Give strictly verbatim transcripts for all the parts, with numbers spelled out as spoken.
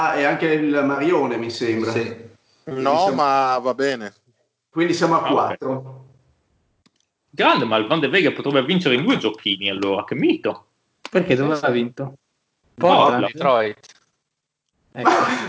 e anche il Marione, mi sembra. Sì. No, siamo... ma va bene. Quindi siamo a Ah, quattro. okay. Grande, ma il Van de Vega potrebbe vincere in due giochini, allora, che mito. Perché dove ha vinto? Portland. Detroit. Ecco.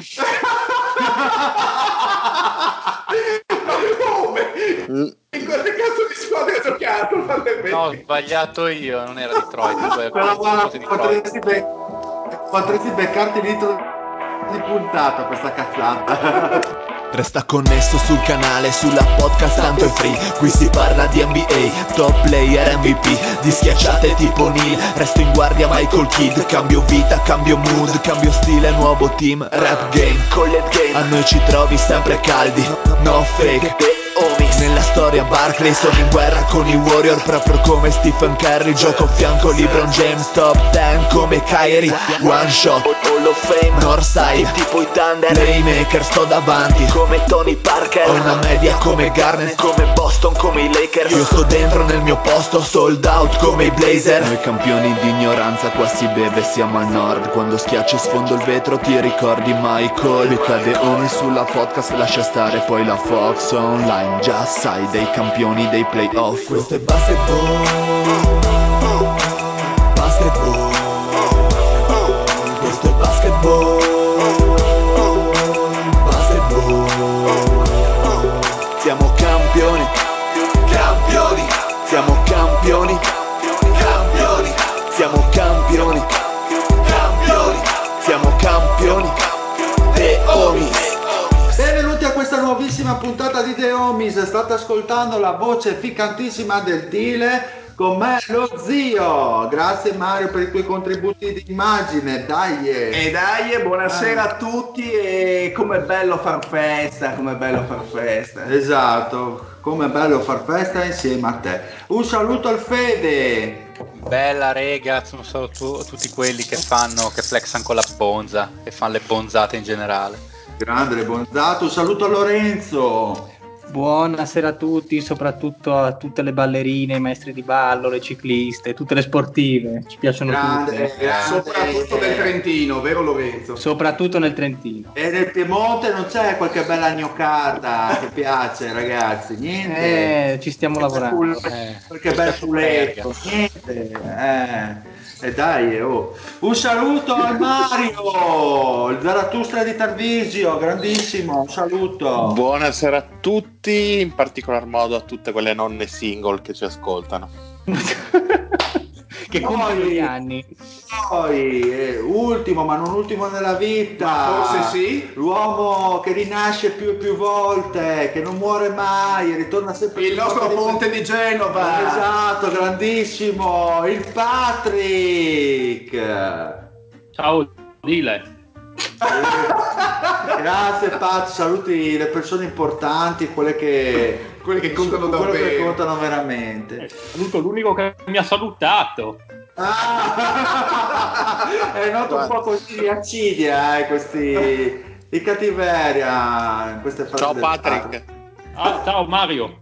Ma come? Mm. In quale cazzo di squadra ha giocato il Van de Beek? No, ho sbagliato io, non era Detroit. Però guarda, Detroit. potresti, be- potresti beccarti l'intro di puntata questa cazzata. Resta connesso sul canale, sulla podcast tanto è free. Qui si parla di N B A, top player M V P, di schiacciate tipo Neil. Resto in guardia Michael Kidd. Cambio vita, cambio mood, cambio stile, nuovo team. Rap game, collet game, a noi ci trovi sempre caldi. No fake, Omis. Nella storia Barkley, sono in guerra con i Warrior, proprio come Stephen Curry. Gioco a fianco LeBron James, top dieci come Kyrie. One shot, Hall of Fame, Northside, tipo i Thunder. Playmaker, sto davanti come Tony Parker. Ho una media come Garnett, come Boston, come i Lakers. Io sto dentro nel mio posto, sold out come i Blazer. Noi campioni di ignoranza, qua si beve, siamo al nord. Quando schiacci sfondo il vetro ti ricordi Michael. Mi cade Omi sulla podcast, lascia stare poi la Fox online. Già sai, dei campioni dei playoff. Questo è basketball, basketball. Questo è basketball, basketball. Siamo campioni, campioni. Siamo campioni, campioni. Siamo campioni, campioni. Siamo campioni. The Homies. Benvenuti a questa nuovissima puntata di The Homies. State ascoltando la voce ficcantissima del Dile. Con me lo zio. Grazie Mario per i tuoi contributi di immagine. Dai. E dai, buonasera a tutti. E com'è bello far festa, com'è bello far festa. Esatto, come è bello far festa insieme a te. Un saluto al Fede. Bella rega, un saluto a tutti quelli che fanno, che flexano con la bonza, che fanno le bonzate in generale. Grande bonzato, un saluto a Lorenzo. Buonasera a tutti, soprattutto a tutte le ballerine, i maestri di ballo, le cicliste, tutte le sportive, ci piacciono Grande, tutte. grande. Soprattutto nel Trentino, vero Lorenzo? Soprattutto nel Trentino. E nel Piemonte non c'è qualche bella gnoccata che piace, ragazzi? Niente. Eh, ci stiamo lavorando. Eh, Qualche bel fuletto, niente. Eh. E dai, oh. Un saluto al Mario, il Zarathustra di Tarvisio, grandissimo, un saluto. Buonasera a tutti, in particolar modo a tutte quelle nonne single che ci ascoltano. Che compiono gli anni. Poi, eh, ultimo, ma non ultimo nella vita, Ma forse sì. l'uomo che rinasce più e più volte, che non muore mai, ritorna sempre Il più nostro forte di- ponte di Genova. Esatto, grandissimo, il Patrick. Ciao, Dile. Grazie Pat, saluti le persone importanti, quelle che Quelle che contano quelle che davvero. contano veramente. Saluto l'unico che mi ha salutato. Ah, è noto un po' così di accidia, eh, questi di cattiveria in queste fasi Ciao del Patrick. Ah, ciao Mario.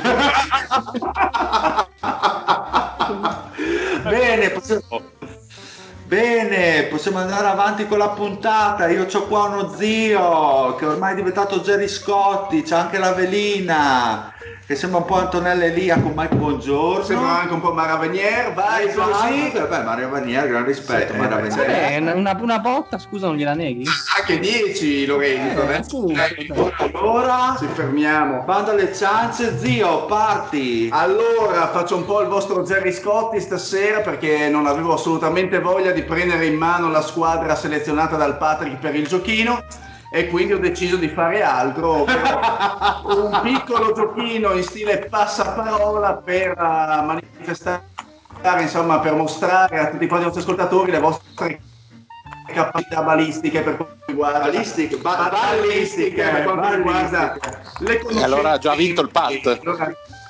Bene, possiamo... Bene, possiamo andare avanti con la puntata. Io c'ho qua uno zio che ormai è diventato Gerry Scotti, c'è anche la Velina che sembra un po' Antonella Elia con Mike Buongiorno. Sembra anche un po' Mara Venier, vai Esatto, così. beh, Mario Vanier, gran rispetto, Sì, Mario eh, Vanier. Eh, una, una botta, scusa, non gliela neghi? Anche dieci Lorenzo. Eh, Adesso appunto. Allora, ci fermiamo. bando alle ciance, zio, parti. Allora, faccio un po' il vostro Gerry Scotti stasera perché non avevo assolutamente voglia di prendere in mano la squadra selezionata dal Patrick per il giochino e quindi ho deciso di fare altro, ovvero un piccolo giochino in stile passaparola per uh, manifestare, insomma, per mostrare a tutti quanti i nostri ascoltatori le vostre capacità balistiche per quanto riguarda Balistiche, ba- balistiche, per quanto balistiche. riguarda le E allora ha già vinto il Pat. Allora,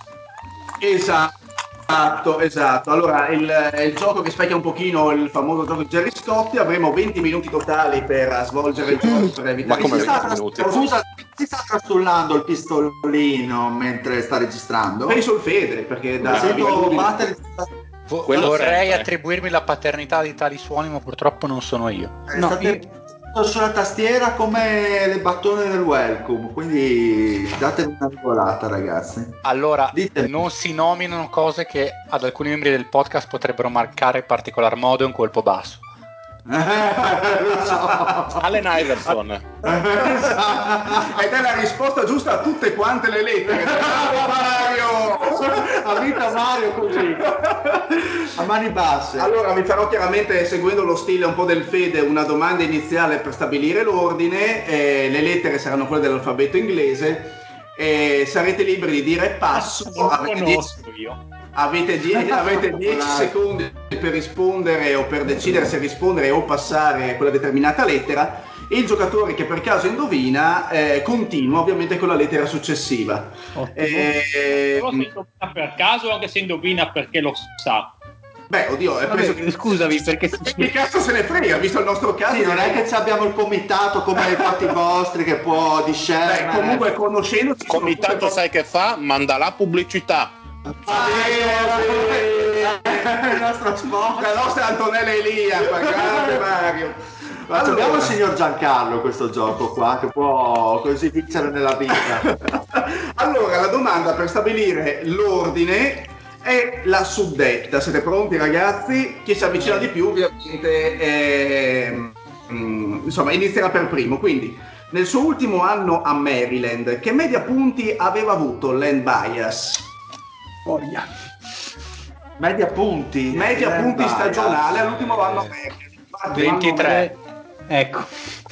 esatto, esatto. Allora, il, è il gioco che specchia un pochino il famoso gioco di Gerry Scotti. Avremo venti minuti totali per svolgere il gioco per evitare Ma come Si sta, venti minuti? scusa, si sta trasullando il pistolino mentre sta registrando? Penso il Fede, perché da Sento abitudine- battere... Vo- Quello vorrei sempre. attribuirmi la paternità di tali suoni, ma purtroppo non sono io. No, state, io- sulla tastiera come le battone del welcome, quindi datevi una regolata, ragazzi. Allora, Ditemi. non si nominano cose che ad alcuni membri del podcast potrebbero marcare in particolar modo un colpo basso. Lo so. Allen Iverson. Ed è la risposta giusta a tutte quante le lettere. Bravo Mario! Ha vinto Mario così, a mani basse. Allora vi farò chiaramente, seguendo lo stile un po' del Fede, una domanda iniziale per stabilire l'ordine. Eh, le lettere saranno quelle dell'alfabeto inglese e sarete liberi di dire passo. Non lo Avete conosco dieci- io. Avete dieci, avete dieci secondi per rispondere o per decidere se rispondere o passare quella determinata lettera. Il giocatore che per caso indovina eh, continua ovviamente con la lettera successiva. Ottimo. Eh, Solo se indovina per caso o anche se indovina perché lo sa. beh, oddio, eh, Vabbè, penso che... scusami, perché Che cazzo se ne frega, visto il nostro caso? Sì, non è che ci abbiamo il comitato come i fatti vostri che può Beh, discernere. comunque conoscendoci sono Comitato tutte sai che fa? Manda la pubblicità. il nostro sponsor. la nostra Antonella Elia, grande Mario. Ma abbiamo il signor Giancarlo questo gioco qua che può così vincere nella vita. Allora, la domanda per stabilire l'ordine è la suddetta. Siete pronti, ragazzi? Chi si avvicina di più, ovviamente, eh, mm, insomma, inizierà per primo. Quindi, nel suo ultimo anno a Maryland, che media punti aveva avuto Len Bias? Boia. Media punti. Media Eh, punti vai, stagionale eh. all'ultimo anno a Maryland. Infatti, ventitré. Ecco.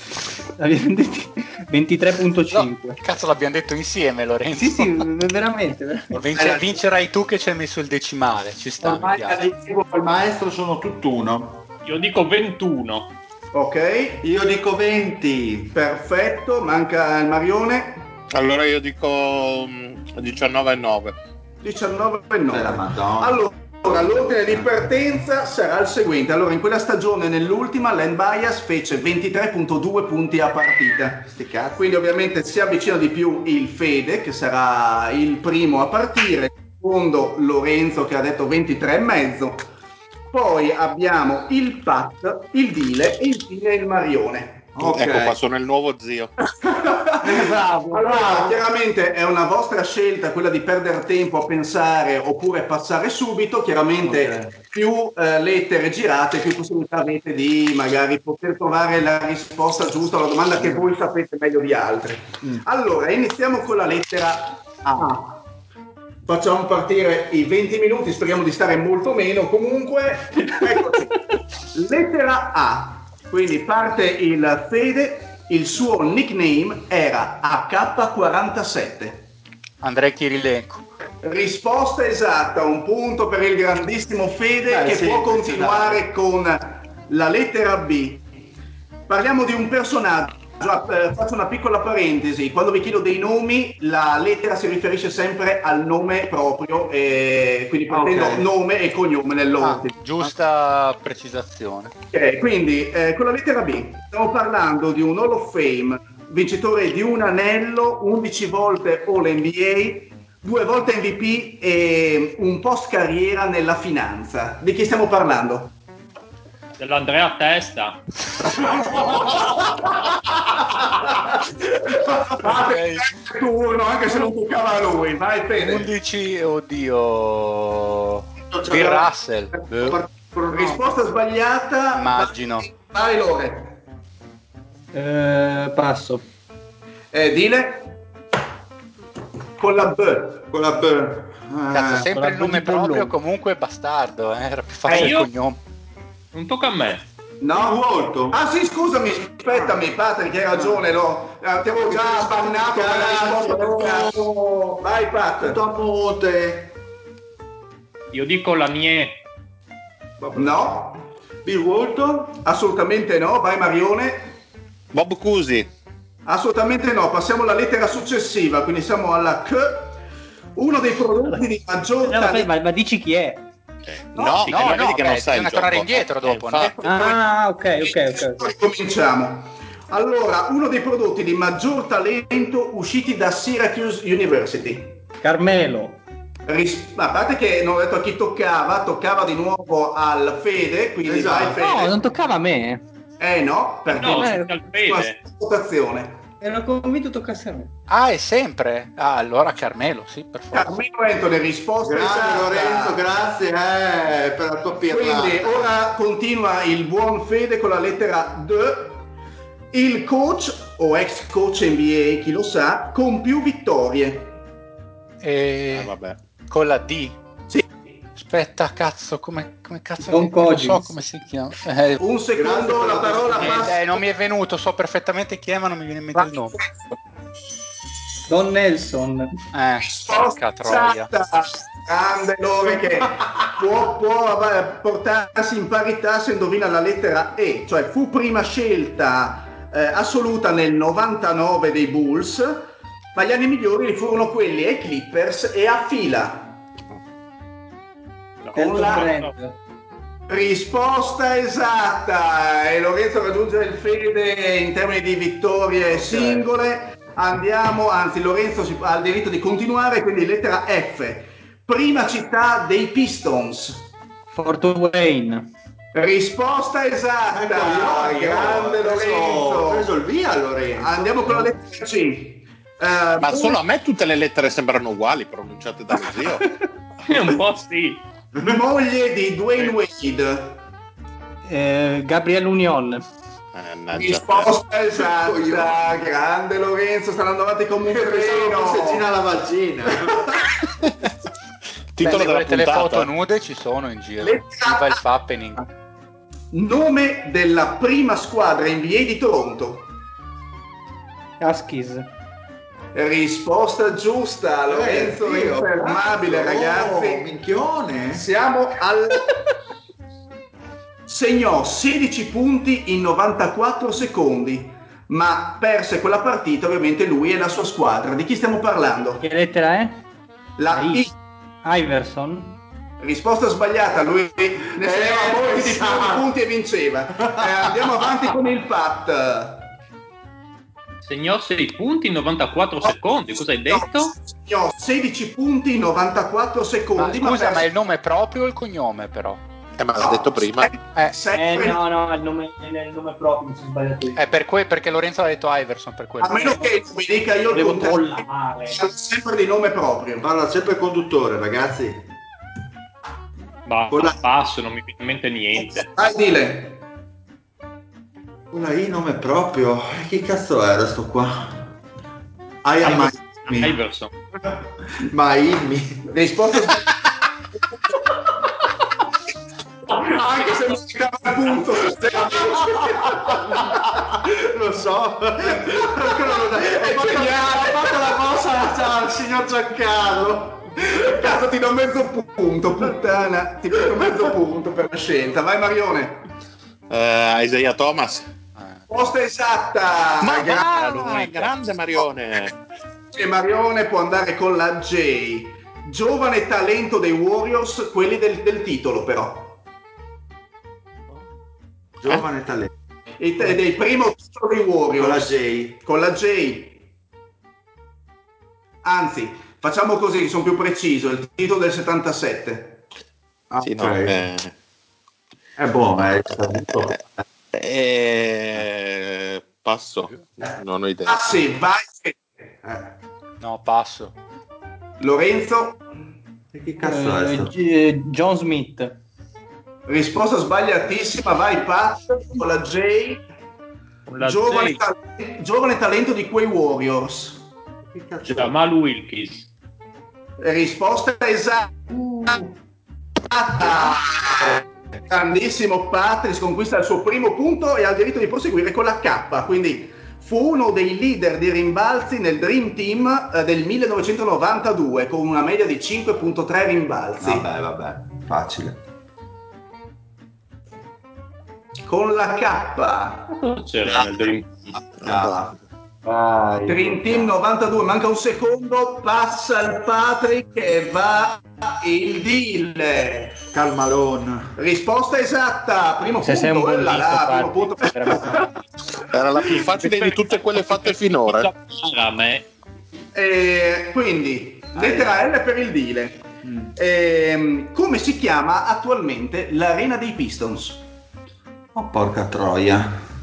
ventitré virgola cinque. No, cazzo, l'abbiamo detto insieme, Lorenzo. Sì, sì, veramente. veramente. Vince- vincerai tu che ci hai messo il decimale, ci sta, mi Ormai piace. arrivo col maestro sono tutt'uno. Io dico ventuno. Ok, Io dico venti. perfetto. Manca il Marione. Allora io dico mm, diciannove e nove. diciannove e nove. Per la Madonna. Allora, l'ordine di partenza sarà il seguente. Allora, in quella stagione, nell'ultima, Len Bias fece ventitré virgola due punti a partita. Sti cazzi. Quindi ovviamente si avvicina di più il Fede, che sarà il primo a partire, il secondo Lorenzo che ha detto ventitré e mezzo. Poi abbiamo il Pat, il Dile e infine il Marione. Ok. Ecco qua, sono il nuovo zio. Bravo, Allora, bravo. chiaramente è una vostra scelta quella di perdere tempo a pensare oppure passare subito. Chiaramente Ok. più eh, lettere girate, più possibilità avete di magari poter trovare la risposta giusta alla domanda che voi sapete meglio di altri. Allora, iniziamo con la lettera A. Facciamo partire i venti minuti, speriamo di stare molto meno. Comunque, eccoci. Lettera A. Quindi parte il Fede, il suo nickname era A K quarantasette. Andrei Kirilenko. Risposta esatta, un punto per il grandissimo Fede Beh, che sì, può sì, continuare con la lettera B. Parliamo di un personaggio. Eh, faccio una piccola parentesi, quando vi chiedo dei nomi la lettera si riferisce sempre al nome proprio, e quindi pretendo Ok. nome e cognome Ah, nell'ordine. giusta precisazione. Ok, quindi eh, con la lettera B stiamo parlando di un Hall of Fame, vincitore di un anello, undici volte All N B A, due volte M V P e un post carriera nella finanza. Di chi stiamo parlando? Dell'Andrea Testa. Fate il turno, anche se non toccava a lui. Vai Fede. undici, oddio. Bill Russell. Boh, Risposta sbagliata. immagino. Vai Lore. Eh, passo. Eh, Dile. Con la B. Con la B. Cazzo, Eh, sempre con la il nome B di Pollone. proprio, comunque bastardo, eh? Era più facile Eh, io- il cognome. Non tocca a me. No, molto. Ah sì, scusami, aspettami, Patrick, hai ragione, no. Eh, Ti avevo già bannato per la risposta del cazzo. Vai Pat. Tutto a monte. Io dico la mia. No, Bill Walton. assolutamente no. Vai Marione. Bob Cousy. Assolutamente no. Passiamo alla lettera successiva, quindi siamo alla K. Uno dei prodotti di maggior Eh, vabbè, talento. ma, ma dici chi è? No, no, no, no, vedi che beh, non sai il bisogna tornare gioco. indietro Eh, dopo, infatti. Ah, ok, ok, ok. Ricominciamo. Allora, uno dei prodotti di maggior talento usciti da Syracuse University. Carmelo. Ris- a parte che non ho detto a chi toccava, toccava di nuovo al Fede, quindi Esatto. vai Fede. No, non toccava a me. Eh no, perché No, Eh, senza il fede. votazione. ero convinto toccasse a me. Ah, è sempre? Ah, allora Carmelo, sì, per forza. Carmelo Anthony, risposta Grande esatta. Lorenzo, grazie eh, per la tua pirlata. Quindi ora continua il buon Fede con la lettera D. Il coach o ex coach N B A, chi lo sa, con più vittorie. E... Eh, vabbè. Con la D. Sì. Aspetta, cazzo, come, come cazzo Don che non so Coggins. come si chiama. Eh, Un secondo, per la la parola tua passa. eh, non mi è venuto, so perfettamente chi è, ma non mi viene in mente il nome. Don Nelson. Eh, porca troia. Esatta. Grande Lore che può, può eh, portarsi in parità se indovina la lettera E, cioè fu prima scelta eh, assoluta nel novantanove dei Bulls, ma gli anni migliori furono quelli ai Clippers e a fila. Con Elton la Brand. risposta esatta, e Lorenzo raggiunge il Fede in termini di vittorie singole. Andiamo, anzi Lorenzo si- ha il diritto di continuare, quindi lettera F. Prima città dei Pistons. Fort Wayne. Risposta esatta, Ecco, io, io grande ho preso, ho Lorenzo. preso il via Lorenzo. Andiamo con la lettera C. Eh, Ma solo a me tutte le lettere sembrano uguali pronunciate dallo zio. Un po' sì. moglie di Dwayne Wade. Eh, Gabriel Union. Mannaggia te. Risposta esatta, grande Lorenzo, sta andando avanti come un Pensavo fosse Gina treno. la vagina. Titolo Se della volete le foto puntata. nude ci sono in giro. Lettera Viva il A. fappening. Nome della prima squadra N B A di Toronto. Huskies. Risposta giusta, Lorenzo Eh, Dio, infermabile, cazzo, ragazzi. oh, minchione. Siamo al... Segnò sedici punti in novantaquattro secondi, ma perse quella partita ovviamente lui e la sua squadra. Di chi stiamo parlando? Che lettera è? La I. Iverson. Risposta sbagliata, lui ne segnava molti di più di punti e vinceva. Eh, andiamo avanti con il Pat. Segnò sei punti in novantaquattro secondi. Cosa hai detto? Segnò sedici punti in novantaquattro Ma secondi. scusa, ma perse- è il nome proprio o il cognome però? Eh, ma l'ha detto prima. Eh, Eh sempre- no, no, il nome, il nome proprio, mi sono sbagliato io. È per que- perché Lorenzo ha detto Iverson per quello. A meno che mi dica io il Volevo contrario, trollare. sempre di nome proprio. Parla sempre il conduttore, ragazzi. Ma Con la- passo, non mi viene in mente niente. Vai, dile. Con la I nome proprio. Che cazzo era sto qua? I am Miami. Iverson. Miami. Risposta sbagliata. Anche se non si cava il punto. Lo so. Ancora non è. È geniale. Ha fatto la mossa al signor Giancarlo. Cazzo, ti do mezzo punto, puttana. Ti do mezzo punto per la scelta. Vai, Marione. Eh, Isaiah Thomas. Risposta esatta. Ma Gra- va, grande Marione. e Marione può andare con la J. Giovane talento dei Warriors, quelli del, del titolo però. Giovane talento. Ed è il primo titolo dei Warriors. Con la J. Con la J. Anzi, facciamo così, sono più preciso, il titolo del settantasette. Sì, Ok. no, eh, È buono, eh. eh, passo. Non ho idea. Ah sì, vai. Eh. No, passo. Lorenzo, E che cazzo è Eh, sto? G- John Smith. risposta sbagliatissima, vai Pat con la J. Con la Giovane, J. ta- giovane talento di quei Warriors. Che cazzo è? Jamal Wilkins. Risposta esatta. Grandissimo Patrick, conquista il suo primo punto e ha il diritto di proseguire con la K. Quindi fu uno dei leader di rimbalzi nel Dream Team eh, del millenovecentonovantadue con una media di cinque virgola tre rimbalzi. Vabbè, vabbè, facile. Con la K. Cosa c'era nel Dream? Ah, vai. Dream Team novantadue, manca un secondo, passa il Patrick e va il deal. Calmalone. Risposta esatta, primo Se sei un punto, buon là, là, visto, primo Patrick, punto. veramente. Era la più facile di tutte quelle fatte finora. A me. E quindi, lettera L per il deal. Ehm, come si chiama attualmente l'arena dei Pistons? Oh, porca troia.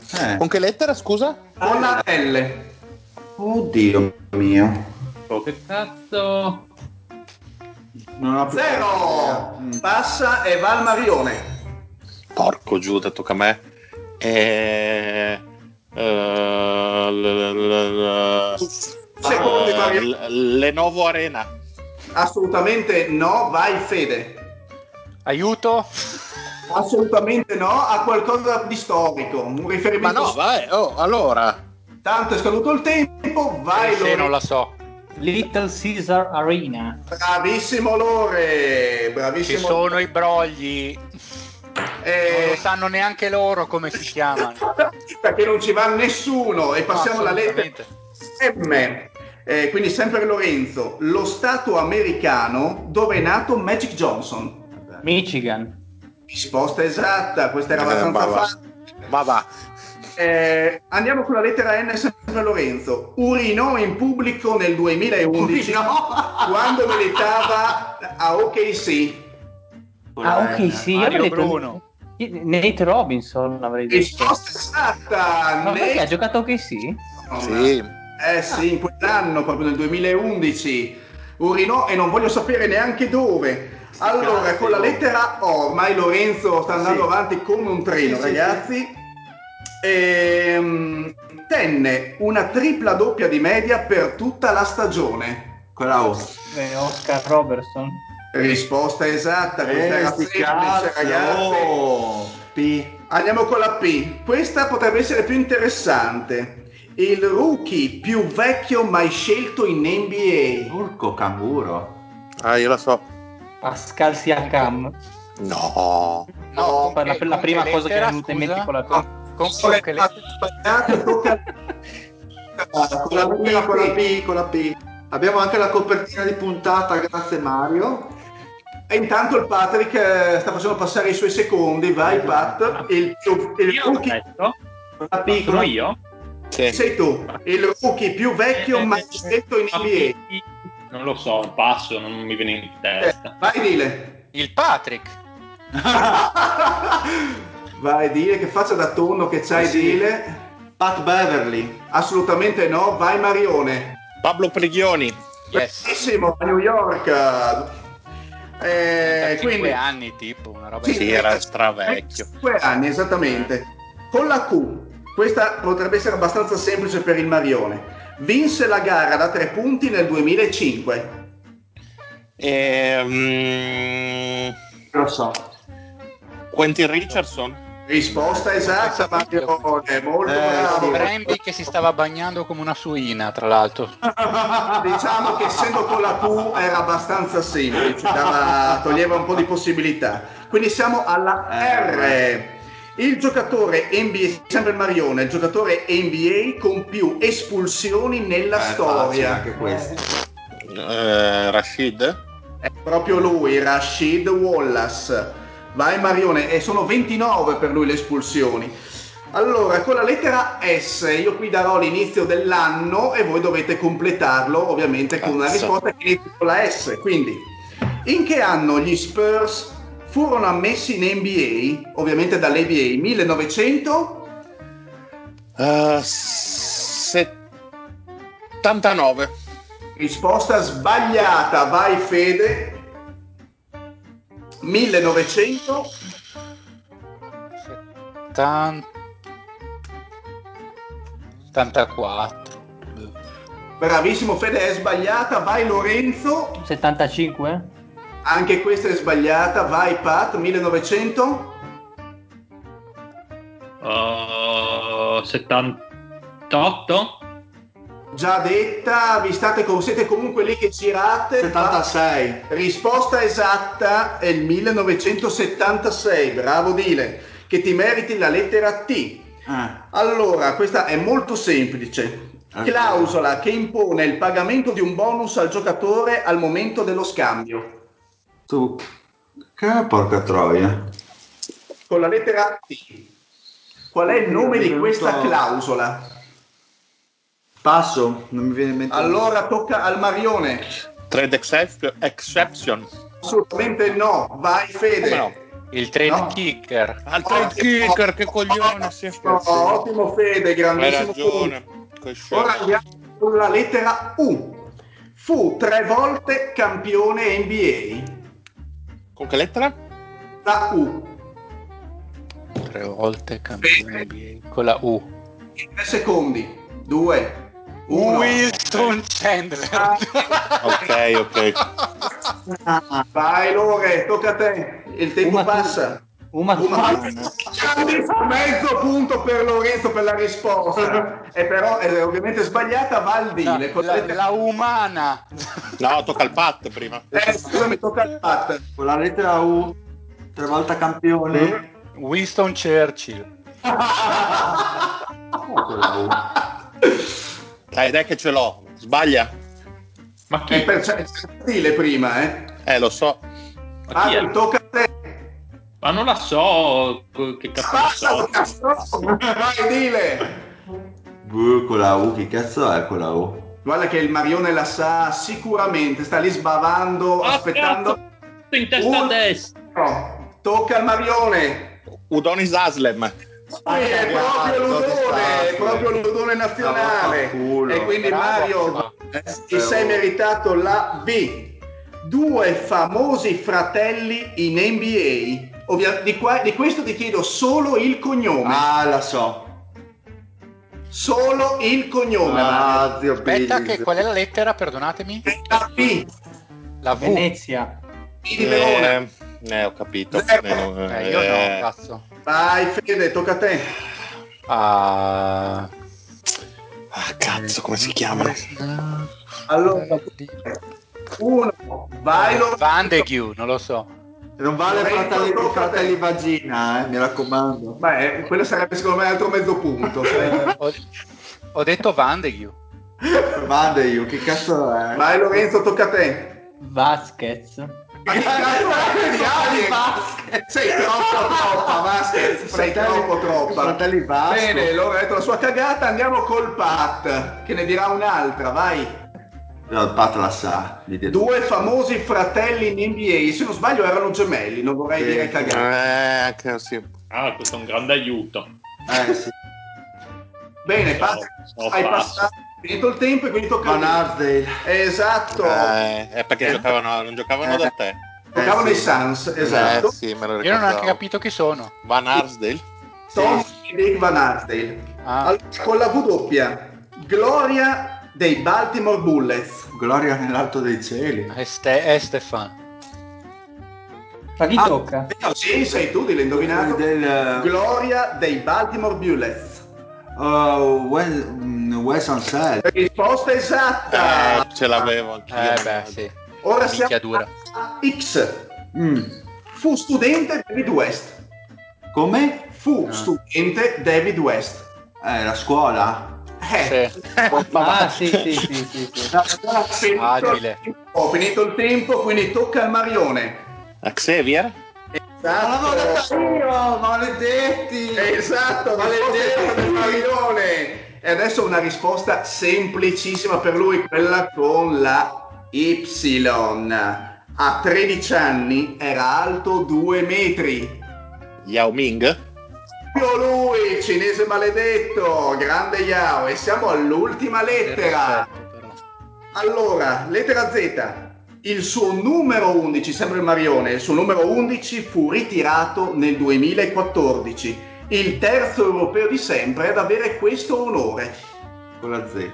Eh. Con che lettera, scusa? Con la L. Oddio mio. Oh, che cazzo? Non ho più Zero. Mm. Passa e va al Marione. Porco Giuda, tocca a me. Eh, eh, l- l- l- Secondi, eh, Mario. l- Lenovo Arena. Assolutamente no, vai Fede. Aiuto? Assolutamente no, ha qualcosa di storico, un Ma riferimento. no, vai, oh, allora. Tanto è scaduto il tempo, vai Eh, sì, Lore. non la so. Little Caesar Arena. Bravissimo Lore, Ci bravissimo. sono i brogli. Eh, Non lo sanno neanche loro come si chiamano. perché non ci va nessuno e passiamo alla lettera Assolutamente. M. Eh, quindi sempre Lorenzo, lo stato americano dove è nato Magic Johnson. Michigan. Risposta esatta, questa era Eh, abbastanza ma va. facile. Ma va. Eh, andiamo con la lettera N, sempre Lorenzo. Urinò in pubblico nel duemilaundici quando militava a O K C. Ah, ok, sì, io Mario avrei detto Bruno. Nate Robinson avrei detto. Risposta esatta. Ma perché ha Nate- giocato ok sì? Sì. Eh sì, in quell'anno, proprio nel duemilaundici. Urinò e non voglio sapere neanche dove. Allora, cazzo. con la lettera O, ormai Lorenzo sta andando Sì. avanti come un treno, Sì, sì, ragazzi. Ehm, tenne una tripla doppia di media per tutta la stagione. Quella O. Eh, Oscar Robertson. Risposta esatta, questa Eh, era sti semplice, cazzo. ragazzi. Oh, P. Andiamo con la P. Questa potrebbe essere più interessante. Il rookie più vecchio mai scelto in N B A. Urco canguro. Ah, io la so. Pascal Siakam. No. No, con per la, che- la con prima che cosa che mi è lettera, venuta in mente scusa? con la Con, con, con che lettera? Sbagliato, tocca Con la P, con la P, con la P. Abbiamo anche la copertina di puntata, grazie Mario. E intanto il Patrick eh, sta facendo passare i suoi secondi. Vai Pat. Il, il Io ho rookie detto? Con la P, con Sono la io? Sì. sei tu. Il rookie più vecchio mai scelto in N B Non lo so, un passo, non mi viene in A. testa. Vai Dile. Il Patrick. Vai Dile, che faccia da tonno che c'hai Sì. Dile. Pat Beverly. Assolutamente no. Vai Marione. Pablo Preghioni. Yes. Bellissimo, a New York. Eh, cinque quindi anni tipo, una roba Sì, Sì, era stravecchio. Due anni, esattamente. Con la Q, questa potrebbe essere abbastanza semplice per il Marione. Vinse la gara da tre punti nel duemilacinque. Ehm, Lo so. Quentin Richardson. Risposta esatta, Marione, molto Eh, bravo. Bremby che si stava bagnando come una suina, tra l'altro. Diciamo che essendo con la Q era abbastanza semplice, dava- toglieva un po' di possibilità. Quindi siamo alla R. Il giocatore N B A, sempre il Marione, il giocatore N B A con più espulsioni nella Eh, facile storia. anche questo. Eh, Rashid. È proprio lui, Rashid Wallace. Vai Marione, e sono ventinove per lui le espulsioni. Allora, con la lettera S, io qui darò l'inizio dell'anno e voi dovete completarlo, ovviamente, con una Cazzo. risposta che inizia con la S. Quindi, in che anno gli Spurs furono ammessi in N B A, ovviamente dall'N B A? millenovecento? Uh, settantanove. Risposta sbagliata, vai Fede. millenovecento? settantaquattro. Bravissimo Fede, è sbagliata, vai Lorenzo. settantacinque? Anche questa è sbagliata, vai Pat, millenovecento? Uh, settantotto? Già detta, vi state com- siete comunque lì che girate. settantasei. Risposta esatta è il millenovecentosettantasei, bravo Dile, che ti meriti la lettera T. Eh. Allora, questa è molto semplice. Ok. Clausola che impone il pagamento di un bonus al giocatore al momento dello scambio. Tu. Che porca troia. Con la lettera T. Qual è il nome di questa clausola? Passo, non mi viene in mente. Allora tocca al Marione. Trade excep- exception. Assolutamente no, vai Fede. Come no? Il trade No. kicker. Altro il kicker, che coglione. Sì. No, ottimo Fede, Hai grandissimo ragione. punto. Che scemo. Ora andiamo con la lettera U. Fu tre volte campione N B Con che lettera? A. La U. Tre volte campione N B A con la U. Tre secondi. Due. Uno. Winston Chandler. Ok, ok. Vai Lore, tocca a te. Il tempo Uma passa. Uma Uma- Thurman. Mezzo punto per Lorenzo per la risposta. E però è ovviamente sbagliata, va al No, dile. Con la la, lettera- la umana. No, tocca al Pat prima. Eh, scusami, tocca al Pat. Con la lettera U, tre volte campione. Winston Churchill. Con la U. Dai, dai che ce l'ho. Sbaglia? Ma chi? Eh, per cioè, stile prima, eh. Eh, lo so. Ma chi Ah, è? tocca a te. Ma non la so. Che cazzo ne Basta, so. cazzo. Vai, dile. Buh, con la U, che cazzo è con la U? Guarda che il Marione la sa sicuramente, sta lì sbavando, Ah, aspettando. cazzo, in testa a destra. No, tocca al Marione. Udonis Aslem. Sì, è proprio l'udone, è proprio l'udone nazionale. Vaffanculo. E quindi Bravo. Mario, ti sei meritato la B. Due famosi fratelli in N B A. Ovvia- di, qua- di questo ti chiedo solo il cognome. Ah, la so. Solo il cognome. Mario. Ah, zio Aspetta, Billy. che qual è la lettera? Perdonatemi. La B. La V. Venezia. B di Verona. Eh, eh, ho capito. Zero. Eh, no, Eh, io eh. no, cazzo. Vai Fede, tocca a te. Ah, Ah, cazzo, come si chiama? Allora, uno, vai lo Van de Gue, non lo so. Non vale Lorenzo, fratelli, tocca a te. fratelli vagina, eh, mi raccomando. Beh, quello sarebbe secondo me altro mezzo punto. sai. Ho, ho detto Van de Gue. Vado io, che cazzo è? Vai Lorenzo, tocca a te. Vasquez. Ma che cazzo è di Alien? Sei troppo troppa, Vasquez, sei Fratelli- troppo troppa. fratelli Vasco. Bene, Lore ha detto la sua cagata, andiamo col Pat, che ne dirà un'altra, vai. No, il Pat la sa. di detto. Due famosi fratelli in N B A, se non sbaglio erano gemelli, non vorrei Sì. dire cagata. Eh, anche sì. Ah, questo è un grande aiuto. Eh sì. Bene, Pat, No, hai no, passato, finito il tempo e quindi tocca a Van lui. Arsdale. Esatto. Eh, è perché giocavano, non giocavano Eh. da te. Giocavano Eh, i sì. Suns, esatto. Eh sì, me lo Io ricordavo. non ho neanche capito chi sono. Van Arsdale? Tom e Dick Van Arsdale. Ah. Allora, con la W, gloria dei Baltimore Bullets. Gloria nell'alto dei cieli. Este- Estefan. Ma chi Ah, tocca? Sì, sei tu, l'hai indovinato. Del Gloria dei Baltimore Bullets. uh, Wes, mm, Wes Ansel. Risposta esatta. Eh, ce l'avevo anch'io. Eh beh, sì. Ora siamo minchia dura. a X. Mm. Fu studente David West. Come? Fu Ah. studente David West. Eh, la scuola. Eh, Sì. Ah, sì, sì, sì, sì, sì. allora, finito, Agile. il tempo, ho finito il tempo, quindi tocca al Marione. A Xavier? l'avevo detta Esatto. io, maledetti. Esatto, risposta del Marione. E adesso una risposta semplicissima per lui, quella con la Y. A tredici anni era alto due metri. Yao Ming? Proprio lui, cinese maledetto, grande Yao. E siamo all'ultima lettera. Perfetto, però. Allora, lettera Z. Il suo numero undici, sempre il Marione, il suo numero undici fu ritirato nel duemilaquattordici. Il terzo europeo di sempre ad avere questo onore. Con la Z.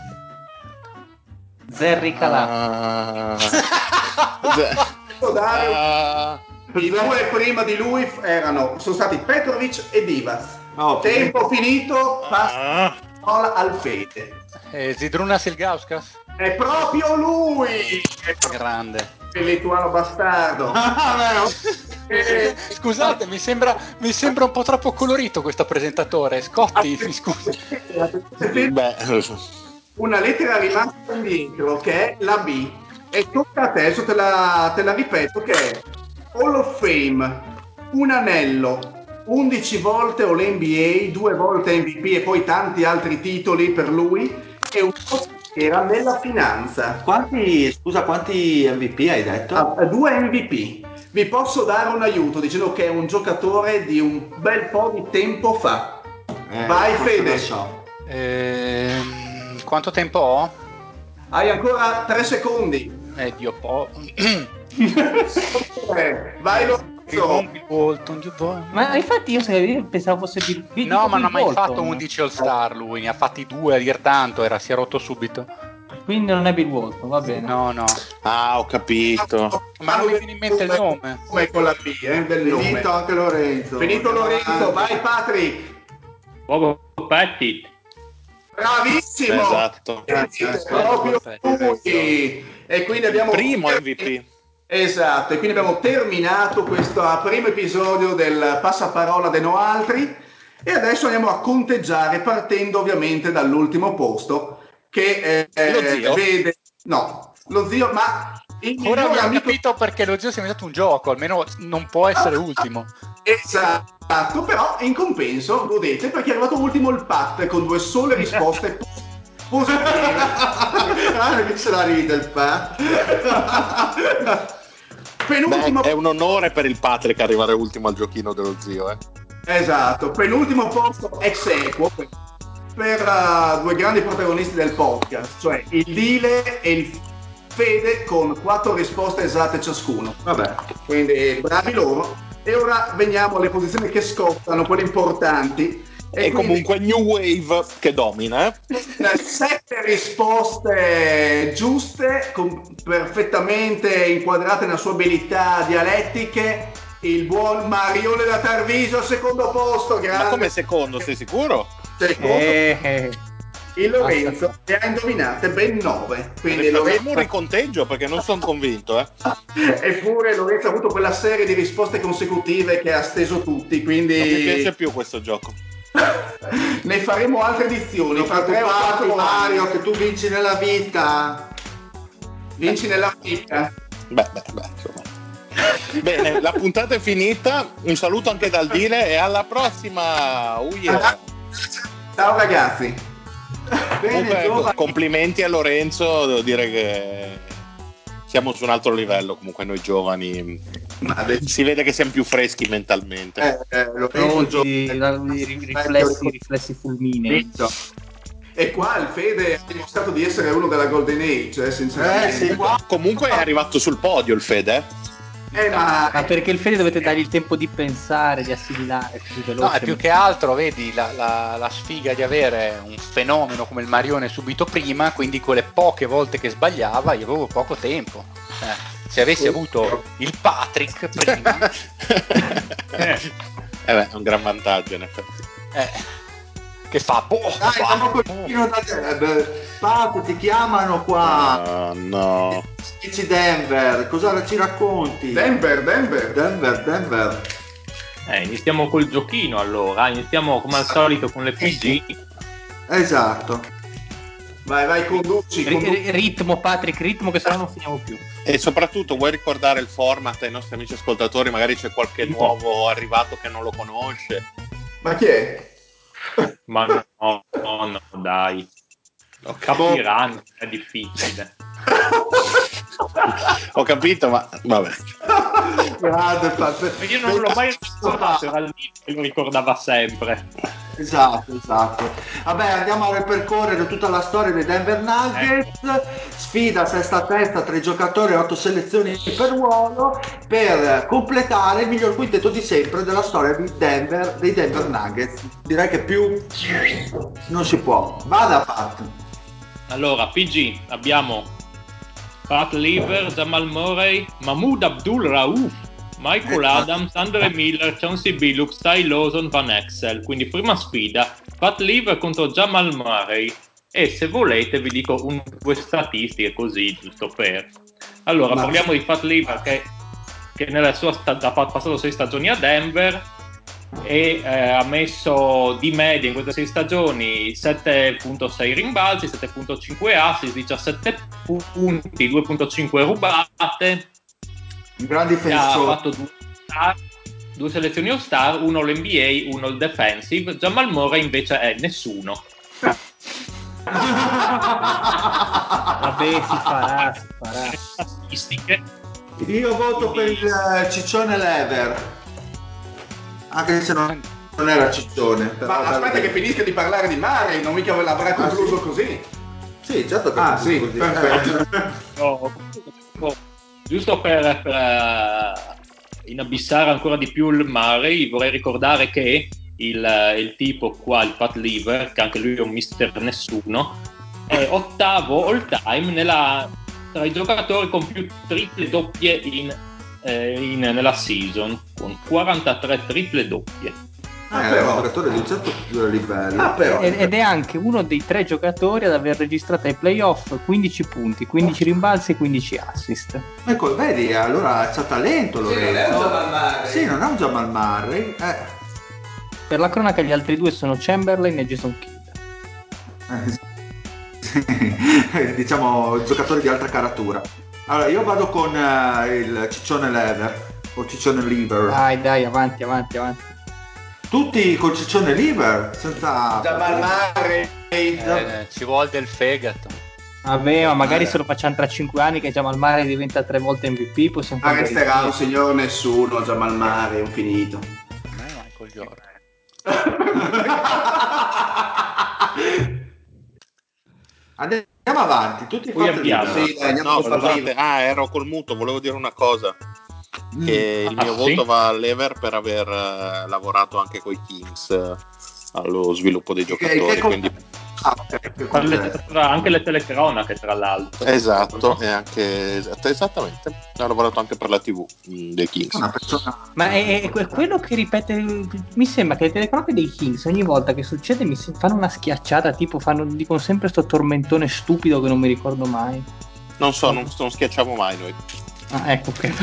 Zerri Calà. Ah. Posso dare- Ah. I due prima di lui erano, sono stati Petrovic e Divas. Oh, Tempo finito, passa Ah. la parola al Fede. Eh, Zidrunas Ilgauskas? È proprio lui! È proprio Grande. il lituano bastardo. Eh, Scusate, mi sembra, mi sembra un po' troppo colorito questo presentatore. Scotti, mi scusi. Beh, Una lettera rimasta indietro che è la B e tocca a te, adesso te la, te la ripeto, che è Hall of Fame, un anello, undici volte All N B A, due volte M V P e poi tanti altri titoli per lui e un era nella finanza. Quanti, scusa, quanti M V P hai detto? Ah, due M V P, Vi posso dare un aiuto dicendo che è un giocatore di un bel po' di tempo fa. Eh, Vai forse Fede. lo so. Ehm, quanto tempo ho? Hai ancora tre secondi. Eh, Dio po'. Eh, vai Lorenzo. Bill Walton, Dio boy. Ma infatti io, se- io pensavo fosse Bill, Bill, No, ma non ha mai Bill fatto Walton. undici All-Star lui, ne ha fatti due a dir tanto, era, si è rotto subito. Quindi non è Bill Walton, va bene. No, no. Ah, ho capito. Ma non mi viene in mente il nome. Come con la B, eh, del nome. Finito anche Lorenzo. Finito Andiamo Lorenzo, avanti. vai Patrick. Bob Pettit. Bravissimo. Esatto. Grazie, proprio lui. E quindi abbiamo Primo M V P. Esatto, e quindi abbiamo terminato questo primo episodio del Passaparola de No Altri e adesso andiamo a conteggiare partendo ovviamente dall'ultimo posto che eh, Lo zio? vede no, lo zio, ma il Ora miglior abbiamo amico capito perché lo zio si è inventato un gioco, almeno non può essere ultimo. esatto, però in compenso godete perché è arrivato ultimo il Pat con due sole risposte positive. Ah, che ce la ride il Pat. Penultimo Beh, è un onore per il Patrick arrivare ultimo al giochino dello zio, eh. Esatto, penultimo posto ex equo per uh, due grandi protagonisti del podcast, cioè il Dile e il Fede con quattro risposte esatte ciascuno. Vabbè. Quindi bravi loro. E ora veniamo alle posizioni che scottano, quelle importanti. E, quindi, comunque New Wave che domina, eh. sette risposte giuste, com- perfettamente inquadrate nella sua abilità dialettiche. Il buon Marione da Tarvisio al secondo posto, grande. Ma come secondo, sei sicuro? Secondo Eh, eh. il Lorenzo ne ha indovinate ben nove. Quindi Facciamo un Lorenzo... riconteggio perché non sono convinto, eh. Eppure Lorenzo ha avuto quella serie di risposte consecutive che ha steso tutti, quindi Non mi piace più questo gioco. ne faremo altre edizioni. Non Tra tre o preoccuparti quattro Mario, anni. che tu vinci nella vita. Vinci nella vita. Beh, beh, beh, insomma. Bene, la puntata è finita. Un saluto anche dal Dile e alla prossima. Uh, yeah. Ciao ragazzi. Bene, Comunque, giovani. complimenti a Lorenzo, devo dire che siamo su un altro livello, comunque noi giovani si vede che siamo più freschi mentalmente. Eh, eh, Lorenzo Pronti, gio- la- i ri- riflessi, riflessi fulminei. E qua il Fede ha dimostrato di essere uno della Golden Age, eh, sinceramente. Eh sì, qua. Comunque è arrivato sul podio il Fede. Eh, ma Ma perché il Fede dovete dargli il tempo di pensare, di assimilare più veloce. No, è più che altro, vedi, la, la- la sfiga di avere un fenomeno come il Marione subito prima, quindi quelle poche volte che sbagliava io avevo poco tempo. Eh, se avessi avuto il Patrick prima, eh beh, è un gran vantaggio in effetti. eh, che fa boh, Dai, fa, andiamo col boh. giochino da te. Pat, ti chiamano qua. Ah, no. Dici Denver, cosa ci racconti? Denver, Denver. Denver, Denver. Eh, iniziamo col giochino allora. Iniziamo come al solito con le P G. Esatto. Vai, vai, conduci. Ri- conduci. ri- ritmo, Patrick, ritmo, che sennò non finiamo più. E soprattutto vuoi ricordare il format ai nostri amici ascoltatori? Magari c'è qualche nuovo arrivato che non lo conosce. Ma chi è? Ma no, no, no, dai. Capiranno, è difficile. Ho capito, ma vabbè. Grande Pat. Io non l'ho mai ricordato, era lì che lo ricordava sempre. Esatto, esatto. Vabbè, andiamo a ripercorrere tutta la storia dei Denver Nuggets. Sfida testa a testa tra i giocatori, otto selezioni per ruolo per completare il miglior quintetto di sempre della storia di Denver, dei Denver Nuggets. Direi che più non si può. Vada Pat. Allora, P G abbiamo Pat Lever, Jamal Murray, Mahmoud Abdul Rauf, Michael Adams, Andre Miller, Chauncey Billups, Ty Lawson, Van Exel. Quindi prima sfida Pat Lever contro Jamal Murray. E se volete vi dico un, due statistiche così, giusto per... Allora, Ma- parliamo di Pat Lever che, che nella sua sta- ha passato sei stagioni a Denver e eh, ha messo di media in queste sei stagioni sette virgola sei rimbalzi, sette virgola cinque assist, diciassette punti, due virgola cinque rubate. Un gran Ha difensore. fatto due, star, due selezioni All Star, uno l'N B A, uno il Defensive. Jamal Murray invece è nessuno. Vabbè, si farà, si farà. Statistiche. Io voto per il eh, Ciccione Lever, anche se non, non era Ciccione. Però Ma aspetta che finisca di parlare di Murray, non mica l'avrà concluso Ah, sì? così. Sì, certo che Ah, è sì, così. perfetto. Eh. No, no, giusto per, per eh, inabissare ancora di più il Murray, vorrei ricordare che il, il tipo qua, il Pat Lever, che anche lui è un mister nessuno, è ottavo all time nella, tra i giocatori con più triple doppie in, eh, in- nella season, con quarantatré triple doppie. Ah, è un giocatore di un certo livello. Ah, però. Ed ed è anche uno dei tre giocatori ad aver registrato ai playoff quindici punti, quindici rimbalzi e quindici assist. Ecco, vedi, allora c'ha talento Lorenzo. non è un Jamal Murray. Sì, non è un Jamal Murray. Eh. Per la cronaca gli altri due sono Chamberlain e Jason Kidd. Eh, diciamo giocatori di altra caratura. Allora, io vado con eh, il Ciccione Lever o Ciccione Liver. Dai, dai, avanti, avanti, avanti. Tutti col Ciccione Liver, senza Jamal Murray. Eh, ci vuole del fegato. Vabbè, ma magari Eh. se lo facciamo tra cinque anni che Jamal Murray diventa tre volte M V P, possiamo Ma cambiare resterà un idea. signor nessuno, Jamal Murray, un finito. A me Michael Jordan. Andiamo avanti, tutti Poi fate abbiamo- liberi. Sì, dai, andiamo No, con Pat scusate, Lever. ah, ero col muto, volevo dire una cosa. Che il Ah, mio sì? voto va all'Ever per aver eh, lavorato anche coi Kings eh, allo sviluppo dei Che, giocatori. che Quindi... Ah, ok, che Tra le- contesto. tra- anche le telecronache, tra l'altro. Esatto, e anche esatto, esattamente. Ha lavorato anche per la tivù mh, dei Kings. Una persona Ma è, è- è quello che ripete. Mi sembra che le telecronache dei Kings ogni volta che succede mi se- fanno una schiacciata, tipo fanno, dicono sempre sto tormentone stupido che non mi ricordo mai. Non so, non, non schiacciamo mai noi. Ah, ecco, ok.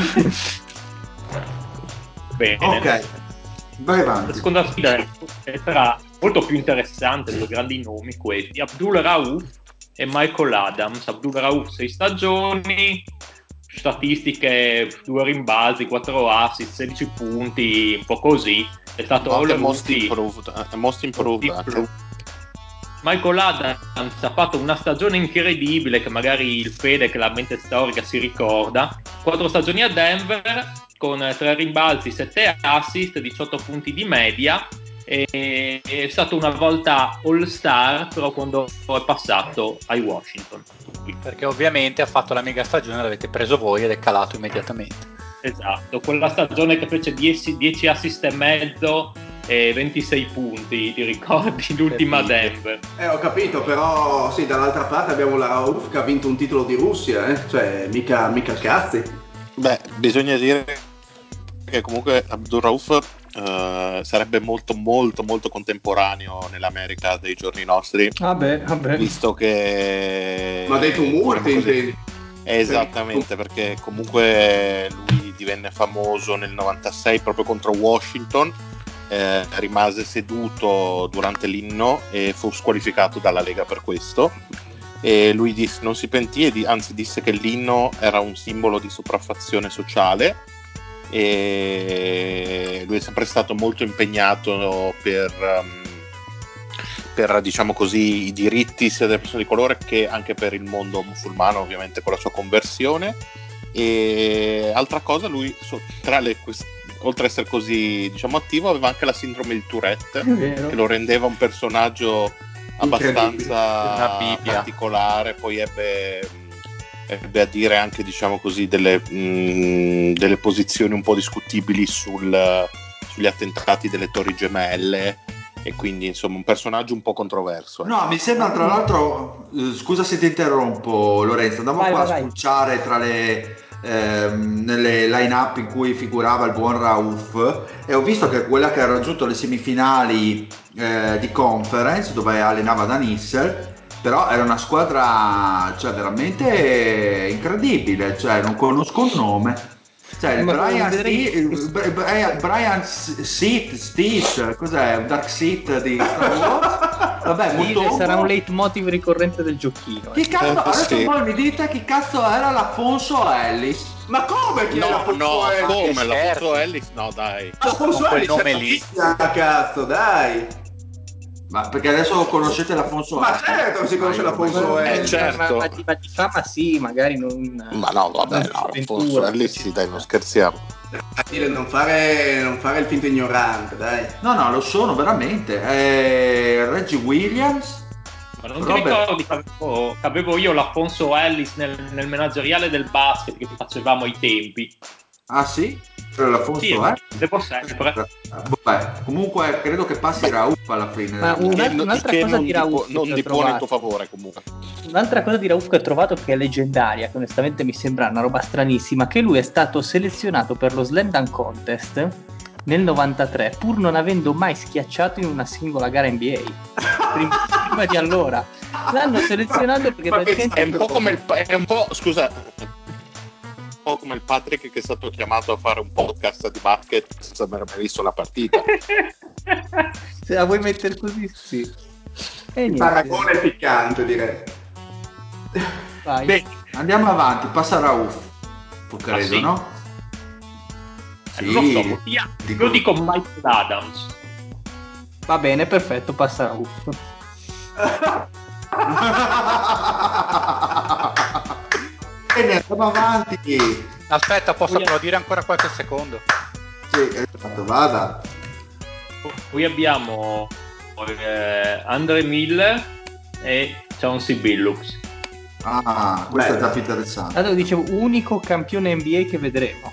Bene. Ok, vai La avanti. seconda sfida è tra molto più interessante, due grandi nomi questi, Abdul Rauf e Michael Adams. Abdul Rauf sei stagioni, statistiche, due rimbalzi, quattro assist, sedici punti, un po' così. È stato Anche all most rookie. improved, eh, most improved anche. Michael Adams ha fatto una stagione incredibile che magari il Fede, che la mente storica, si ricorda. Quattro stagioni a Denver con tre rimbalzi, sette assist, diciotto punti di media. E è stato una volta all star, però quando è passato ai Washington. Perché ovviamente ha fatto la mega stagione, l'avete preso voi ed è calato immediatamente. Esatto, quella stagione che fece dieci, dieci assist e mezzo e ventisei punti, ti ricordi? L'ultima Terribile. Denver. Eh, ho capito, però sì, dall'altra parte abbiamo la Rauf che ha vinto un titolo di Russia, eh? Cioè, mica, mica cazzi. Beh, bisogna dire che comunque Abdul Rauf eh, sarebbe molto molto molto contemporaneo nell'America dei giorni nostri, Vabbè, vabbè. visto che Ma ha detto diciamo molte, così, intendi? esattamente, perché comunque lui divenne famoso nel novantasei proprio contro Washington, eh, rimase seduto durante l'inno e fu squalificato dalla Lega per questo. E lui disse, non si pentì, e di, anzi disse che l'inno era un simbolo di sopraffazione sociale, e lui è sempre stato molto impegnato per, um, per diciamo così i diritti sia delle persone di colore che anche per il mondo musulmano, ovviamente con la sua conversione. E altra cosa, lui tra le oltre ad essere così diciamo attivo, aveva anche la sindrome di Tourette, È vero. che lo rendeva un personaggio abbastanza Una Bibbia. particolare. Poi ebbe, ebbe a dire anche diciamo così delle, mh, delle posizioni un po' discutibili sul, sugli attentati delle Torri Gemelle, e quindi insomma un personaggio un po' controverso. No, mi sembra tra l'altro, eh, scusa se ti interrompo Lorenzo, andavo Vai, qua vai, a vai. spulciare tra le ehm, nelle line-up in cui figurava il buon Rauf, e ho visto che quella che ha raggiunto le semifinali eh, di conference dove allenava Dan Issel, però era una squadra, cioè, veramente incredibile, cioè non conosco il nome. Cioè il Ma Brian vedrei- Steve, il Bri- Brian, Brian Seat, Steve, cos'è? Un Dark Seat di Star Wars? Vabbè, Sì, Mutombo. sarà un leitmotiv ricorrente del giochino. Chi eh. cazzo, Eh, adesso sì. voi mi dite chi cazzo era l'Afonso Ellis? Ma come chi è No, l'Afonso no, Ellis? come Che la scherzi. Ellis? No, dai. L'Afonso Con quel Ellis è nome la lì. Bibbia, cazzo, dai. Ma perché adesso conoscete l'Afonso Ma Ellis? certo, si conosce l'Afonso Eh, Ellis. certo. Ma, ma, di, ma di fama sì, magari non. Ma no, vabbè, no, Alfonso Ellis, sì, dai, non scherziamo. Dire, non fare, non fare il finto ignorante, dai. No, no, lo sono veramente. Eh, Reggie Williams. Ma non ti Robert- ricordi che avevo, che avevo io l'Afonso Ellis nel, nel manageriale del basket che facevamo ai tempi? Ah sì? L'Afonso Sì, Ellis. devo sempre. Vabbè, comunque credo che passi Rauf alla fine. Ma del- un- Che- un'altra, un'altra che cosa non di di, po- Rauf non che ho di buono in tuo trovato. favore, comunque. Un'altra cosa di Rauf che ho trovato che è leggendaria, che onestamente mi sembra una roba stranissima, che lui è stato selezionato per lo Slam Dunk Contest nel novantatré, pur non avendo mai schiacciato in una singola gara N B A. Prima, prima di allora. L'hanno selezionato perché Ma praticamente... È un po' come il pa- è un po', scusa, un po' come il Patrick che è stato chiamato a fare un podcast di basket senza aver mai visto la partita. Se la vuoi mettere così, sì. E Il niente, paragone è piccante, direi. vai. Bene, andiamo avanti. Passa Rauf, credo, Ah, sì? no? Eh, non lo so, io, dico- io dico Michael Adams. Va bene, perfetto, passa Rauf. Bene, andiamo avanti. Aspetta, posso Poi- applaudire ancora qualche secondo? Sì, esatto, vada. Poi abbiamo eh, Andre Miller e Chauncey Billups. Ah, questo Beh. è già più interessante. Allora dicevo, unico campione N B A che vedremo.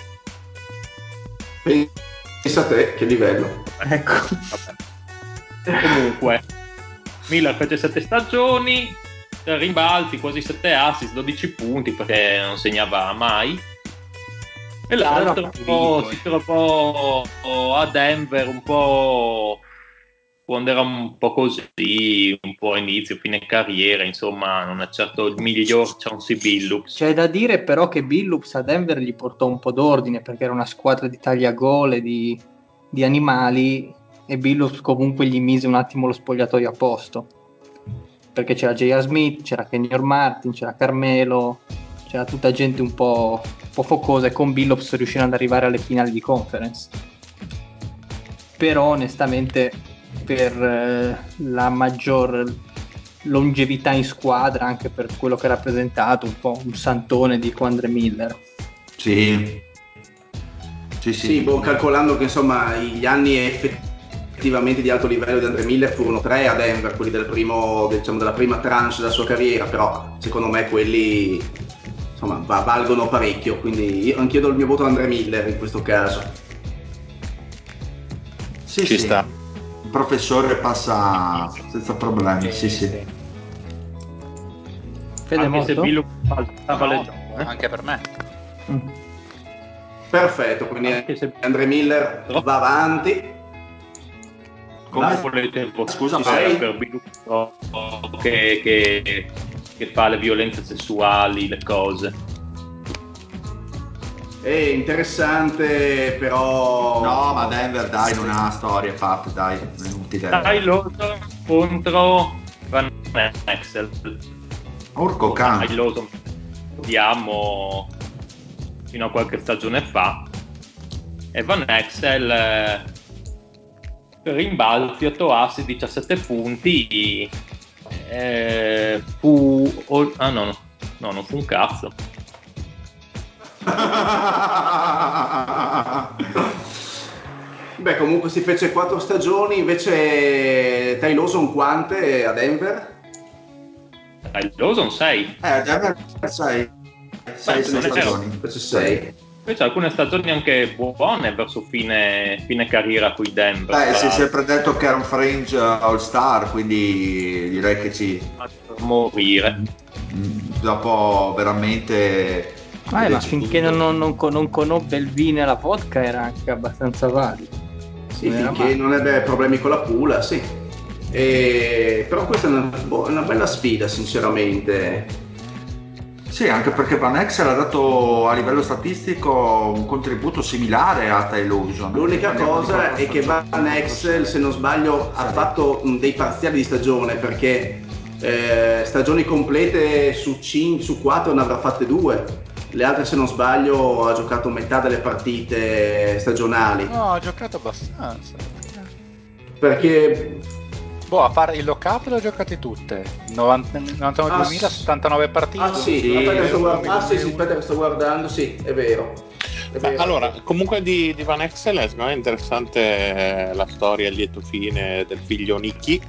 Pensa a te, che livello. Ecco. Comunque, Miller fece sette stagioni, tre rimbalzi, quasi sette assist, dodici punti perché non segnava mai. E l'altro Però si trovò a Denver un po' quando era un po' così, un po' inizio, fine carriera, insomma, non è certo il miglior Chauncey Billups. C'è da dire però che Billups a Denver gli portò un po' d'ordine perché era una squadra di tagliagole, e di, di animali, e Billups comunque gli mise un attimo lo spogliatoio a posto. Perché c'era J R. Smith, c'era Kenyon Martin, c'era Carmelo, c'era tutta gente un po', un po' focosa, e con Billups riuscirono ad arrivare alle finali di conference. Però onestamente per eh, la maggior longevità in squadra, anche per quello che ha rappresentato, un po' un santone di Andre Miller. Sì. Sì, Sì, sì. boh, calcolando che insomma gli anni effettivamente di alto livello di Andre Miller furono tre a Denver, quelli del primo, diciamo, della prima tranche della sua carriera, però secondo me quelli insomma va- valgono parecchio, quindi io anch'io do il mio voto a Andre Miller in questo caso. Sì, Ci sì. sta. Il professore passa senza problemi. Sì, sì. Fede Anche se morto? Billups falsava No, le no, zone. anche per me. Mm. Perfetto, quindi Anche se Andre Miller va avanti. Come? Napoli tempo Scusa, per, sei? per Billups che, che, che fa le violenze sessuali, le cose. È interessante, però No, ma Denver, dai, non ha storia fatte, dai, è inutile. Ty Lawson contro Van Exel. Urco Ty can. Lawson vediamo fino a qualche stagione fa, e Van Exel eh, rimbalzi, otto assi, diciassette punti, eh, fu oh, ah no, no no non fu un cazzo. beh, comunque si fece quattro stagioni, invece Ty Lawson quante a Denver? Ty Lawson sei. Eh, Denver sei. sei, sei non è vero. stagioni. Fece sei. Invece alcune stagioni anche buone verso fine, fine carriera qui Denver. Beh, si è tra sempre detto che era un fringe all star, quindi direi che ci... l'altro. Morire. Dopo veramente... Ah, ma finché non, non, non, con- non conobbe il vino e la vodka era anche abbastanza valido. Sì, Non era finché male. non ebbe problemi con la pula, sì. E... però questa è una, boh, è una bella sfida, sinceramente. Sì, anche perché Van Exel ha dato a livello statistico un contributo similare a Ty Lawson. L'unica Parliamo di cosa quattro è che stagioni, Van Exel, se non sbaglio, ha Sì. fatto mh, dei parziali di stagione, perché eh, stagioni complete su cinque, su quattro ne avrà fatte due. Le altre, se non sbaglio, ha giocato metà delle partite stagionali. No, ho giocato abbastanza. Perché Boh, a parte il lockout le ho giocate tutte. novanta novantanove Ah, duemila, settantanove partite. Ah sì, Sì, aspetta che sto uno, guardando, ah, sì, uno, sì, uno. aspetta che sto guardando, sì, è vero. È Ma vero. allora, comunque di, di Van Exel è secondo me interessante la storia, il lieto fine del figlio Nicky,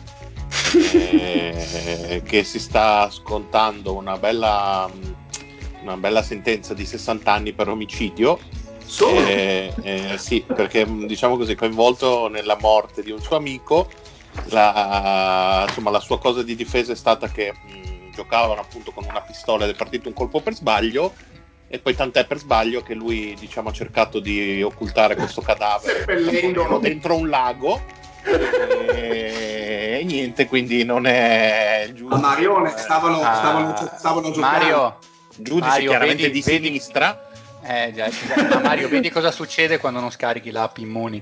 eh, che si sta scontando una bella, una bella sentenza di sessanta anni per omicidio. Solo? Eh, eh, sì, perché diciamo così, coinvolto nella morte di un suo amico. La, insomma, la sua cosa di difesa è stata che mh, giocavano appunto con una pistola ed è partito un colpo per sbaglio, e poi tant'è per sbaglio che lui, diciamo, ha cercato di occultare questo cadavere Seppellendolo. dentro un lago, e, e niente, quindi non è il giudice. A Marione stavano, Ah, stavano, stavano giocando. Mario, Giudice Mario, chiaramente vedi- di vedi- sinistra. Eh, già, già. Ma Mario, vedi cosa succede quando non scarichi l'app Immuni?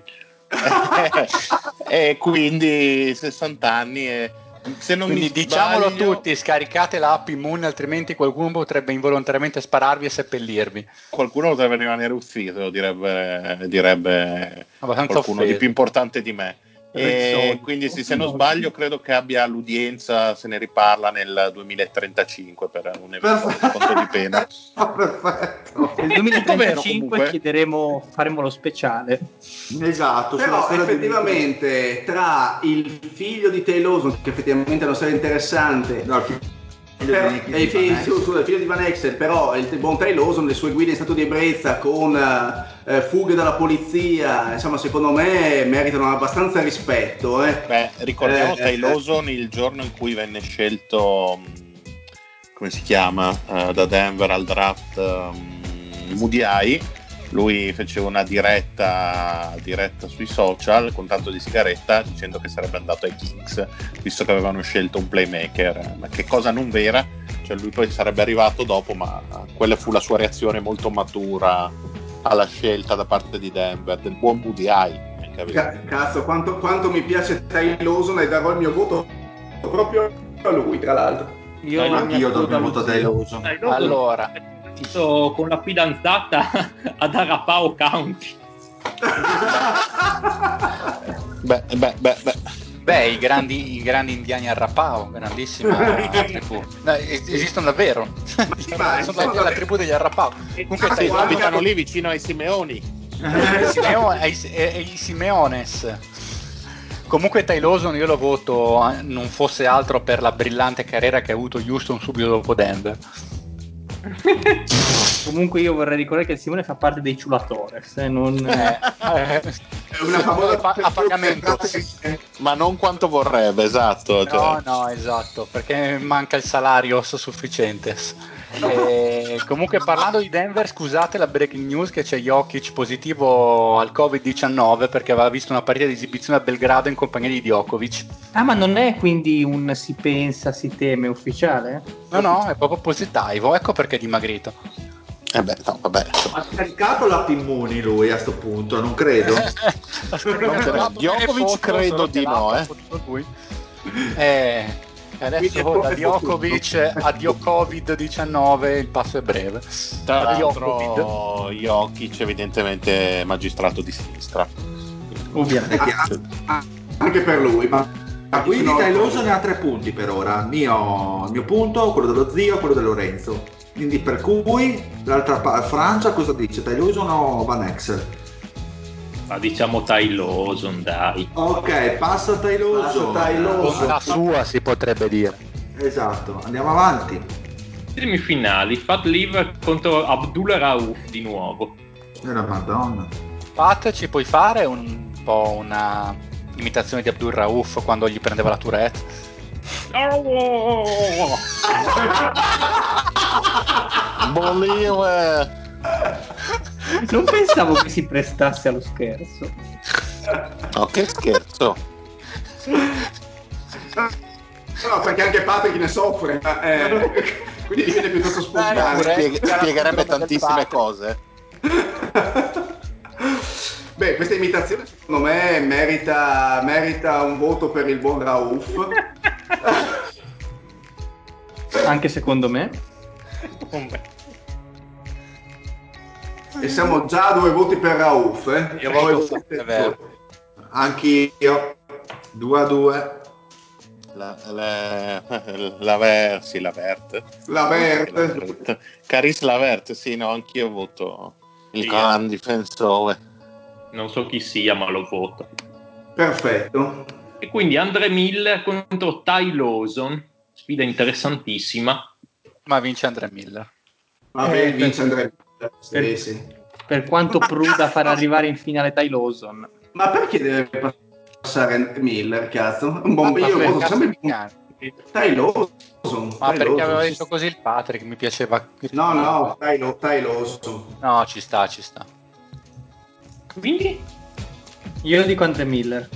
E quindi sessanta anni e, se non Quindi mi diciamolo a sbaglio, tutti, scaricate l'app Immuni, altrimenti qualcuno potrebbe involontariamente spararvi e seppellirvi. qualcuno potrebbe rimanere uffito, direbbe, direbbe Abbastanza qualcuno di offeso. più importante di me. E quindi sì, se non sbaglio credo che abbia l'udienza, se ne riparla nel duemilatrentacinque per un eventuale sconto di pena. Ah, perfetto. Nel Tutto vero, duemilatrentacinque comunque. chiederemo, faremo lo speciale. Esatto, sulla Però storia di Nicky. effettivamente tra il figlio di Tay Lawson, che effettivamente è una storia interessante, No, il figlio però- di Nicky e il di Van figlio, Exel. scusa, il figlio di Van Exel, però il buon Tay Lawson, le sue guide in stato di ebbrezza con eh, fughe dalla polizia, insomma secondo me meritano abbastanza rispetto. Eh. Beh, ricordiamo Eh, Tay Lawson il giorno in cui venne scelto, mh, come si chiama, eh, da Denver al draft, um, Mudiai. Lui fece una diretta, diretta sui social con tanto di sigaretta dicendo che sarebbe andato ai Kings visto che avevano scelto un playmaker, ma che cosa non vera, cioè lui poi sarebbe arrivato dopo, ma quella fu la sua reazione molto matura alla scelta da parte di Denver del buon Mudiai. ca- cazzo, quanto, quanto mi piace Tay Lawson e darò il mio voto proprio a lui, tra l'altro. Io Dai, mi Anch'io do il mio approdo voto a allo Tay zio. Lawson. Dai, dopo Allora, è stato con la fidanzata ad Arapaho County. Beh, beh, beh, beh. beh, i grandi, i grandi indiani Arrapao, grandissima tribù. No, es- esistono davvero. ma Sono la, insomma, la tribù degli Arrapao. Comunque, Ah, Tay Sì, guarda- Lawson- abitano lì vicino ai Simeoni. ai Simeo- ai- e- e i Simeones. Comunque Ty Lawson io lo voto, eh, non fosse altro per la brillante carriera che ha avuto Houston subito dopo Denver. Comunque io vorrei ricordare che Simone fa parte dei Ciulatores, eh, non... Eh, eh, È una famosa a, a pagamento. Ma non quanto vorrebbe, esatto. No, Cioè. no, esatto, perché manca il salario sufficiente. E comunque parlando di Denver, scusate la breaking news che c'è Jokic positivo al covid diciannove perché aveva visto una partita di esibizione a Belgrado in compagnia di Djokovic. Ah, ma non è quindi un si pensa, si teme ufficiale? No, no, è proprio positivo, ecco perché è dimagrito. Eh beh, no, vabbè. Ha scaricato l'app Immuni lui a sto punto, non credo. Ha scaricato Non credo. l'app Djokovic Telefoto, credo solo che di l'app no, ha eh. potuto lui. Eh, e Quindi adesso è da po- Djokovic a Djokovic diciannove il passo è breve. Tra A Djokovic. l'altro, Jokic evidentemente magistrato di sinistra. Ovviamente. È chiaro. anche per lui. Ma, Ma quindi Tay Lawson ne ha tre punti per ora. Mio, il mio punto, quello dello zio, quello di Lorenzo. Quindi per cui l'altra pa- Francia cosa dice? Tay Lawson o Van Exel? Ma diciamo Ty Lawson, dai. Ok, passa Tay Lawson. Passa Tay Lawson. Bontà sua si potrebbe dire. Esatto, andiamo avanti. Semifinali, Fat Liver contro Abdul Rauf di nuovo. E la Madonna. Pat, ci puoi fare un po' una imitazione di Abdul Rauf quando gli prendeva la Tourette? Oh! Bolire. Non pensavo che si prestasse allo scherzo. No, che scherzo. No, perché anche Patrick ne soffre, ma, eh, quindi diviene piuttosto spontaneo. Spieg- spiegherebbe tantissime cose. Beh, questa imitazione secondo me merita, merita un voto per il buon Rauf. Anche secondo me. E siamo già a due voti per Rauf. Eh? Io Poi voto voti- è vero. Anch'io. due a due. La, la, la Ver, sì, la Vert. La Vert. Caris la Vert, sì, no, anch'io voto il Sì, gran eh. difensore. Non so chi sia, ma lo voto. Perfetto. E quindi Andre Miller contro Ty Lawson, sfida interessantissima. Ma vince Andre Miller. Vabbè, Eh, vince per- Andrea. Sì, per- sì. Per quanto Ma Pruda farà cazzo! arrivare in finale Ty Lawson. Ma perché deve passare Miller, cazzo? Un buon, Ma io per voto cazzo sempre di cane. Ty Lawson. Ma Ty perché Lawson, aveva sì, detto sì. così il Patrick, mi piaceva. No, no, Ty, Lo- Ty Lawson. No, ci sta, ci sta. Quindi Io dico Andre Miller.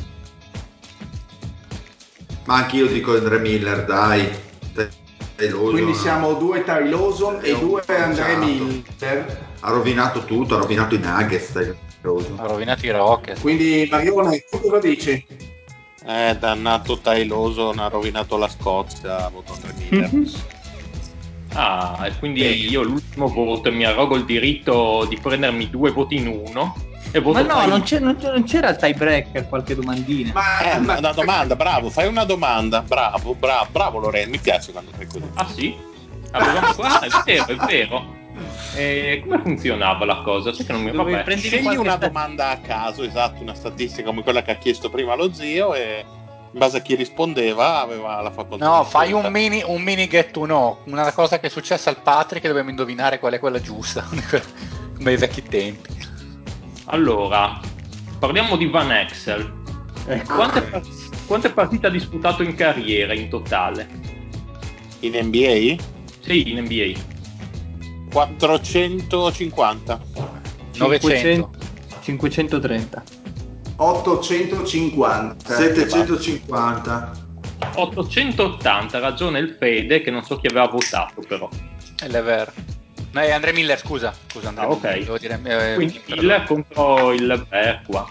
Ma anch'io dico Andre Miller, dai. Ty Lawson, Quindi siamo due Ty Lawson è e un due Andre conciato. Miller. Ha rovinato tutto, ha rovinato i Nuggets. Ty Lawson. Ha rovinato i Rockets. Quindi Marione, tu cosa dici? Eh, dannato Ty Lawson, ha rovinato la Scozia, voto Andre Miller. Ah, e quindi Bene. io l'ultimo voto e mi arrogo il diritto di prendermi due voti in uno e voto Ma no, Ty- non, c'è- non c'è- non c'era il tie breaker, qualche domandina. Ma, Eh, ma- una domanda, bravo, fai una domanda, bravo, bravo, bravo Lorenzo, mi piace quando fai così. Ah sì? Avevamo qua? È vero, è vero. E come funzionava la cosa? Sai che non mi Dovevi vabbè. prendere Scegli qualche una sta- domanda a caso, esatto, una statistica come quella che ha chiesto prima lo zio e in base a chi rispondeva aveva la facoltà No, di fai un scelta. mini, un mini get to know, una cosa che è successa al Patrick e dobbiamo indovinare qual è quella giusta, come ai vecchi tempi. Allora, parliamo di Van Exel. Ecco. Quante, par- quante partite ha disputato in carriera in totale? In N B Sì, in N B A. A quattrocentocinquanta. novecento. cinquecentotrenta. ottocentocinquanta. settecentocinquanta. ottocentottanta, ragione il Fede che non so chi aveva votato però. È vero. No, è Andre Miller, scusa. Scusa, Andre Ah, ok. Miller, devo dire, eh, Quindi perdono. Miller contro il Bear qua.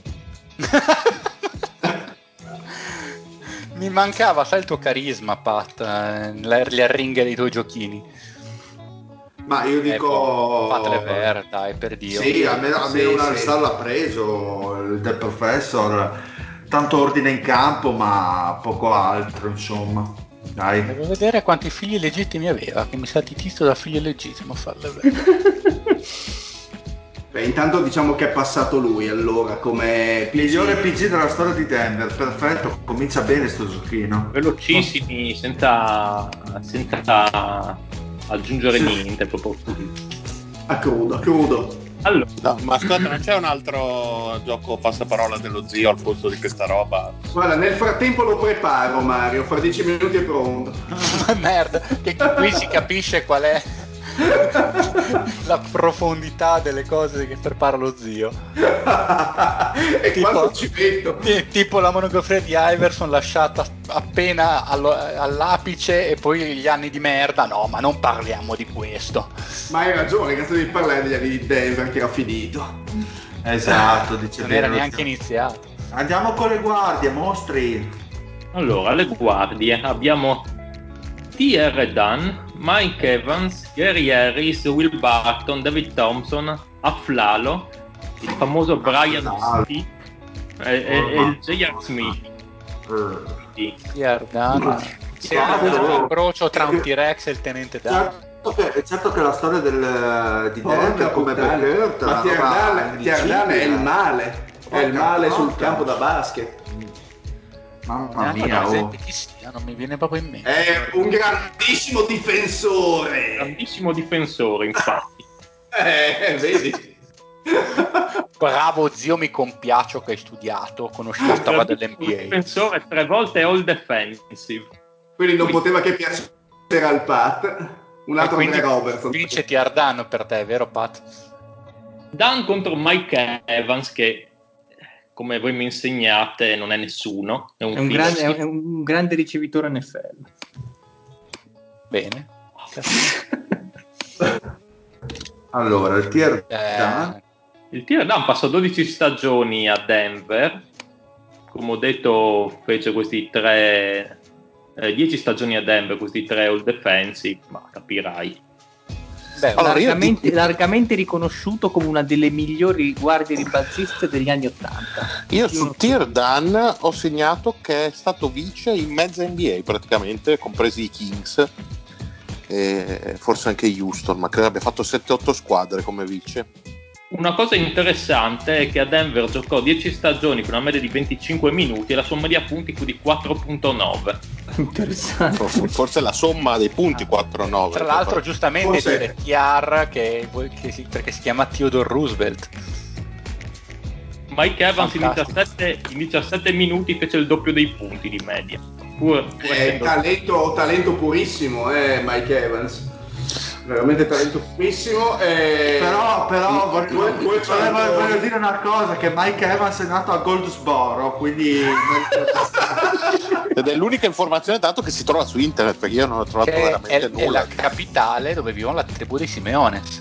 Mi mancava, sai, il tuo carisma, Pat, eh, le, le arringhe dei tuoi giochini. Ma io Eh, dico... boh, Pat Lever, dai, per Dio. Sì, almeno, almeno Sì, un sì. All-Star l'ha preso il The Professor. Tanto ordine in campo, ma poco altro, insomma. Dai. Devo vedere quanti figli legittimi aveva, che mi sa titolo da figlio legittimo farle bene. Beh, intanto diciamo che è passato lui allora come Migliore P G della storia di Denver, perfetto, comincia bene sto giochino. Velocissimi, senza, senza aggiungere niente, proprio così. a crudo, a crudo. Allora, No, ma ascolta, non c'è un altro gioco passaparola dello zio al posto di questa roba? Guarda, nel frattempo lo preparo Mario, fra dieci minuti è pronto. Merda, che qui si capisce qual è la profondità delle cose che prepara lo zio. e Tipo- quanto ci metto? Ti- Tipo la monografia di Iverson lasciata appena allo- all'apice e poi gli anni di merda. No, ma non parliamo di questo. Ma hai ragione, cazzo devi parlare degli anni di Denver che era finito. Esatto, dice Non bene era lo neanche zio. iniziato. Andiamo con le guardie, mostri. allora, alle guardie abbiamo T R. Dunn, Mike Evans, Gary Harris, Will Barton, David Thompson, Afflalo, il famoso Brian Afflalo. Smith e, e- e il J R. Smith. Sì. Giordano. Sì, Ah, certo. questo è l'incrocio tra un T-Rex e il tenente Dan. Certo che, certo che la storia del, di Denver Porca come puttana. Beckert Ma Tiardan Tiardan è il male, è il male sul campo da basket. Mamma Neanche mia, per oh. esempio chi sia, non mi viene proprio in mente. È un grandissimo difensore. Grandissimo difensore, infatti. Eh, vedi? Bravo zio, mi compiaccio che hai studiato, conosci la storia Grandissimo dell'N B A. difensore, tre volte all defensive. Quindi non poteva che piacere al Pat. Un E altro quindi Andre Robertson. vince Tiardano per te, vero Pat? Dan contro Mike Evans, che come voi mi insegnate non è nessuno, è un, È un, figo. grande, è un grande ricevitore N F L. Bene. Allora, il tier Eh, Il Tier Dan passò dodici stagioni a Denver, come ho detto fece questi tre, eh, dieci stagioni a Denver, questi tre all defensive, ma capirai. Beh, Allora, io largamente, ti- largamente riconosciuto come una delle migliori guardie ribalziste degli anni Ottanta. Io su Tirdan ho segnato che è stato vice in mezza N B A praticamente, compresi i Kings e forse anche Houston, ma credo abbia fatto sette otto squadre come vice. Una cosa interessante è che a Denver giocò dieci stagioni con una media di venticinque minuti e la sua media punti fu di quattro virgola nove. Interessante. For- Forse la somma dei punti quattro nove. Tra l'altro, giustamente Forse- dire Chiar che, che si, perché si chiama Theodore Roosevelt. Mike Evans in Fantastico. diciassette, in diciassette minuti fece il doppio dei punti di media. Pur, pur È essendo- talento, talento purissimo, eh, Mike Evans. Veramente talento purissimo. E... Però, però voglio, Due- duecento voglio- voglio dire una cosa, che Mike Evans è nato a Goldsboro, quindi Ed è l'unica informazione tanto che si trova su internet, perché io non ho trovato Che è, veramente è nulla. la capitale dove vivono la tribù dei Simeones.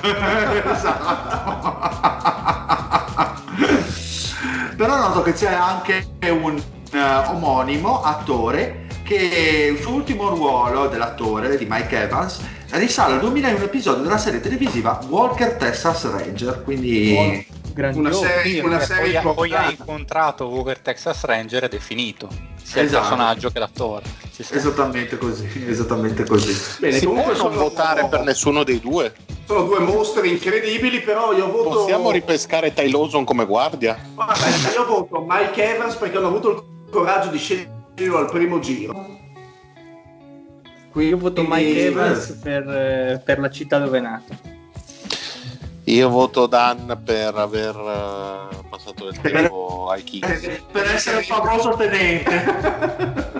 Però noto che c'è anche un eh, omonimo attore che il suo ultimo ruolo dell'attore di Mike Evans risale al duemilauno episodio della serie televisiva Walker Texas Ranger, quindi Una Grandioso. serie, una E serie poi, ha- poi ha importante. incontrato Walker Texas Ranger ed è finito sia il Esatto. personaggio che l'attore. Ci sta. esattamente così, esattamente così. Bene, Si può comunque non sono, votare per nessuno dei due? sono due mostri incredibili, però io voto. Possiamo ripescare Ty Lawson come guardia? Guarda, io voto Mike Evans perché hanno avuto il coraggio di sceglierlo al primo giro. Io voto Quindi- Mike Evans per, eh, per la città dove è nato. Io voto Dan per aver eh, passato del tempo ai Kings. Per, per essere il famoso tenente.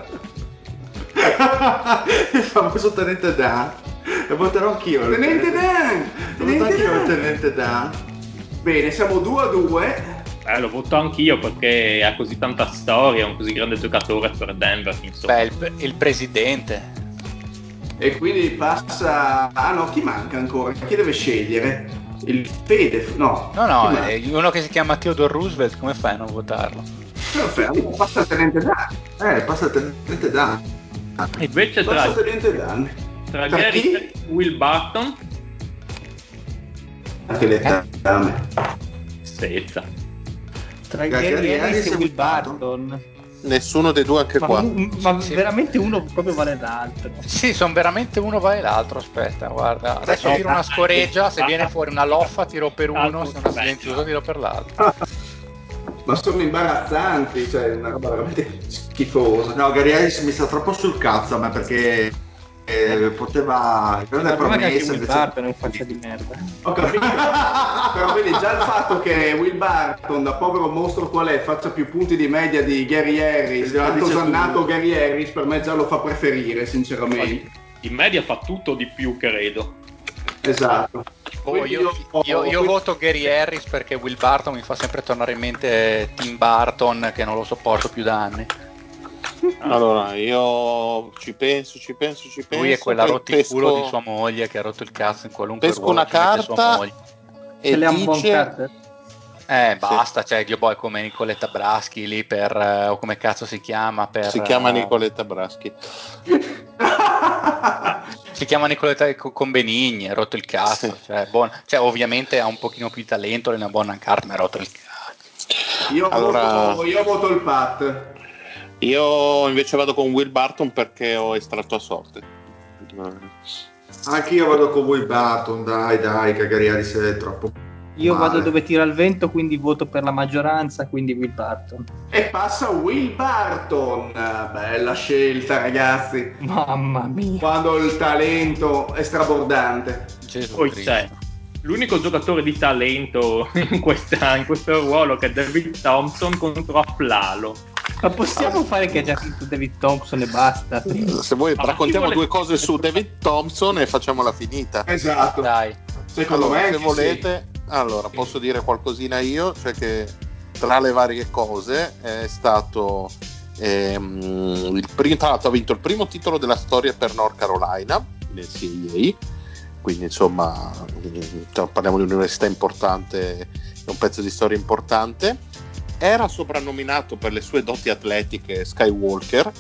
Il famoso tenente Dan. E voterò anch'io. il Tenente Dan! Voto Tenente anch'io il Dan! tenente Dan. Bene, siamo due a due. Eh, lo voto anch'io perché ha così tanta storia, è un così grande giocatore per Denver, insomma. Beh, il, il presidente. E quindi passa. Ah no, chi manca ancora? Chi deve scegliere? Il Fede? No. No, no, Chi manca? è uno che si chiama Theodore Roosevelt, come fai a non votarlo? Perfetto, passa il tenente Dan. Eh, passa il tenente Dan. Invece Passa tra, il tenente Dan. tra Tra Gary chi? e Will Barton, Che letame. senza. Tra Gary Gary Harris Harris e e Will Will Barton. Nessuno dei due anche Ma, qua. un- ma Sì. veramente uno proprio vale l'altro. Sì, sono veramente uno vale l'altro. Aspetta, guarda. Adesso No, tiro una scoreggia. Se ma- viene fuori una loffa, tiro per uno. Se una Beh, silenziosa, tiro per l'altro. Ma sono imbarazzanti, cioè una roba veramente schifosa. No, Gary Harris mi sta troppo sul cazzo a me perché eh, poteva grande Ma prima che anche promessa Will invece. Barton è un faccia di merda. Ho capito, però vedi già il fatto che Will Barton, da povero mostro qual è, faccia più punti di media di Gary Harris, Già tanto dice osannato tutto. Gary Harris, per me già lo fa preferire, sinceramente. In media fa tutto di più, credo. Esatto. Oh, Quindi io, io- io voto Gary Harris perché Will Barton mi fa sempre tornare in mente Tim Burton, che non lo sopporto più da anni. Allora, io ci penso, ci penso, ci penso. Lui è quella poi rotti il culo pesco- di sua moglie che ha rotto il cazzo in qualunque pesco ruolo una ci mette sua carta moglie. e Ce l'ha un buon dice Carter? Eh, basta, cioè Dio boy come Nicoletta Braschi lì per, eh, o come cazzo si chiama per, si chiama eh, Nicoletta Braschi. si chiama Nicoletta co- con Benigni, ha rotto il cazzo, Sì. cioè, buon- cioè, ovviamente ha un pochino più di talento nella buona carta, ma ha rotto il cazzo. Io, Allora- voto, io voto il Pat. Io invece vado con Will Barton perché ho estratto a sorte. Anche io vado con Will Barton, dai, dai, che Gary Harris è troppo. Io male. vado dove tira il vento, quindi voto per la maggioranza, quindi Will Barton. E passa Will Barton. Bella scelta, ragazzi. Mamma mia. Quando il talento è strabordante. Gesù Poi Cristo. c'è l'unico giocatore di talento in, questa, in questo ruolo che è David Thompson contro Aflalo. Ma possiamo fare che ha già vinto David Thompson e basta? Se vuoi Ma raccontiamo chi vuole- due cose su David Thompson e facciamola finita. Esatto. Dai, Secondo Allora, me se anche volete, allora posso dire qualcosina io, cioè che tra le varie cose è stato ehm, il primo, tra l'altro ha vinto il primo titolo della storia per North Carolina nel C A A, quindi insomma mm, parliamo di un'università importante, è un pezzo di storia importante. Era soprannominato per le sue doti atletiche Skywalker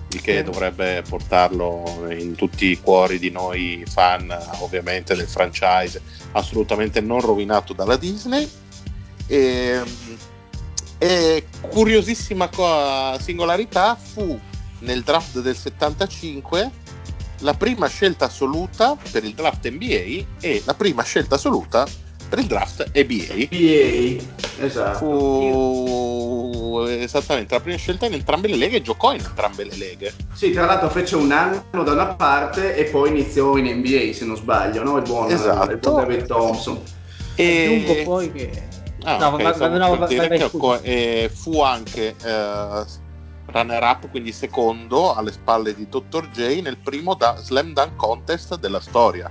il che dovrebbe portarlo in tutti i cuori di noi fan, ovviamente, del franchise assolutamente non rovinato dalla Disney. E, e curiosissima co- singolarità fu nel draft del settantacinque la prima scelta assoluta per il draft N B A e la prima scelta assoluta per il draft E B A. E B A, esatto. Fu esattamente la prima scelta in entrambe le leghe e giocò in entrambe le leghe. Sì, tra l'altro fece un anno da una parte e poi iniziò in N B A, se non sbaglio, no? Il buon, Esatto. il buon David Thompson. E aggiungo poi che Ah, no, okay, va, stavo no, per va, dire vai, che vai, co- eh, fu anche eh, runner up, quindi secondo alle spalle di dottor J nel primo da- slam dunk contest della storia.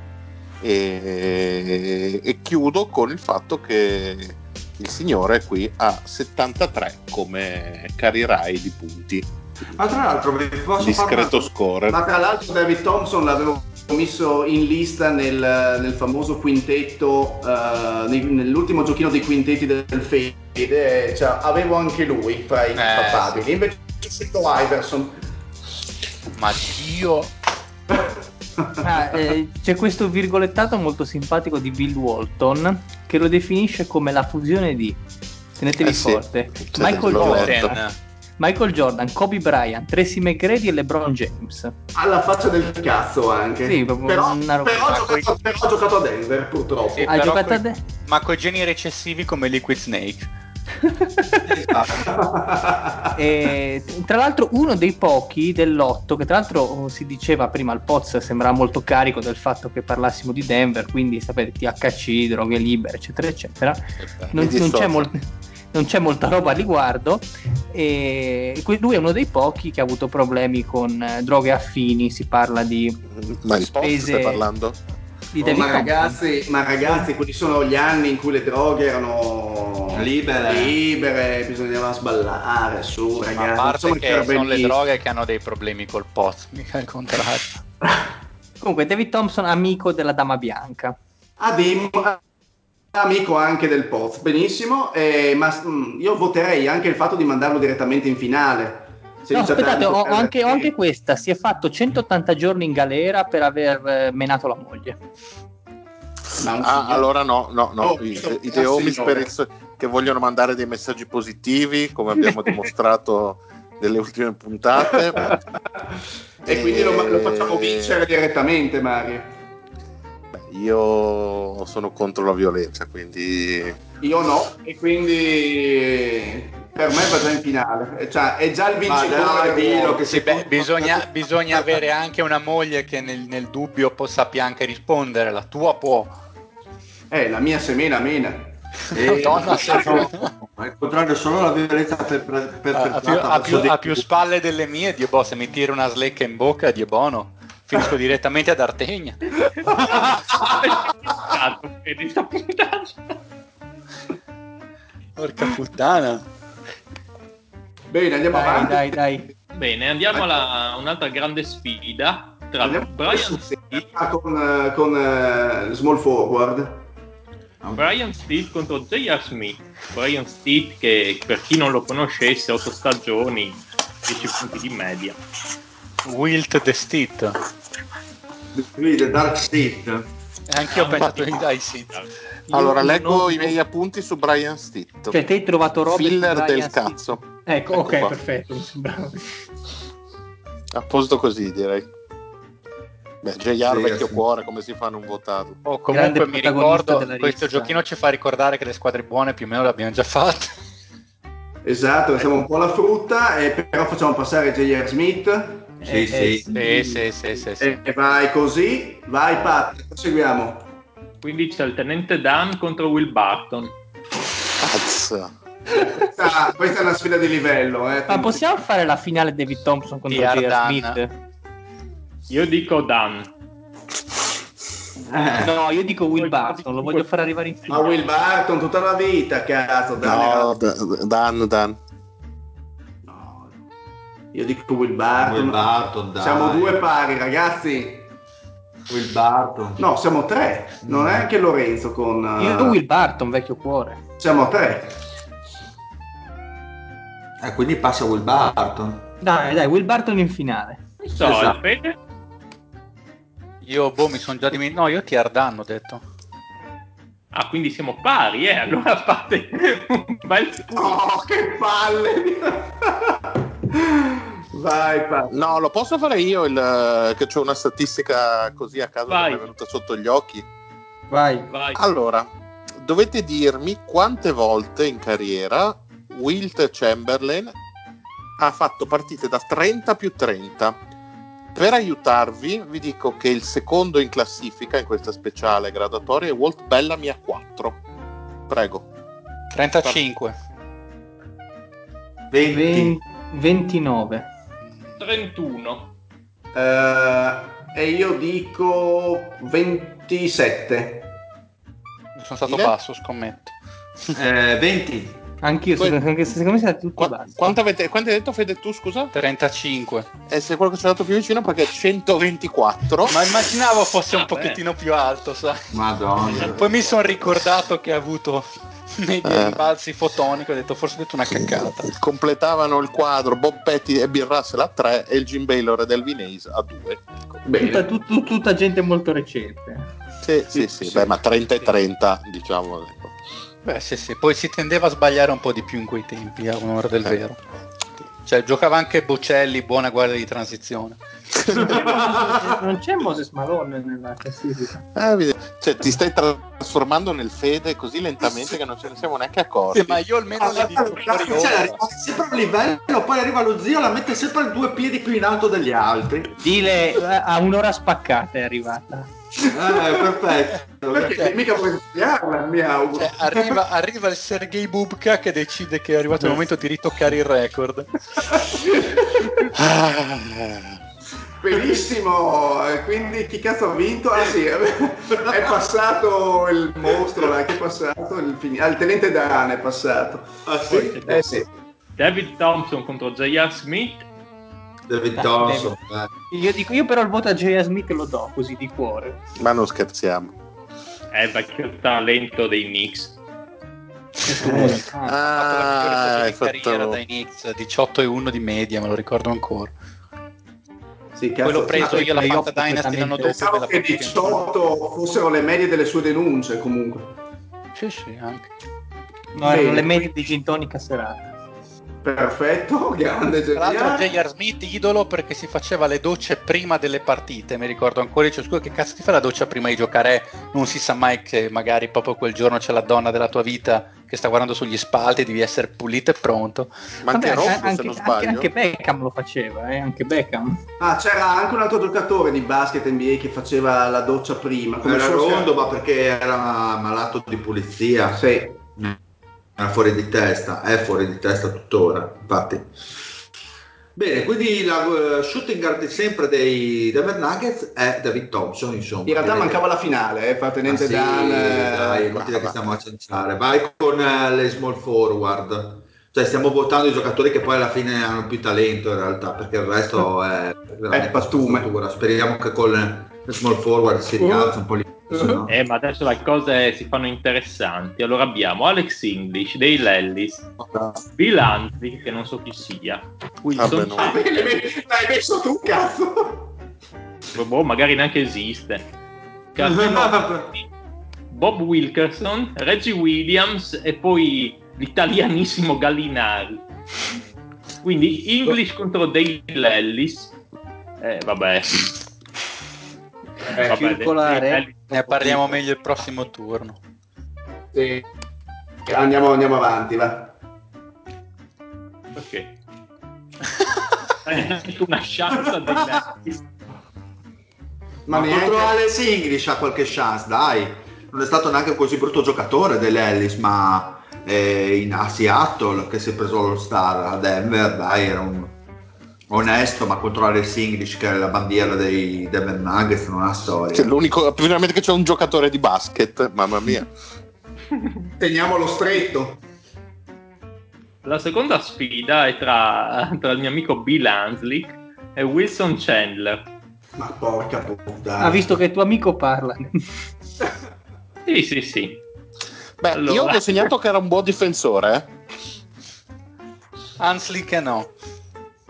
E, e chiudo con il fatto che il signore qui ha settantatré come career high di punti. Ma tra l'altro vi posso Discreto fare scorer. Ma tra l'altro David Thompson l'avevo messo in lista nel, nel famoso quintetto, uh, nell'ultimo giochino dei quintetti del Fede, cioè, avevo anche lui fra i Eh, papabili, invece ho scelto Iverson. Ma Dio. Ah, eh, c'è questo virgolettato molto simpatico di Bill Walton che lo definisce come la fusione di, tenetevi Eh sì, forte, sì, Michael l'ho Jordan, letto. Michael Jordan, Kobe Bryant, Tracy McGrady e LeBron James. Alla faccia del cazzo anche. Sì, proprio però, una roba- però, ha Ma giocato, coi- però ha giocato a Denver, purtroppo. Sì, Ha però giocato coi- a de- ma coi geni recessivi come Liquid Snake. E, tra l'altro uno dei pochi dell'otto, che tra l'altro oh, si diceva prima al Poz, sembrava molto carico del fatto che parlassimo di Denver, quindi sapete T H C, droghe libere eccetera eccetera, non, Mi non c'è dissocio. mol- non c'è molta roba a riguardo, e que- lui è uno dei pochi che ha avuto problemi con eh, droghe affini. Si parla di Ma il Poz spese stai parlando? di Oh, David ma Thompson. ragazzi, ma ragazzi, quelli sono gli anni in cui le droghe erano Libere. libere, bisognava sballare, su Ma a ragazzi. parte Insomma, che sono le benissimo. droghe che hanno dei problemi col Poz, mica il contrario. Comunque David Thompson, amico della Dama Bianca. Adim, amico anche del Poz, benissimo, eh, ma mm, io voterei anche il fatto di mandarlo direttamente in finale. Se No, dice a aspettate, tanto ho, ho perdere- anche, ho anche questa. Si è fatto centottanta giorni in galera per aver eh, menato la moglie. Ma un Ah, figlio. allora no, no, no. Oh, I, questo i è The Homies signore. per il- che vogliono mandare dei messaggi positivi, come abbiamo dimostrato nelle ultime puntate. E quindi lo, lo facciamo vincere direttamente, Mario. Beh, io sono contro la violenza, quindi Io no, e quindi per me va già in finale. Cioè, è già il vincitore dai, del dillo ruolo. che Sì, beh, bisogna, bisogna avere anche una moglie che nel, nel dubbio possa sappia anche rispondere. La tua può. Eh, la mia semena mena. Madonna, se- no, al contrario, solo la violenza per, per, per, ha, ha più, ha più- ha più spalle delle mie. Dio boh, se mi tira una slecca in bocca, Dio buono, finisco direttamente ad Artegna. Vedi sta puntata. Porca puttana. Bene, andiamo Dai, avanti. dai, dai. Bene, andiamo alla a un'altra grande sfida tra Andiamo Brian su- Steele, ah, con, eh, con eh, small forward. Brian Steele contro J R. Smith. Brian Steele, che per chi non lo conoscesse, otto stagioni, dieci punti di media. Wilt the Steed. Qui, The Dark State. Anche io ho pensato di dai sì. Io allora non leggo ho- i miei appunti su Brian Stitt. Cioè, te hai trovato robe su Filler Brian del Steele? cazzo. Ecco, Ecco ok, qua. perfetto. Mi sembrava. A posto così, direi. Beh, J R Sì, vecchio sì. cuore, come si fa a non votarlo? Oh, Grande comunque mi protagonista ricordo, della questo lista. giochino ci fa ricordare che le squadre buone più o meno le abbiamo già fatte. Esatto, siamo un po' la frutta, e però facciamo passare J R. Smith. Sì, Eh, sì. eh, Sì, sì, sì, sì, sì. E vai così, vai Pat, proseguiamo. Quindi c'è il tenente Dan contro Will Barton. Cazzo. Questa, questa è una sfida di livello. Eh. Ma possiamo fare la finale David Thompson contro T R. J R. Dan. Smith? Io dico Dan. Eh, No, io dico Will Barton, lo voglio far arrivare in Ma finale. Will Barton tutta la vita, cazzo. Dan era- No, D- Dan, Dan. No. Io dico Will Barton. Will Barton, dai. Siamo due pari, ragazzi. Will Barton. No, siamo tre. Non è anche Lorenzo con... uh, Io Will Barton, vecchio cuore. Siamo tre. Eh, quindi passa Will Barton. Dai, dai, Will Barton in finale. Non so, Esatto. il Fede? Io, boh, mi sono già dimenticato. No, io Tier Dan ho detto. Ah, quindi siamo pari, eh? Allora fate un bel punto. Oh, che palle! Vai, palle. No, lo posso fare io il, che c'ho una statistica così a caso Vai. che mi è venuta sotto gli occhi. Vai. Vai. Allora, dovete dirmi quante volte in carriera Wilt Chamberlain ha fatto partite da trenta più trenta. Per aiutarvi vi dico che il secondo in classifica in questa speciale graduatoria è Walt Bellamy a quattro. Prego. trentacinque. venti. Ven- ventinove. trentuno. Eh, e io dico ventisette. Sono stato Ile? basso, scommetto. Eh, venti. Anch'io, Poi- secondo, secondo me siete tutti Qua- bassi. quanto, avete, quanto hai detto Fede tu, scusa? trentacinque. E se quello che ci è andato più vicino perché è centoventiquattro. Ma immaginavo fosse un Vabbè. pochettino più alto, sai. Madonna. Poi mi sono ricordato che ha avuto nei miei Eh. rimbalzi fotonici, ho detto forse ho detto una caccata. Completavano il quadro Bob Petty e Bill Russell a tre e il Jim Baylor ed Elvin Hayes a due. Ecco. Tutta, tut- tut- tutta gente molto recente. Sì, sì, sì, sì. beh, ma trenta e trenta, diciamo. Ecco. Beh, sì, sì, poi si tendeva a sbagliare un po' di più in quei tempi, a un'ora del Eh. vero. Cioè, giocava anche Bocelli, buona guardia di transizione. Non c'è Moses Malone nella classifica. Eh, vedi- cioè, ti stai trasformando nel Fede così lentamente che non ce ne siamo neanche accorti. Sì, ma io almeno le dico fuori Cioè, ora. arriva sempre a un livello, poi arriva lo zio, la mette sempre a due piedi più in alto degli altri. Dile, a un'ora spaccata è arrivata. Eh, perfetto. Perché mica vuoi sbagliarla, mi auguro. Cioè, arriva, arriva il Sergei Bubka che decide che è arrivato il momento di ritoccare il record. Ah, Benissimo, e quindi chi cazzo ha vinto? Ah sì, è passato il mostro, là, che è passato? Il, fin- ah, il tenente Dan è passato. Ah, sì? Eh sì. David Thompson contro J R. Smith. David Thompson. eh. Io dico, io però il voto a J R. Smith lo do così di cuore. ma non scherziamo. Eh, perché il talento dei Knicks. Eh, Ah, Ha fatto la migliore Ah, hai stagione di carriera fatto... dai Knicks, diciotto e uno di media, me lo ricordo ancora. Sì, Poi l'ho preso ah, io la playoff Fanta Dynasty l'anno dopo. Pensavo per che la diciotto fossero le medie delle sue denunce comunque. Sì, sì, anche. no, erano Bene. le medie di gin tonic a serata. Perfetto, grande, Tra l'altro geniale. J R. Smith idolo perché si faceva le docce prima delle partite, mi ricordo ancora, dicevo scusa che cazzo ti fa la doccia prima di giocare? Non si sa mai che magari proprio quel giorno c'è la donna della tua vita che sta guardando sugli spalti, devi essere pulito e pronto. Ma anche Vabbè, Rondo, anche, se non anche- sbaglio. anche Beckham lo faceva, eh, anche Beckham. Ah, c'era anche un altro giocatore di basket N B A che faceva la doccia prima. Come Era fosse- Rondo, ma perché era malato di pulizia. Sì. Era fuori di testa, è fuori di testa tuttora, infatti. Bene, quindi la uh, shooting guard sempre dei Denver Nuggets è David Thompson, insomma. In realtà Direi- mancava la finale, eh, fa Ah, tenente sì, Dan. eh, dai, è inutile va, che va. stiamo a cianciare. Vai con eh, le small forward. Cioè stiamo votando i giocatori che poi alla fine hanno più talento in realtà, perché il resto è veramente pattume. spazzatura. Speriamo che con le small forward si rialza un po' lì, se no. Eh, ma adesso le cose si fanno interessanti. Allora abbiamo Alex English, Dale Ellis, Bill Humphrey, che non so chi sia, Wilson Vabbè, no. Ah, Chandler, bene, bene, l'hai messo tu, cazzo. boh, magari neanche esiste, Carmelo, Bob Wilkerson, Reggie Williams e poi l'italianissimo Gallinari. Quindi English contro Dale Ellis. Eh, vabbè. Eh, circolare. Dale Ellis Ne parliamo meglio il prossimo turno. Sì. Andiamo, andiamo avanti, va. Ok. Hai dato una chance a Dale Ellis. Ma, Ma contro neanche- Alex English ha qualche chance, dai. Non è stato neanche un così brutto giocatore dell'Ellis, ma eh, in, a Seattle che si è preso lo star a Denver, dai, era un onesto, ma contro Alex English che è la bandiera dei Denver Nuggets non ha storia. Cioè, l'unico, finalmente che c'è un giocatore di basket, mamma mia. Teniamolo stretto. La seconda sfida è tra, tra il mio amico Bill Hanslick e Wilson Chandler. Ma porca puttana. Ha visto che tuo amico parla. Sì, sì, sì. Beh, Allora. io avevo segnato che era un buon difensore, eh. Hanslick no.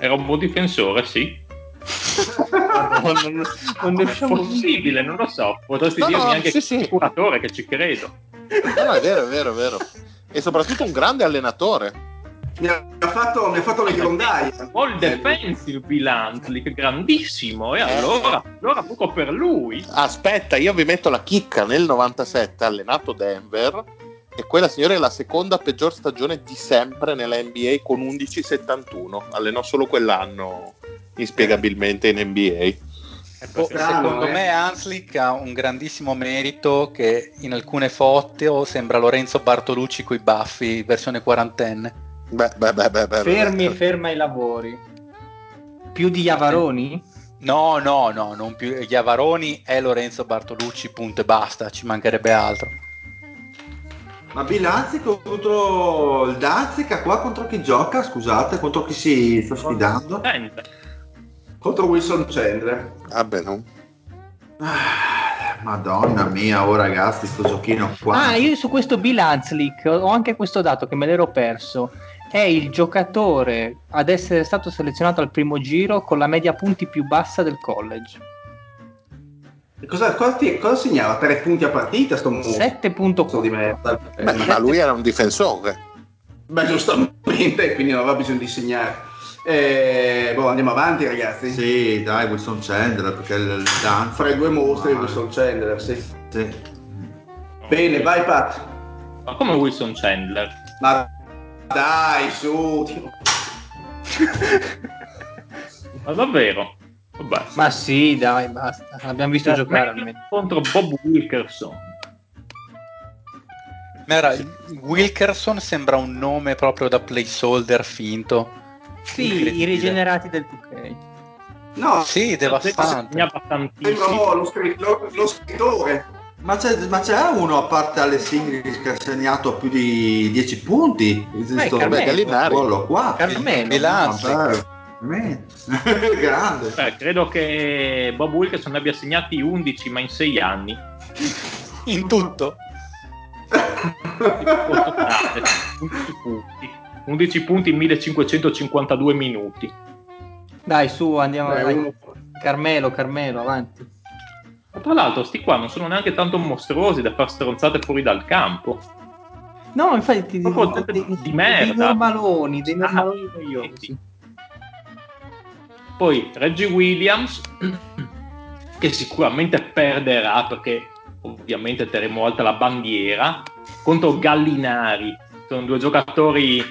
Era un buon difensore, sì. non, non, non ne usciamo Possibile, non lo so. Potresti No, dirmi no, anche sì, che sì. è curatore, che ci credo. No, no, è vero, è vero, è vero. E soprattutto un grande allenatore. Mi ha fatto, mi ha fatto le grondaie. All defensive Bilanzli, che grandissimo. E allora, allora buco per lui. Aspetta, io vi metto la chicca. Nel novantasette ha allenato Denver e quella signora è la seconda peggior stagione di sempre nella N B A con undici settantuno. Allenò solo quell'anno inspiegabilmente in N B A. Oh, Strano, secondo eh. me Hanslick ha un grandissimo merito che in alcune foto sembra Lorenzo Bartolucci coi baffi, versione quarantenne. Beh, beh, beh, beh, beh, fermi beh. e ferma i lavori. Più di Iavaroni? No, no, no, non più. Iavaroni è Lorenzo Bartolucci, punto e basta, ci mancherebbe altro. Ma Bilanzi contro il Danzica qua contro chi gioca? Scusate, contro chi si sta sfidando? Sente. Contro Wilson Chandler. Vabbè, no. Ah, Madonna mia, oh ragazzi, sto giochino qua. Ah, io su questo Bilanzlik ho anche questo dato che me l'ero perso. È il giocatore ad essere stato selezionato al primo giro con la media punti più bassa del college. Cosa, cosa, ti- cosa segnava? Tre punti a partita sto mostro sette virgola di quattro. merda. Beh, ma lui era un difensore. Beh, giustamente, quindi non aveva bisogno di segnare. Eh, boh, andiamo avanti, ragazzi. Sì, dai, Wilson Chandler, perché il il Danzica... Fra i due mostri, male. Wilson Chandler, sì. Sì. Bene, vai Pat. Ma come Wilson Chandler? Ma dai, su. Dio. Ma davvero? Vabbè. Ma sì, dai, basta. L'abbiamo visto giocare almeno. Contro Bob Wilkerson. Era, Wilkerson sembra un nome proprio da placeholder finto. Sì, Incredibile. i rigenerati del due K. No, Sì, devastante. Segnava sembra tantissimo. lo, scri- lo- lo scrittore. Ma c'è, ma c'è uno a parte Alessandri che ha segnato più di dieci punti? Esisto Carmelo. beh, Gallinari. Quello qua. Carmelo. Bilanzi. Grande. Beh, credo che Bob Wilkerson ne abbia segnati undici, ma in sei anni. In tutto. undici punti. undici punti in millecinquecentocinquantadue minuti. Dai, su, andiamo. Beh, Dai. uno- Carmelo, Carmelo, avanti. Ma tra l'altro, sti qua non sono neanche tanto mostruosi da far stronzate fuori dal campo. No, infatti ti Proprio dico gente dei, di dei merda. normaloni, dei Ah, normaloni noiosi. Poi Reggie Williams, che sicuramente perderà perché ovviamente terremo alta la bandiera, contro Gallinari. Sono due giocatori.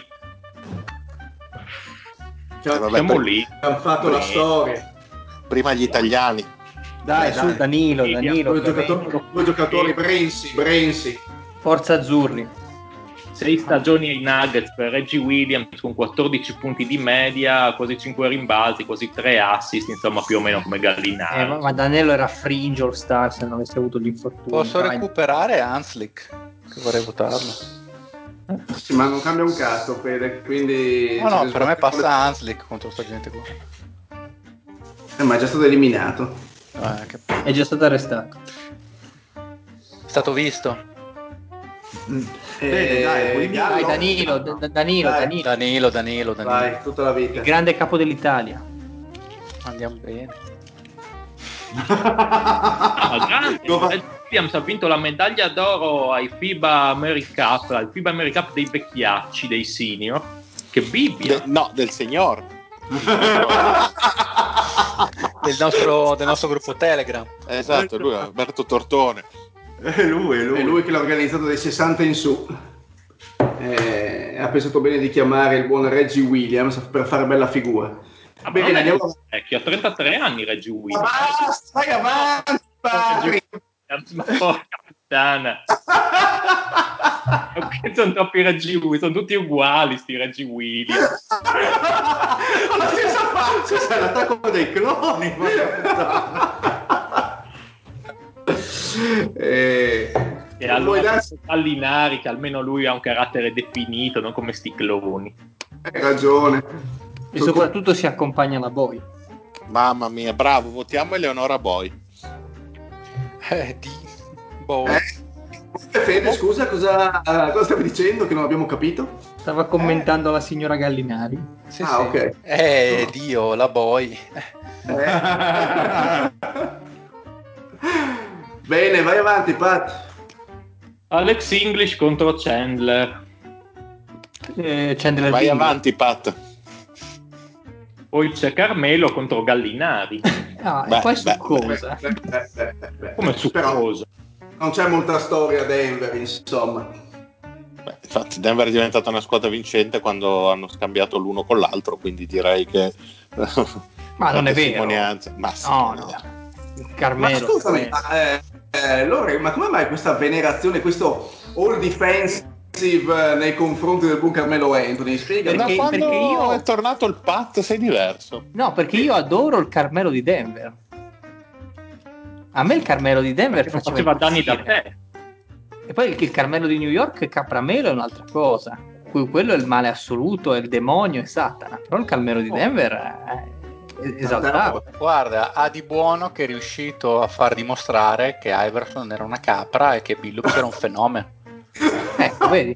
Cioè, Eh, vabbè, Siamo per- lì. hanno fatto la Beh, storia. Prima gli italiani. Dai, Beh, su, dai. Danilo, Sì, Danilo. Due ovviamente. giocatori, due giocatori Brensi, Brensi. Forza Azzurri. Sei stagioni ai Nuggets per Reggie Williams con quattordici punti di media, quasi cinque rimbalzi, quasi tre assist, insomma più o meno come Gallinari. Eh, ma, ma Danilo era fringe all star se non avesse avuto l'infortunio. Posso Dai. recuperare Hanslick, che vorrei votarlo. Sì, ma non cambia un cazzo, Fede, quindi... No, no, ci per me sbattiamo passa le- Hanslick contro sta gente qua. Eh, ma è già stato eliminato. Eh, che- È già stato arrestato. È stato visto. Bene, dai, Eh, Williams- Gallo? Dai, Danilo, D- D- Danilo, Dai. Danilo. Danilo, Danilo, Danilo. Vai, tutta la Il vita. grande capo dell'Italia. Andiamo bene. Ah, grande, Dove- Reggie Williams ha vinto la medaglia d'oro ai FIBA AmeriCup, al FIBA AmeriCup dei vecchiacci, dei senior. Che Bibbia! De- no, del signor. Del nostro, del nostro gruppo Telegram. Esatto, lui è Alberto Tortone. È lui, è lui. È lui che l'ha organizzato dai sessanta in su. Eh, ha pensato bene di chiamare il buon Reggie Williams per fare bella figura. Ah, ma Bene, non è andiamo vecchio, ha trentatré anni Reggie Williams. Basta, vai avanti, Patrick. Ma porca puttana. Ok, sono troppi Reggie Williams, sono tutti uguali sti Reggie Williams. Con la stessa faccia. C'è l'attacco dei cloni, porca puttana. Eh, E non vuoi allora darsi- Gallinari, che almeno lui ha un carattere definito, non come sti cloni. Hai ragione. E soprattutto si accompagna alla boy. Mamma mia, bravo, votiamo Eleonora Boy. Eh, di... Boh. Eh, Fede, scusa, cosa, cosa stavi dicendo che non abbiamo capito? Stava commentando la signora Gallinari. Sì, Ah, sì. ok. Eh, No. Dio, la boy. Eh. Bene, vai avanti, Pat. Alex English contro Chandler. Eh, Chandler Vai Bing. avanti, Pat. Poi c'è Carmelo contro Gallinari. Ah, Beh, e poi su beh, cosa? Beh, beh, beh, beh, beh. Come su Però cosa? non c'è molta storia a Denver, insomma. Beh, infatti Denver è diventata una squadra vincente quando hanno scambiato l'uno con l'altro, quindi direi che Ma non è qualche vero. testimonianza. Ma sì, No, eh. no. Ma Carmelo. scusami, Carmelo. ma, eh, eh, Lore, ma come mai questa venerazione, questo all defensive eh, nei confronti del buon Carmelo Anthony? Spiegami. Da Perché- quando perché io- è tornato il Pat sei diverso. No, perché io adoro il Carmelo di Denver. A me il Carmelo di Denver Perché non faceva, faceva danni da impazzire. te. E poi il, il Carmelo di New York, Capramelo, è un'altra cosa. Que- Quello è il male assoluto, è il demonio, è Satana. Però il Carmelo di Denver è, è esaltato. Guarda, ha di buono che è riuscito a far dimostrare che Iverson era una capra e che Billups era un fenomeno. Ecco, vedi?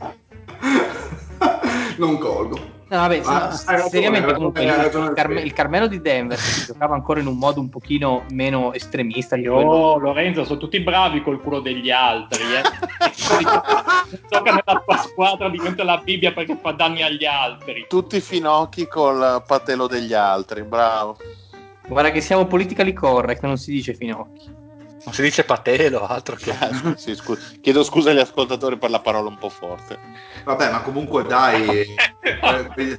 Non colgo. No, vabbè, Ma no, hai ragione, seriamente hai comunque ragione, il, hai ragione il Carme- Fede. il Carmelo di Denver che si giocava ancora in un modo un pochino meno estremista di Io, quello. Lorenzo, sono tutti bravi col culo degli altri. Eh. Gioca nella tua squadra, diventa la Bibbia perché fa danni agli altri. Tutti i finocchi col patello degli altri, bravo. Guarda che siamo politically correct, non si dice finocchi. Non si dice patelo, altro che... Ah, sì, scu- chiedo scusa agli ascoltatori per la parola un po' forte. Vabbè, ma comunque dai, eh, quei,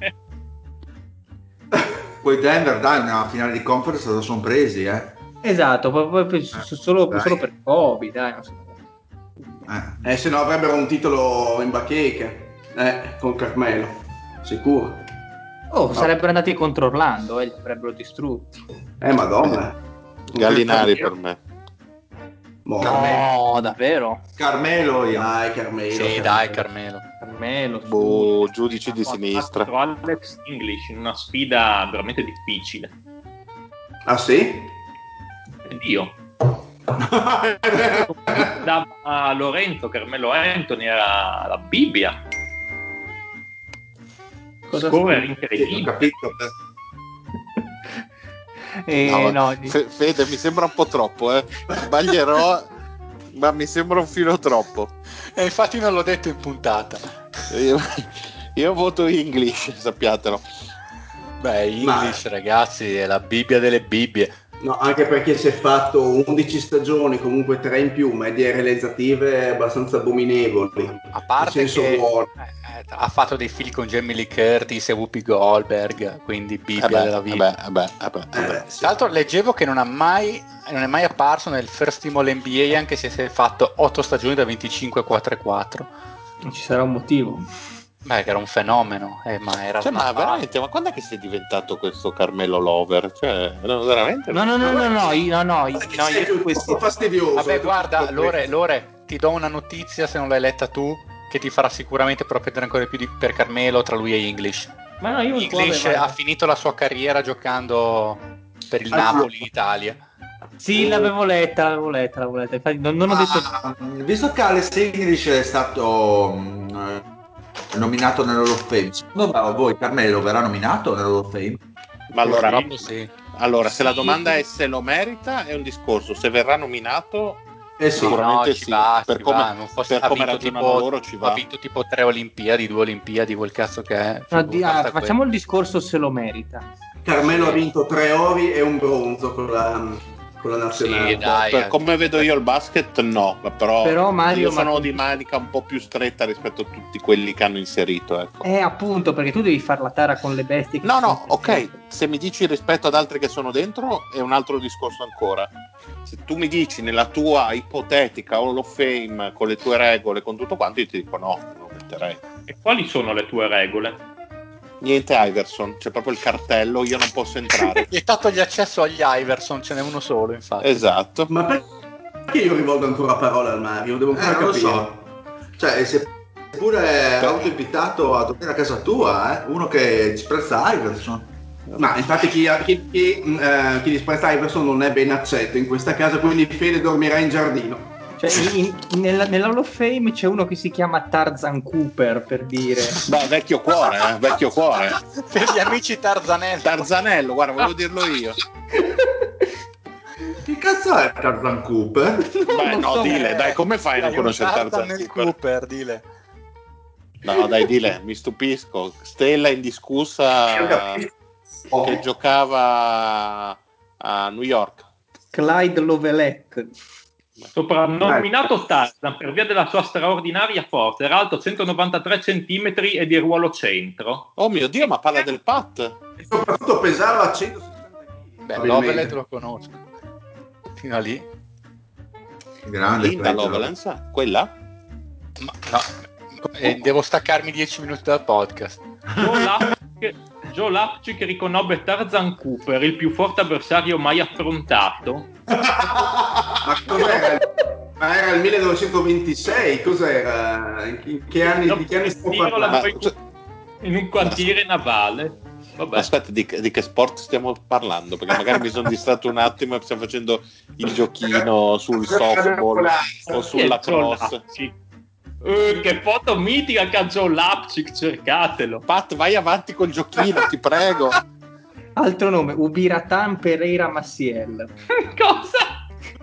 quei Denver, dai, una finale di conference se lo sono presi, eh. Esatto, poi- poi- poi s- solo, dai. solo per Kobe, dai. Non so. Eh. Eh, se no avrebbero un titolo in bacheca. Eh, con Carmelo. Sicuro. Oh, sarebbero andati contro Orlando e li avrebbero distrutti. Eh, madonna. Gallinari per me. Boh, No, davvero? Carmelo, io. Dai, Carmelo. Sì, Carmelo. dai, Carmelo. Carmelo, su. Boh, giudici di Ha fatto sinistra. contro Alex English in una sfida veramente difficile. Ah, sì? Ed io. Da Lorenzo Carmelo Anthony era la Bibbia. Cosa Score scrivi? Ho incredibile. capito. Eh, No, no, di- Fe- Fede, mi sembra un po' troppo, eh. Sbaglierò, ma mi sembra un filo troppo. E infatti non l'ho detto in puntata. Io, io voto English, sappiatelo. Beh, English, Ma- ragazzi, è la Bibbia delle Bibbie. No, anche perché si è fatto undici stagioni, comunque tre in più, medie realizzative abbastanza abominevoli. A parte In senso che buono. eh, eh, ha fatto dei figli con Jamie Lee Curtis e Whoopi Goldberg, quindi Bibbia Eh beh, della eh vita. beh, eh beh, eh beh, eh Eh, beh. sì. Tra l'altro leggevo che non, ha mai, non è mai apparso nel First Team All N B A, anche se si è fatto otto stagioni da venticinque a quattro e quattro. non ci sarà un motivo. Beh, che era un fenomeno, eh, ma era Cioè, ma snapato. veramente, ma quando è che sei diventato questo Carmelo Lover? Cioè, no, veramente? No, no, no, no, no, io, no, no, io, Che no, sei io più questi... troppo fastidioso. Vabbè, è tutto guarda, questo. Lore, Lore, ti do una notizia se non l'hai letta tu, che ti farà sicuramente propendere ancora di più di, per Carmelo tra lui e English. Ma no, io English vabbè, vai, ha vai. finito la sua carriera giocando per il Ah, Napoli in Italia. Sì, l'avevo letta, l'avevo letta, l'avevo letta. Infatti non, non ho detto... Ah, visto che Alex English è stato mm, eh, nominato nell'Hall of Fame, secondo me, voi Carmelo verrà nominato nell'Hall of Fame? Ma allora, Purtroppo sì. allora, se la Sì. domanda è se lo merita, è un discorso. Se verrà nominato, Eh sì. No, sicuramente no, ci sì. va, per ci come, va. Non fosse- per ha come vinto ragionano tipo- loro, ci va. Ha vinto tipo tre Olimpiadi, due Olimpiadi, quel cazzo che è. No, di- ah, Basta facciamo il discorso se lo merita. Carmelo Sì. ha vinto tre ori e un bronzo con la, con la nazionale. Sì, dai. Per come vedo io il basket, no, ma però, Però, Mario, io sono ma- di manica un po' più stretta rispetto a tutti quelli che hanno inserito. Ecco. Eh, appunto, perché tu devi far la tara con le bestie che No, ci no, sono ok, dentro. se mi dici rispetto ad altri che sono dentro è un altro discorso ancora. Se tu mi dici nella tua ipotetica Hall of Fame con le tue regole, con tutto quanto, io ti dico no, non lo metterei. E quali sono le tue regole? Niente Iverson, c'è proprio il cartello, io non posso entrare. Gli è dato gli accesso agli Iverson, ce n'è uno solo, infatti. Esatto. Ma perché io rivolgo ancora parola al Mario? Devo Eh, ancora non lo capire. so. Cioè, seppure autoinvitato a dormire a casa tua, eh? Uno che disprezza Iverson. Ma infatti chi, chi, chi, eh, chi disprezza Iverson non è ben accetto in questa casa, quindi Fede dormirà in giardino. Cioè, in, in, nella, nella Hall of Fame c'è uno che si chiama Tarzan Cooper, per dire. Beh, vecchio cuore, eh? Vecchio cuore. Per gli amici Tarzanello. Tarzanello, guarda, volevo dirlo io. Che cazzo è Tarzan Cooper? Beh, no, so, dile, eh, dai, come fai a non dai, un conoscere Tarzan Tarzan Cooper? Cooper, dile. No, dai, dile, mi stupisco. Stella indiscussa che giocava a New York. Clyde Lovelette. Soprannominato Tarzan per via della sua straordinaria forza, era alto centonovantatré centimetri e di ruolo centro. Oh mio Dio, ma parla del Pat. E soprattutto pesava centosessanta chili. Beh, Lovelet lo conosco. Fino a lì. Grande Linda quello. Lovelace, quella? Ma, no, eh, devo staccarmi dieci minuti dal podcast. Joe Lapchick, Joe Lapchick riconobbe Tarzan Cooper, il più forte avversario mai affrontato. Ma cos'era? Ma era il millenovecentoventisei? Cos'era? In che anni, di che anni stiamo Tiro parlando? la- Ma- in un quartiere navale. Vabbè. Aspetta, di, di che sport stiamo parlando? Perché magari mi sono distratto un attimo e stiamo facendo il giochino sul softball o sulla Chi è Joe cross. Lapchick? Eh, che foto mitica che ha Joe Lapchick, cercatelo. Pat, vai avanti col giochino, ti prego. Altro nome, Ubiratan Pereira Maciel. Cosa?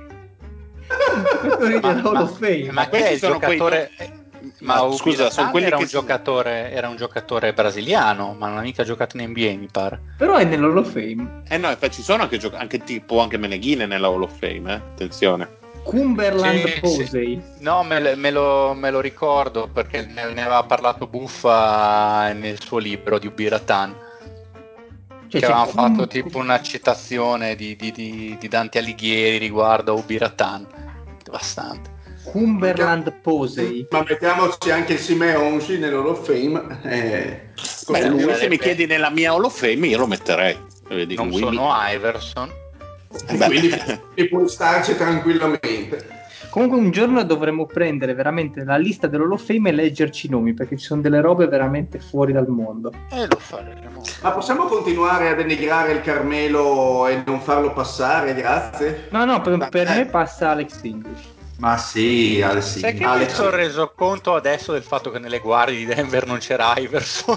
Giocatore Ma, della Hall ma- of Fame. ma che questi è il sono quei giocatore? no- eh, Ma, Ma scusa, sono quelli era che un si- giocatore, era un giocatore brasiliano, ma non ha mica giocato in N B A, mi pare. Però è nella Hall of Fame. Eh no, infatti ci sono anche, gioc- anche tipo anche Meneghine nella Hall of Fame, eh? Attenzione. Cumberland Sì, Posey. sì. No, me, le- me lo, me lo ricordo perché ne, ne aveva parlato Buffa nel suo libro di Ubiratan. Cioè, Che c'è avevamo Cum- fatto tipo una citazione di, di, di, di Dante Alighieri riguardo a Ubiratan. Devastante. Cumberland Posey. Ma mettiamoci anche il Simeonci nell'Hall of Fame. Eh, Beh, Beh, lui se sarebbe- mi chiedi nella mia Hall of Fame io lo metterei. E dico, Non Willy. sono Iverson. Eh beh. quindi e puoi starci tranquillamente. Comunque un giorno dovremmo prendere veramente la lista dell'Hall of Fame e leggerci i nomi, perché ci sono delle robe veramente fuori dal mondo. E lo faremo. Ma possiamo continuare a denigrare il Carmelo e non farlo passare, grazie? No, no, per, per Eh. me passa Alex English. Ma sì, Alessi. Sai che mi sono reso conto adesso del fatto che nelle guardie di Denver non c'era Iverson?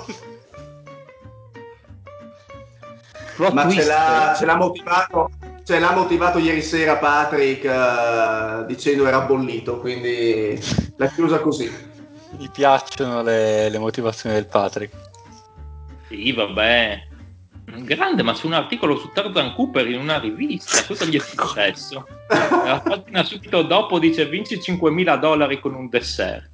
Plot Ma ce twist. l'ha, ce l'ha motivato, ce l'ha motivato ieri sera Patrick eh, dicendo era bollito, quindi l'ha chiusa così. Mi piacciono le, le motivazioni del Patrick. Sì, vabbè. Grande, ma su un articolo su Tarzan Cooper in una rivista, cosa gli è successo? La pagina subito dopo dice vinci cinquemila dollari con un dessert.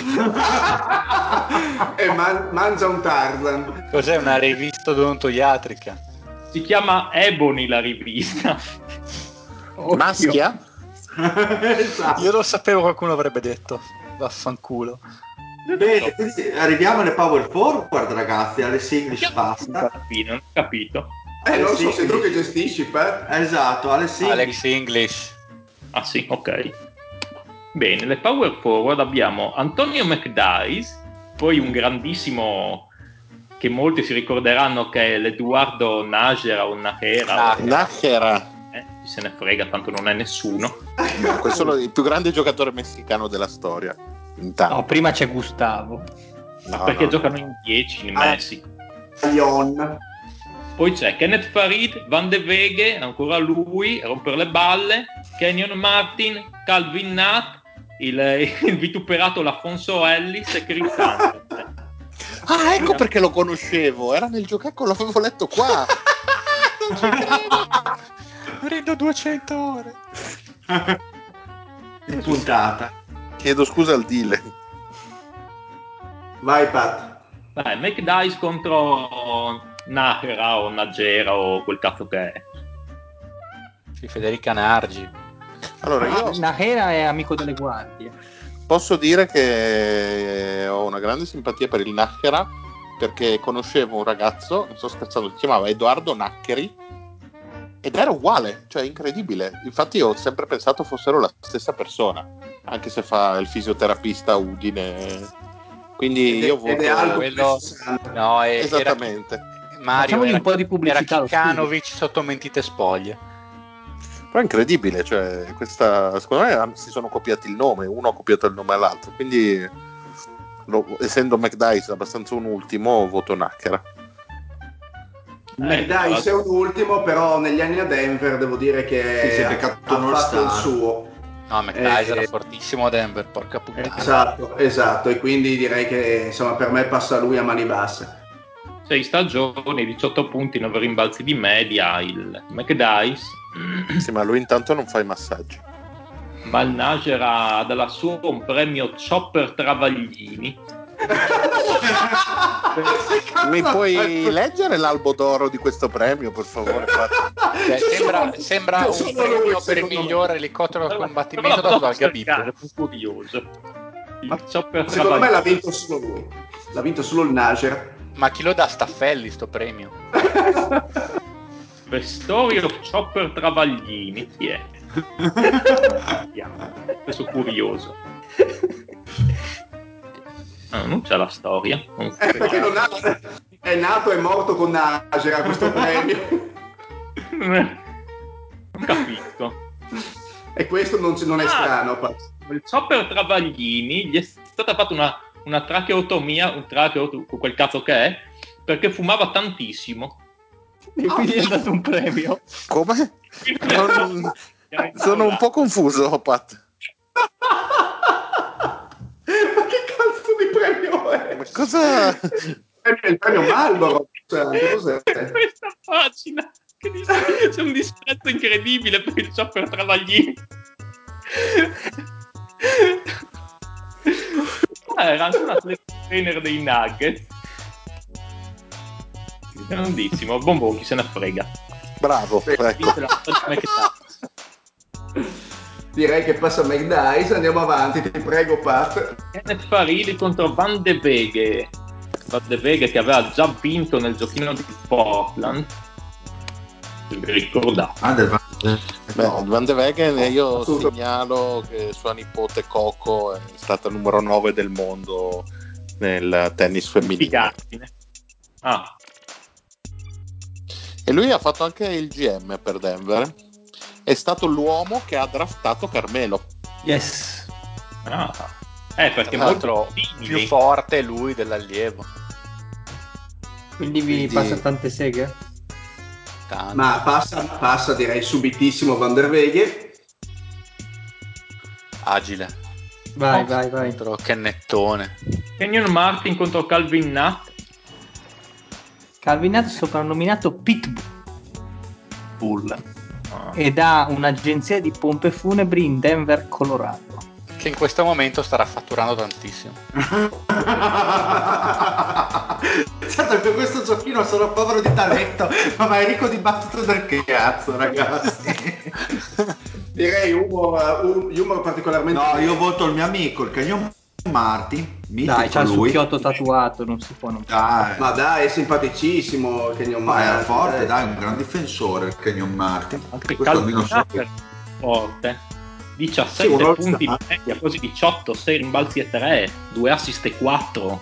E man- mangia un Tarzan. Cos'è una rivista odontoiatrica? Si chiama Ebony la rivista. Occhio. Maschia? Esatto. Io lo sapevo, qualcuno avrebbe detto. Vaffanculo. Bene, quindi arriviamo alle power forward, ragazzi. Alessi English basta. Alla fine, non ho capito. Eh, non so se tu che gestisci, per. Esatto, Alessi Alex English. Ah sì, ok. Bene, le power forward abbiamo Antonio McDyess, poi un grandissimo che molti si ricorderanno che è l'Eduardo Najera o Najera, Ah, Nachera. eh, chi se ne frega, tanto non è nessuno. Questo è il più grande giocatore messicano della storia. Intanto. No, prima c'è Gustavo. No, Perché no. giocano in dieci in Ah. Messico. Ion. Poi c'è Kenneth Farid, Van de Veghe, ancora lui, a rompere le balle, Kenyon Martin, Calvin Natt, il, il vituperato L'Afonso Ellis e Chris Anderson. Ah, ecco perché lo conoscevo. Era nel giocattolo, l'avevo letto qua. Non ci credo. Rido duecento ore. in puntata. Chiedo scusa al dealer. Vai Pat. Beh, McDyess contro Nahera o Nagera o quel cazzo che è. Sì, Federica Nargi. Allora, io Nahera è amico delle guardie. posso dire che ho una grande simpatia per il Nachera perché conoscevo un ragazzo, non sto scherzando, si chiamava Edoardo Nacheri ed era uguale, cioè incredibile. Infatti ho sempre pensato fossero la stessa persona, anche se fa il fisioterapista a Udine. Quindi Ed è- io voto ed è alto quello- sessanta. No, è, Esattamente. Era, Mario Facciamogli era, un po' di pubblicità era allo Kikanovic sotto mentite spoglie. Però è incredibile, cioè, questa, secondo me si sono copiati il nome, uno ha copiato il nome all'altro, quindi lo, essendo McDyess abbastanza un ultimo, voto Nakera. McDyess è un ultimo, però negli anni a Denver devo dire che Sì, sì, ha, peccato ha non fatto il star. suo. No, McDyess Eh, era fortissimo a Denver, porca puttana. Esatto, esatto, e quindi direi che insomma per me passa lui a mani basse. sei stagioni, diciotto punti, nove rimbalzi di media, il McDyess. Sì, ma lui intanto non fa i massaggi. Ma il Nager ha dalla sua un premio Chopper Travaglini. Mi puoi leggere l'albo d'oro di questo premio, per favore? Cioè, sembra sembra Solo un premio lui, per il secondo me. miglior elicottero da Però combattimento la dato dal posso Gabib. cercare, sono curioso. Il Chopper Secondo me l'ha Travaglini. vinto solo lui, l'ha vinto solo il Nager. Ma chi lo dà Staffelli sto premio? The Story of Chopper Travaglini. Chi è? Vediamo. Sono curioso. Ah, non c'è la storia. Non Eh, perché non ha, è nato e morto con Nager a questo premio. Non capisco. E questo non, non è Ah, strano. pa- Il Chopper Travaglini gli è stata fatta una, una tracheotomia, un tracheotomia, quel cazzo che è, perché fumava tantissimo. E quindi gli è dato un premio. Come? Non- Sono un po' confuso, Pat. Ma che cazzo di premio è? Ma cosa? È il premio Marlboro. Cioè, che cos'è? Questa pagina che dice, c'è un disprezzo incredibile per il Chopper Travaglini. Ah, era anche un atleta trainer dei Nuggets. Grandissimo, bombò, chi se ne frega. Bravo, ecco. Dice la storia come che sta. Direi che passa McDyess, andiamo avanti, ti prego Pat. Kenneth Farili contro Van de Veghe. Van de Veghe che aveva già vinto nel giochino di Portland. Se vi ricordate. Ah, del Beh, Van de Wegen, io Assolutamente. segnalo che sua nipote Coco è stata numero nove del mondo nel tennis femminile. Figaggine. Ah, E lui ha fatto anche il G M per Denver. È stato l'uomo che ha draftato Carmelo. Yes. ah. Eh, perché Tra l'altro molto più simili. forte lui dell'allievo. Quindi vi Quindi- passa tante seghe? Tanto. Ma passa, passa direi subitissimo Van der Weghe. Agile. Vai, Oh. vai, vai. Contro Kennettone. Kenyon Martin contro Calvin Nutt. Calvin Nutt soprannominato Pitbull Ah. ed ha un'agenzia di pompe funebri in Denver, Colorado. Che in questo momento starà fatturando tantissimo. Certo che questo giochino sono povero di talento, ma è ricco di battute del cazzo, ragazzi. Direi humor, um- humor particolarmente. No, io voto il mio amico, il Canyon Martin. Mitico Dai, c'ha il lui. succhiotto tatuato, non si può non. Dai, Ma dai, è simpaticissimo Kenyon ma è Martin, forte, dai, un gran difensore il Canyon Martin. Anche Questo Calvin almeno so. Nutt è forte. diciassette Sì, uno punti di sta- media, quasi diciotto, sei rimbalzi e tre, due assist e quattro.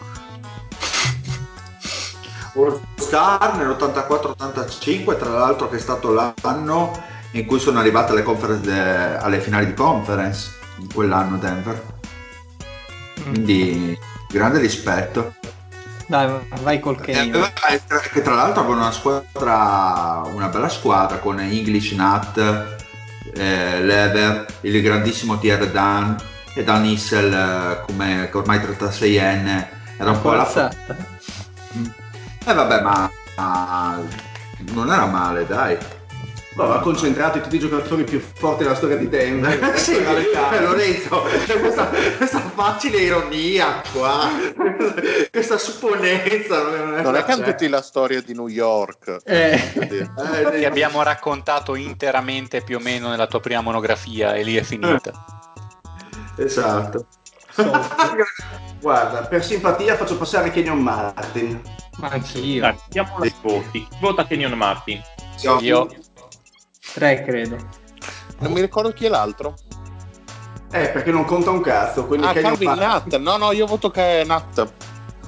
All Star nell'ottantaquattro ottantacinque, tra l'altro, che è stato l'anno in cui sono arrivate alle, conference de- alle finali di conference, in quell'anno Denver. Quindi grande rispetto. Dai, vai col E Kenyon. aveva- e tra- che tra l'altro aveva una squadra, una bella squadra con English, Nut, eh, Lever, il grandissimo Thierry Dan e Dan Issel, eh, come che ormai trentaseienne, era un po' la fa- Corazzata. eh vabbè, ma, ma non era male, dai. No, ha concentrato tutti i giocatori più forti della storia di Denver. Sì, Questo vale tanto. Lorenzo, c'è questa, questa facile ironia qua, questa supponenza. Non è, Non è che hanno cioè, tutti la storia di New York. Eh. eh, Che abbiamo raccontato interamente più o meno nella tua prima monografia e lì è finita. Esatto. Guarda, per simpatia faccio passare Kenyon Martin. Ma anch'io. Dai, mettiamo i voti. Chi vota Kenyon Martin? Io Tre, credo. Non mi ricordo chi è l'altro. Eh, perché non conta un cazzo. Quindi Ah, Kenyon Calvin Martin. Nutt. No, no, io voto che è Nutt.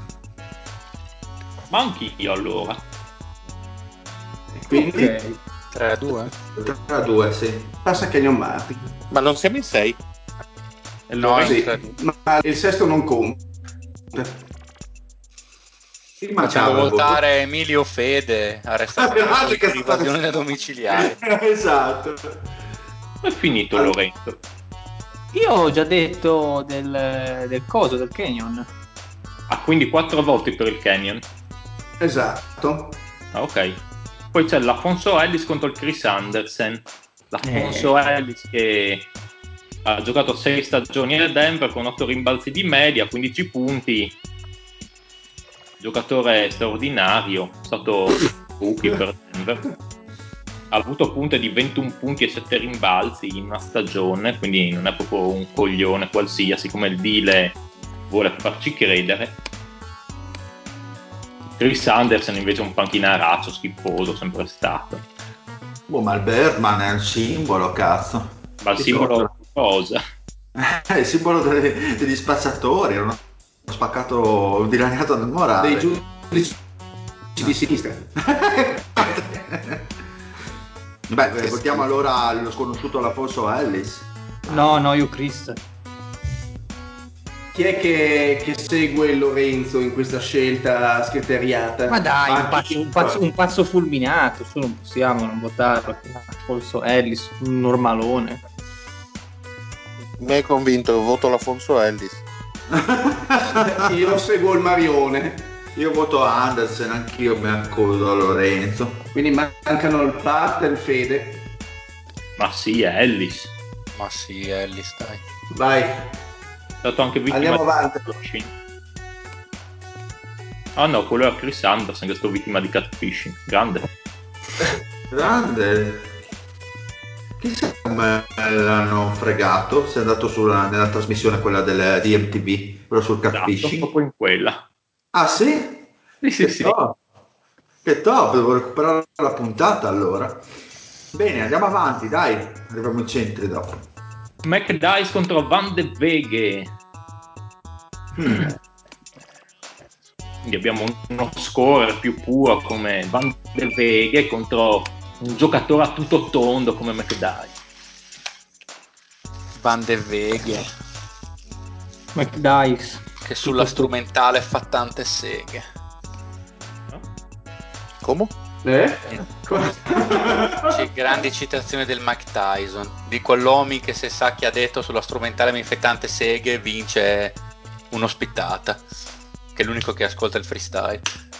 Ma anch'io allora. Quindi Ok. tre a due? tre a due, sì. Passa Canyon Martin. Ma non siamo in sei? E No, Lorenzo- è un Sì, tre a due. ma il sesto non conta. Chi Facciamo mancava il voto? votare Emilio Fede, arrestato Ah, che per sta- invasione domiciliare. Esatto. è finito Allora- Lorenzo. Io ho già detto del, del coso, del Canyon. Ah, quindi quattro voti per il Canyon. Esatto. Ah, ok. Poi c'è l'Afonso Ellis contro il Chris Andersen. L'Afonso Eh. Ellis che ha giocato sei stagioni a Denver con otto rimbalzi di media, quindici punti. Giocatore straordinario, è stato rookie per Denver. Ha avuto punte di ventuno punti e sette rimbalzi in una stagione, quindi non è proprio un coglione qualsiasi come il Dile vuole farci credere. Chris Andersen invece è un panchinaraccio schifoso, sempre stato. Boh, ma il Birdman è un simbolo, cazzo. Ma il Che simbolo cosa? È il simbolo dei- degli spacciatori, non ho spaccato dilaniato nel morale. Dei giudici di sinistra. Beh, votiamo allora lo sconosciuto l'Afonso Ellis. No, no, io Chris. Chi è che, che segue Lorenzo in questa scelta scriteriata? Ma dai, un Ma pazzo, chi- un pazzo- un pazzo fulminato, su non possiamo non votarlo. Alfonso Ellis, un normalone. Mi hai convinto, voto l'Afonso Ellis. Io seguo il Marione. Io voto Andersen, anch'io mi accodo a Lorenzo. Quindi mancano il Pat e il Fede. Ma sì, è Ellis. Ma sì, Ellis, dai. Vai. È stato anche vittima Andiamo avanti. di catfishing. Ah no, quello era Chris Anderson che è stato vittima di catfishing. Grande. Grande. Chissà come l'hanno fregato. Se è andato sulla, nella trasmissione quella del, di M T V, quello sul Esatto, catfishing. proprio in quella. Ah sì? Sì, sì, Che sì. top. Che top, devo recuperare la puntata allora. Bene, andiamo avanti, dai. Arriviamo ai centri dopo. McDice contro Van de Veghe. Hmm. Quindi abbiamo uno scorer più puro come Van de Veghe contro un giocatore a tutto tondo come McDice. Van de Veghe, McDice. che sulla Tutto- strumentale fa tante seghe. Come? Eh? C'è grandi citazioni del Mike Tyson, di quell'uomo che se sa chi ha detto sulla strumentale mi fa tante seghe vince un'ospitata, che è l'unico che ascolta il freestyle.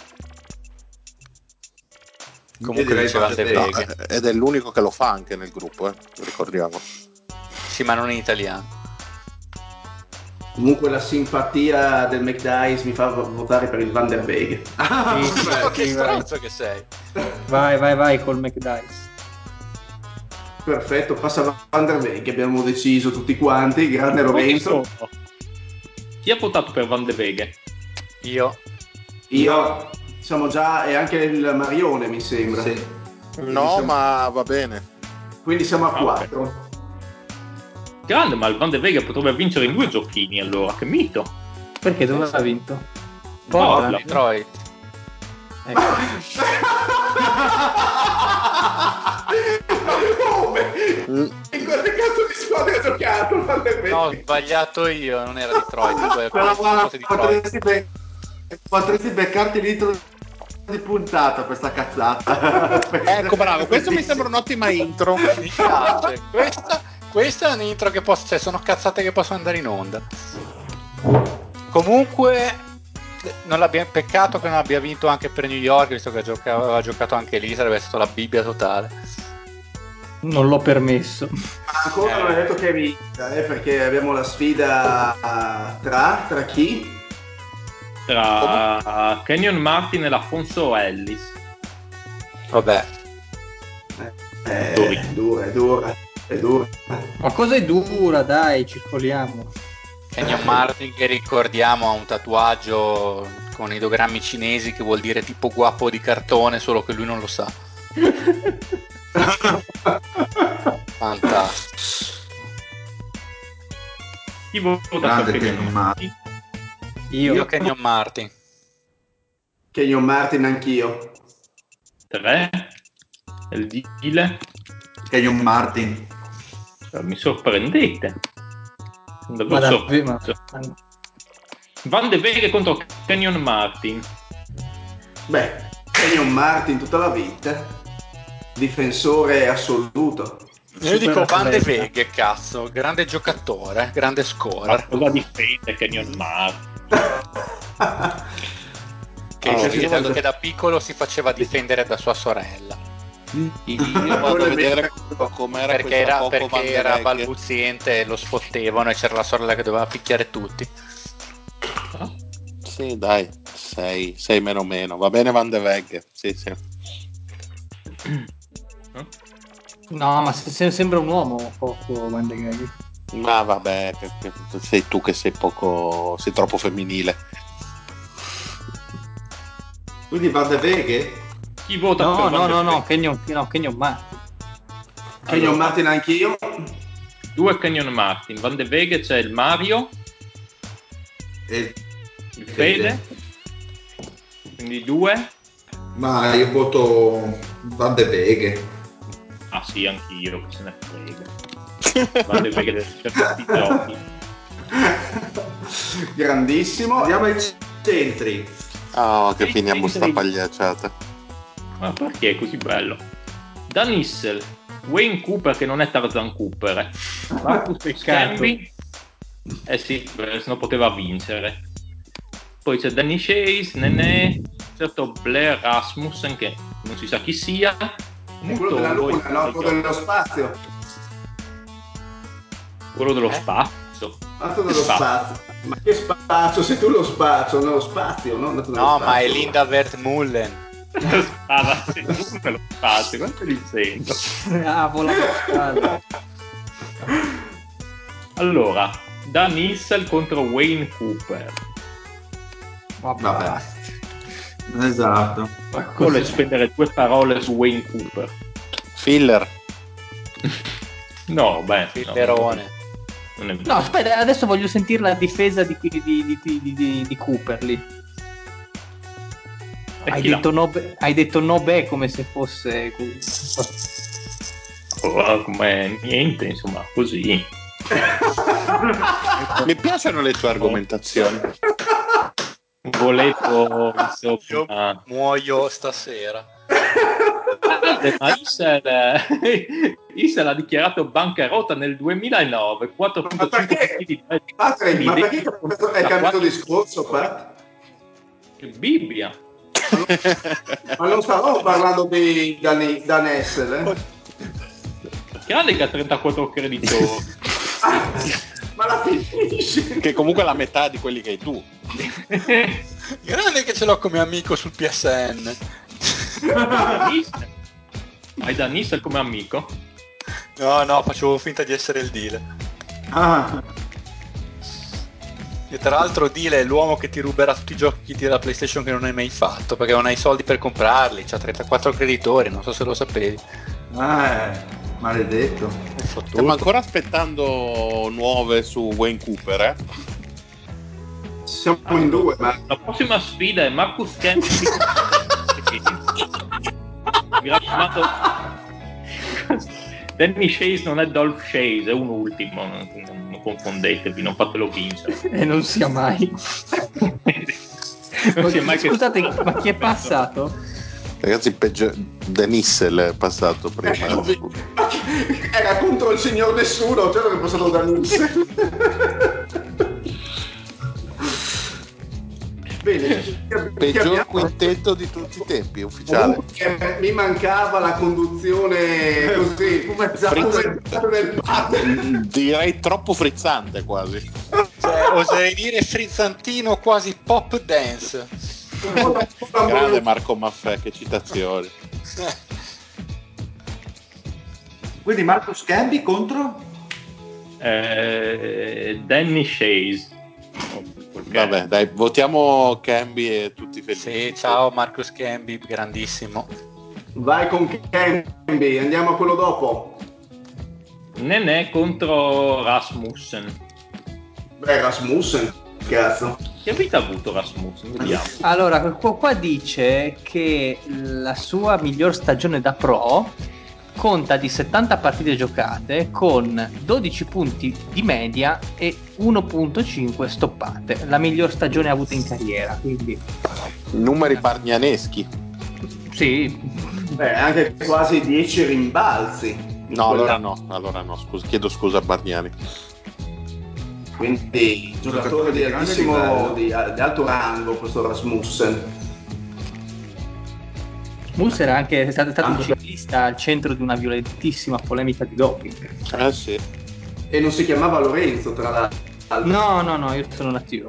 Comunque direi vince Van Van de de Beek. Veghe. No, ed è l'unico che lo fa anche nel gruppo, eh, ricordiamo. Sì, ma non in italiano. Comunque la simpatia del McDice mi fa votare per il Van der Beek. Ah, Sì, sì, Oh, beh. che sì, vai. stronzo che sei! Vai, vai, vai col McDice. Perfetto, passa Van der Beek, abbiamo deciso tutti quanti, grande Lorenzo. Chi ha votato per Van de Veghe? Io Io siamo già, e anche il Marione mi sembra. Sì. Quindi No, siamo- ma va bene. Quindi siamo a Ah, quattro. Grande, ma il Van de Veghe potrebbe vincere in due giochini allora, che mito. Perché dove ha vinto? no, Portland. Detroit. Ecco. Come? Mm, In quale cazzo di squadra ha giocato il Van der Beek? No, ho sbagliato io, non era Detroit. que- Però que- guarda, fosse Detroit. potresti, be- potresti beccarti l'intro di puntata questa cazzata. Ecco, bravo, questo mi sembra un'ottima intro. Mi piace. Questa, questa è un'intro che posso, cioè, sono cazzate che possono andare in onda. Comunque, non l'abbia- peccato che non abbia vinto anche per New York, visto che gioca- aveva giocato anche lì, sarebbe stata la Bibbia totale. Non l'ho permesso. Ancora non è detto che vinca, eh, perché abbiamo la sfida tra, tra chi? Tra Kenyon Martin e l'Afonso Ellis. Vabbè, Eh, è dura, è dura, è dura. Ma cosa è dura, dai, circoliamo. Kenyon Martin, che ricordiamo ha un tatuaggio con idogrammi cinesi che vuol dire tipo guappo di cartone, solo che lui non lo sa. Fantastico. Chi vota Grande per Kenyon Kenyon Martin? Io. Io Kenyon Martin. Kenyon Martin anch'io. Tre. Il deal? Kenyon Martin. Cioè, mi sorprendete. Non Ma davvero davvero, sorpreso. ma- Van de Veghe contro Kenyon Martin. Beh, Kenyon Martin tutta la vita, difensore assoluto. Io dico Super Van de atleta. Veghe, cazzo, grande giocatore, grande Ma scorer. cosa difende Kenyon Martin? Che, Allora, che io da, vado- che da piccolo si faceva difendere da sua sorella. Io vado a vedere com'era Perché questa era, Poco perché Van de era Veghe. balbuziente e lo sfottevano e c'era la sorella che doveva picchiare tutti. Sì, dai, sei, sei meno meno. Va bene Van de Veghe. Sì, sì. No, ma se- se- sembra un uomo poco Van de Gaghi. Ma vabbè, che- che- sei tu che sei poco, sei troppo femminile. Quindi Van de Veghe? Chi vota No, per no, Van de no, no, Veghe? Kenyon, no, Kenyon Martin. Kenyon Allora, Martin anch'io. due Kenyon Martin. Van de Veghe c'è il Mario, E il Fede, quindi due. Ma io voto Van de Veghe. Ah sì, anch'io, che se ne frega. Van de Veghe deve vincere tutti i giochi. Grandissimo. Andiamo ai centri. Oh, che Sì, finiamo sì, sta sì. pagliacciata. Ma perché è così bello? Dan Issel, Wayne Cooper che non è Tarzan Cooper, eh. Marcus Peccato. Camby, eh sì, se no poteva vincere. Poi c'è Danny Chase, Nenè, certo Blair Rasmussen che non si sa chi sia, È quello della Mutombo, Luna, no? Quello dello spazio. quello dello Eh? spazio. Fatto dello spazio. Ma che spazio? Sei tu lo spazio, nello spazio, no? Andato nello No, ma è spazio. Linda Vertmullen. Spada, sei tu nello spazio, cosa stai dicendo? Ah, vola per Allora, Dan Issel contro Wayne Cooper. Vabbè. Vabbè. Esatto. Vuole spendere due parole su Wayne Cooper. Filler. No, beh, Fillerone. non è No, aspetta, adesso voglio sentire la difesa di, di, di, di, di, di Cooper lì. E Hai chi l'ha? detto, no, be- hai detto no beh come se fosse... Oh, come niente, insomma, così. Mi piacciono le tue argomentazioni. Volevo, Io insomma... muoio stasera. Ah, ma Issel, Issel ha dichiarato bancarotta nel duemilanove, quattro Ma virgola cinque perché? milioni di Patrick, ma perché dollari. hai cambiato discorso, Pat? Che Bibbia. Ma non stavamo parlando di Dan, Dan Essel, eh? Grande che ha trentaquattro creditori. Ah, ma la finisci? Che comunque è la metà di quelli che hai tu. Grande che ce l'ho come amico sul P S N. Hai Dan Issel come amico? No, no, facevo finta di essere il dealer. Ah, E tra l'altro Dile è l'uomo che ti ruberà tutti i giochi della PlayStation che non hai mai fatto, perché non hai soldi per comprarli, c'ha trentaquattro creditori, non so se lo sapevi. ah, eh, maledetto. È fottuto. Stiamo ancora aspettando nuove su Wayne Cooper, eh? Siamo in due, ma La prossima sfida è Marcus Camby. Mi raccomando, Danny Chase non è Dolph Chase, è un ultimo, non, non confondetevi, non fatelo vincere. E non sia mai. Non si è mai che- Scusate, ma chi è passato? Ragazzi, peggio Denissel è passato prima. era contro il signor nessuno, cioè che è passato da Nisse. Bene, chi- chi Peggior abbiamo? quintetto di tutti i tempi, ufficiale. Comunque, mi mancava la conduzione così fumezzato nel padre. Direi troppo frizzante quasi. Cioè, oserei dire frizzantino, quasi pop dance. Grande Marco Maffè, che citazioni. Quindi Marcus Camby contro? Eh, Danny Chase. Vabbè, dai, votiamo Camby e tutti felici. Sì, ciao Marcus Camby, grandissimo. Vai con Camby, andiamo a quello dopo. Nenè contro Rasmussen. Beh, Rasmussen, cazzo. Che vita ha avuto Rasmussen? Vediamo. Allora, qua, qua dice che la sua miglior stagione da pro conta di settanta partite giocate con dodici punti di media e uno virgola cinque stoppate. La miglior stagione avuta in carriera, quindi Numeri bargnaneschi. sì. Beh, anche quasi dieci rimbalzi. No, allora no, allora no, scusa, chiedo scusa a Bargnani. Quindi giocatore di altissimo, di, di alto rango questo Rasmussen. Mus era anche stato, stato un Anche- ciclista al centro di una violentissima polemica di doping. Eh sì. E non si chiamava Lorenzo, tra l'altro. No, no, no, io sono nativo.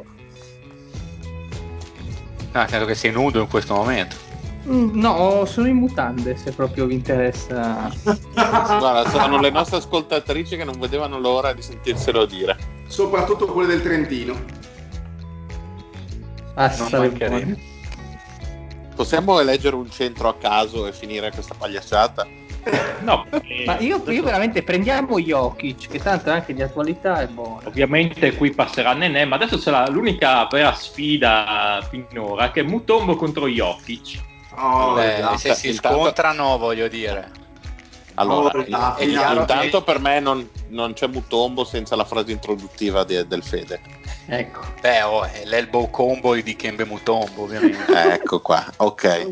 No, credo che sei nudo in questo momento. Mm, no, sono in mutande, se proprio vi interessa. Guarda, saranno le nostre ascoltatrici che non vedevano l'ora di sentirselo dire. Soprattutto quelle del Trentino. Ah, Non sarebbe mancheremo. buono. Possiamo eleggere un centro a caso e finire questa pagliacciata? No, eh, Ma io, io adesso- veramente prendiamo Jokic, che tanto anche di attualità è buono. Ovviamente qui passerà Nenè, ma adesso c'è l'unica vera sfida finora che è Mutombo contro Jokic. Oh, Beh, la- se si intanto- scontrano, voglio dire. Allora, Oh, la è finale. chiaro- intanto per me non, non c'è Mutombo senza la frase introduttiva di- del Fede. Ecco. Beh, oh, è l'elbow combo di Kembe Mutombo, ovviamente. Ecco qua, ok.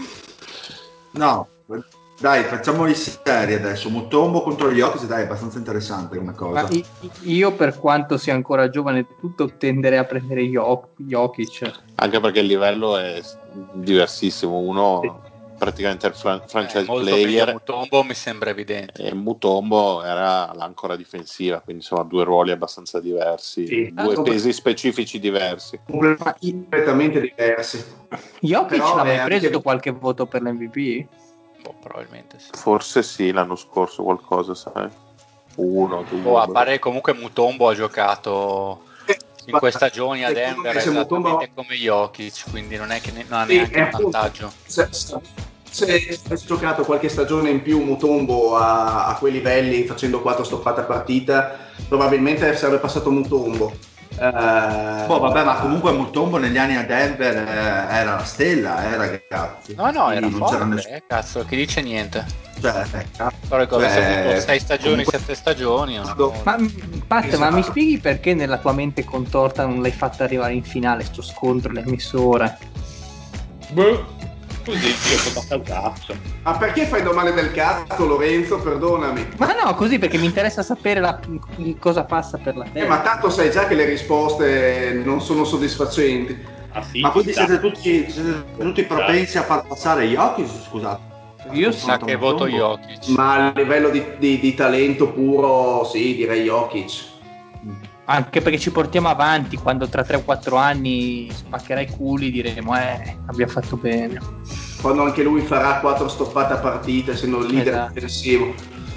No, dai, facciamoli seri adesso. Mutombo contro gli Jokic, dai, è abbastanza interessante come cosa. Ma i- io, per quanto sia ancora giovane e tutto, tenderei a prendere Jok- Jokic. Anche perché il livello è diversissimo. Uno praticamente è il fran- Eh, franchise molto meglio player Mutombo, mi sembra evidente. e Mutombo era l'ancora difensiva, quindi insomma due ruoli abbastanza diversi, Sì. due Ah, pesi specifici diversi. Ma i- completamente diversi. Jokic Però l'ha mai è preso anche- qualche voto per l'M V P? Boh, probabilmente sì. Forse sì, l'anno scorso qualcosa, sai. Uno, due. Oh, a parte comunque Mutombo ha giocato in queste stagioni a Secondo Denver me se esattamente Mutombo- come Jokic, quindi non è che ne- non ha Sì, neanche e il appunto, vantaggio. Se, se, se avessi giocato qualche stagione in più Mutombo a, a quei livelli facendo quattro stoppate a partita, probabilmente sarebbe passato Mutombo. Eh, Boh, vabbè, ma comunque Mutombo negli anni a Denver eh, era la stella, eh, ragazzi. No, no, Quindi era non forte, c'era nessuno. eh, cazzo, chi dice niente. Cioè, eh, cazzo. Però ecco, avesse Cioè, avuto sei stagioni, comunque- sette stagioni, una cosa. Ma mm, Pat, Esatto. ma mi spieghi perché nella tua mente contorta non l'hai fatta arrivare in finale sto scontro, l'hai messo ora? Boh, così io ho fatto a cazzo. Ma perché fai domande del cazzo, Lorenzo? Perdonami. Ma no, così perché mi interessa sapere la- cosa passa per la Eh, ma testa. tanto sai già che le risposte non sono soddisfacenti. Ah, sì, Ma ci quindi sta. siete tutti, siete tutti propensi a far passare Jokic, scusate. Io Mi sa Confronto che voto Mutombo. Jokic. Ma a livello di, di- di talento puro, sì, direi Jokic. Anche perché ci portiamo avanti quando tra tre o quattro anni spaccherai i culi, diremo eh, abbiamo fatto bene. Quando anche lui farà quattro stoppate a partita, essendo il leader Esatto. difensivo.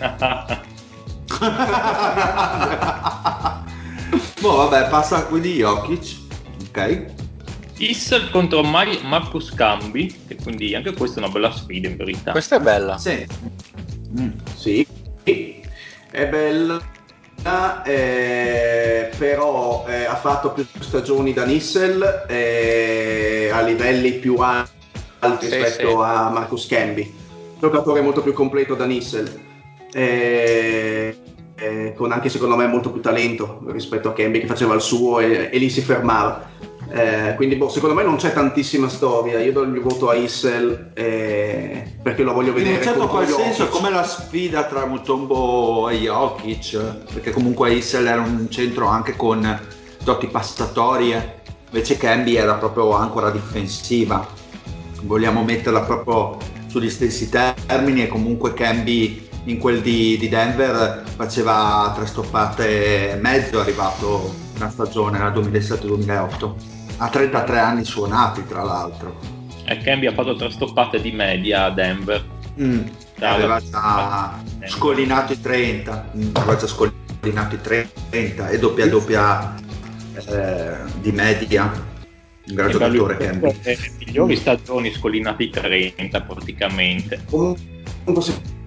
Boh, vabbè, passa quindi Jokic, ok? Issel contro Mai- Marcus Cambi, che quindi anche questa è una bella sfida in verità. Questa è bella. Sì. Mm. Sì, è bella, eh, però eh, ha fatto più stagioni da Nissel eh, a livelli più alti Sì, rispetto sì. a Marcus Camby, giocatore molto più completo da Nissel, eh, eh, con anche secondo me molto più talento rispetto a Camby che faceva il suo e, e lì si fermava. Eh, quindi boh, secondo me non c'è tantissima storia. Io do il mio voto a Issel eh, perché lo voglio In vedere un certo contro qual senso è Jokic. come la sfida tra Mutombo e Jokic, perché comunque Issel era un centro anche con doti passatorie, invece Camby era proprio ancora difensiva. Vogliamo metterla proprio sugli stessi termini e comunque Camby in quel di, di Denver faceva tre stoppate e mezzo, è arrivato una stagione nel duemilasette duemilaotto, a trentatré anni suonati tra l'altro. E Cambi ha fatto tre stoppate di media a Denver. Mm, Ah, aveva la- già scollinato i trenta, mm, aveva già scollinato i trenta e doppia doppia eh, di media. Un gran E giocatore beh, Camby. le migliori stagioni scollinati trenta praticamente. Comunque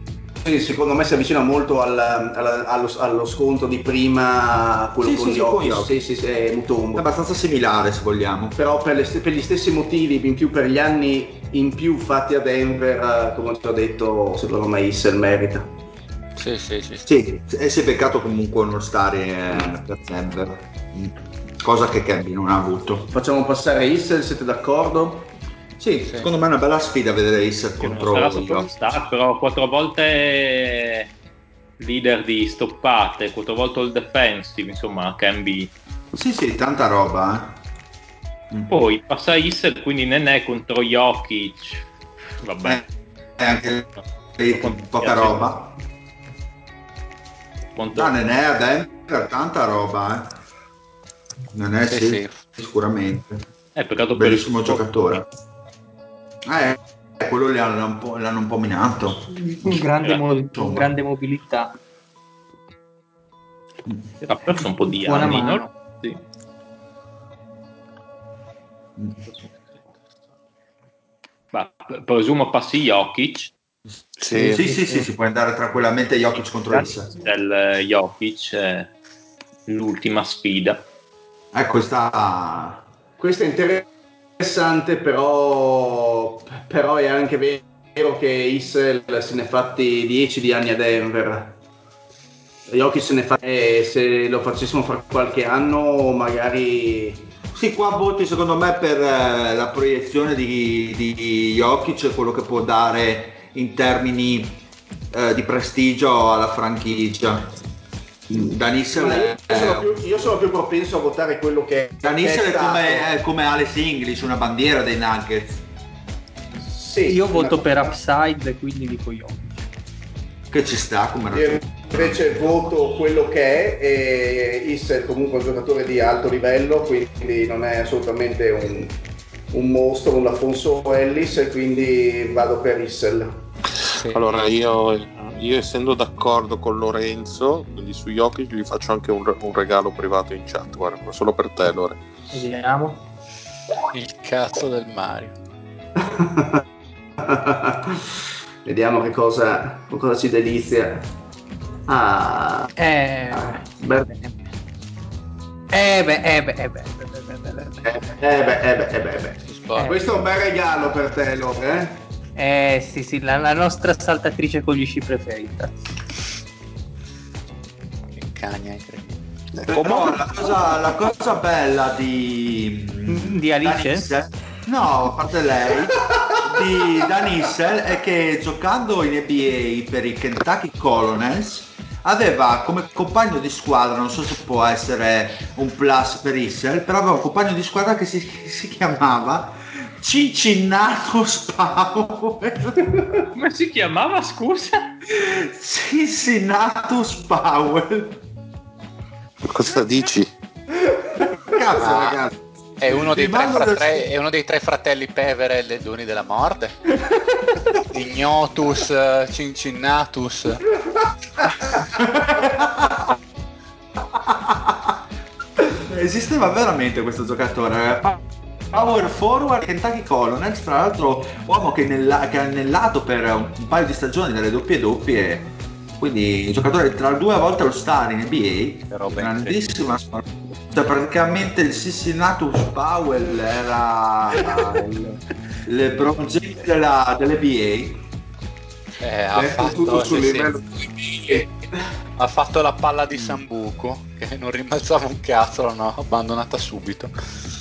sì, secondo me si avvicina molto al, al- allo, allo scontro di prima, quello Sì, con sì, gli sì, con occhi, gli occhi. sì, sì, sì, è È Mutombo. abbastanza similare, se vogliamo. Però per, le st- per gli stessi motivi, in più per gli anni in più fatti a Denver, eh, come ti ho detto, secondo me Issel merita. Sì, sì, sì. Sì, e si è beccato comunque uno stare eh, per Denver, Mm. cosa che Camby non ha avuto. Facciamo passare Issel, siete d'accordo? Sì, Sì. secondo me è una bella sfida vedere Isser Che non contro sarà io. superstar, però quattro volte leader di stoppate, quattro volte all defensive, insomma, Camby. Sì, sì, tanta roba, eh. Mm. Poi passa Issel, quindi Nenè contro Jokic. Vabbè. Eh, è anche lì Quanto poca piace- roba. quanto- No, Nenè a Denver, tanta roba, eh. Nenè Sì, sì, sì. sicuramente. È peccato per il Bellissimo suo- giocatore. Eh, quello lì l'hanno un po', l'hanno un po' minato. grande, mo- Insomma. grande mobilità, ha perso un po' di buona anni, mano. no? Sì. Ma presumo passi Jokic, Sì. Sì, sì, sì, si può andare tranquillamente Jokic contro Isser. del Jokic, eh, l'ultima sfida. Eh, questa... Questo è interessante, però, però è anche vero che Issel se ne è fatti dieci di anni a Denver. Jokic se ne fa, e se lo facessimo fra qualche anno magari Sì, qua voti secondo me per eh, la proiezione di, di Jokic, quello che può dare in termini eh, di prestigio alla franchigia. Dan Issel ma io è, sono, più, io sono più propenso a votare quello che Dan è Issel è stato. come, è come Alex English, una bandiera dei Nuggets. Sì, Io voto una- per upside, quindi dico Jokic. Che ci sta come Io ragione. invece voto quello che è, e Issel comunque è un giocatore di alto livello, quindi non è assolutamente un, un mostro, un Alfonso Ellis, e quindi vado per Issel. Sì. Allora io, io essendo d'accordo con Lorenzo, quindi su Jokic gli faccio anche un, un regalo privato in chat, guarda, solo per te Lore. Vediamo. Il cazzo del Mario. Vediamo che cosa, con cosa ci delizia. Ah, Eh, beh, eh beh, eh beh, eh beh, eh beh, eh beh, eh beh, eh beh, eh beh, eh beh, eh beh. Si sbaglia. Questo è un bel regalo per te, Lore, eh? eh sì sì, la, la nostra saltatrice con gli sci preferita. Che cagna incredibile. Però la cosa, la cosa bella di, Di Alice? Dan Issel, no, a parte lei, di Dan Issel è che giocando in N B A per i Kentucky Colonels aveva come compagno di squadra, non so se può essere un plus per Issel, però aveva un compagno di squadra che si, che si chiamava Cincinnatus Powell. Come si chiamava, scusa? Cincinnatus Powell. Cosa dici? Cazzo, Ah, ragazzi. È uno, dei Vi tre mando fra- le- tre- è uno dei tre fratelli Pevere e doni della morte. Ignotus, eh, Cincinnatus. Esisteva veramente questo giocatore, eh, power forward Kentucky Colonels, tra l'altro uomo che, nella, che ha annellato per un paio di stagioni delle doppie doppie, quindi giocatore tra due volte allo star in N B A, Che roba grandissima squadra. Cioè praticamente il Cincinnatus Powell era il LeBron James della, dell'N B Eh, ha, Detto tutto fatto, sul sì, sì. livello Ha fatto la palla di Sambuco, che non rimbalzava un cazzo, l'hanno abbandonata subito.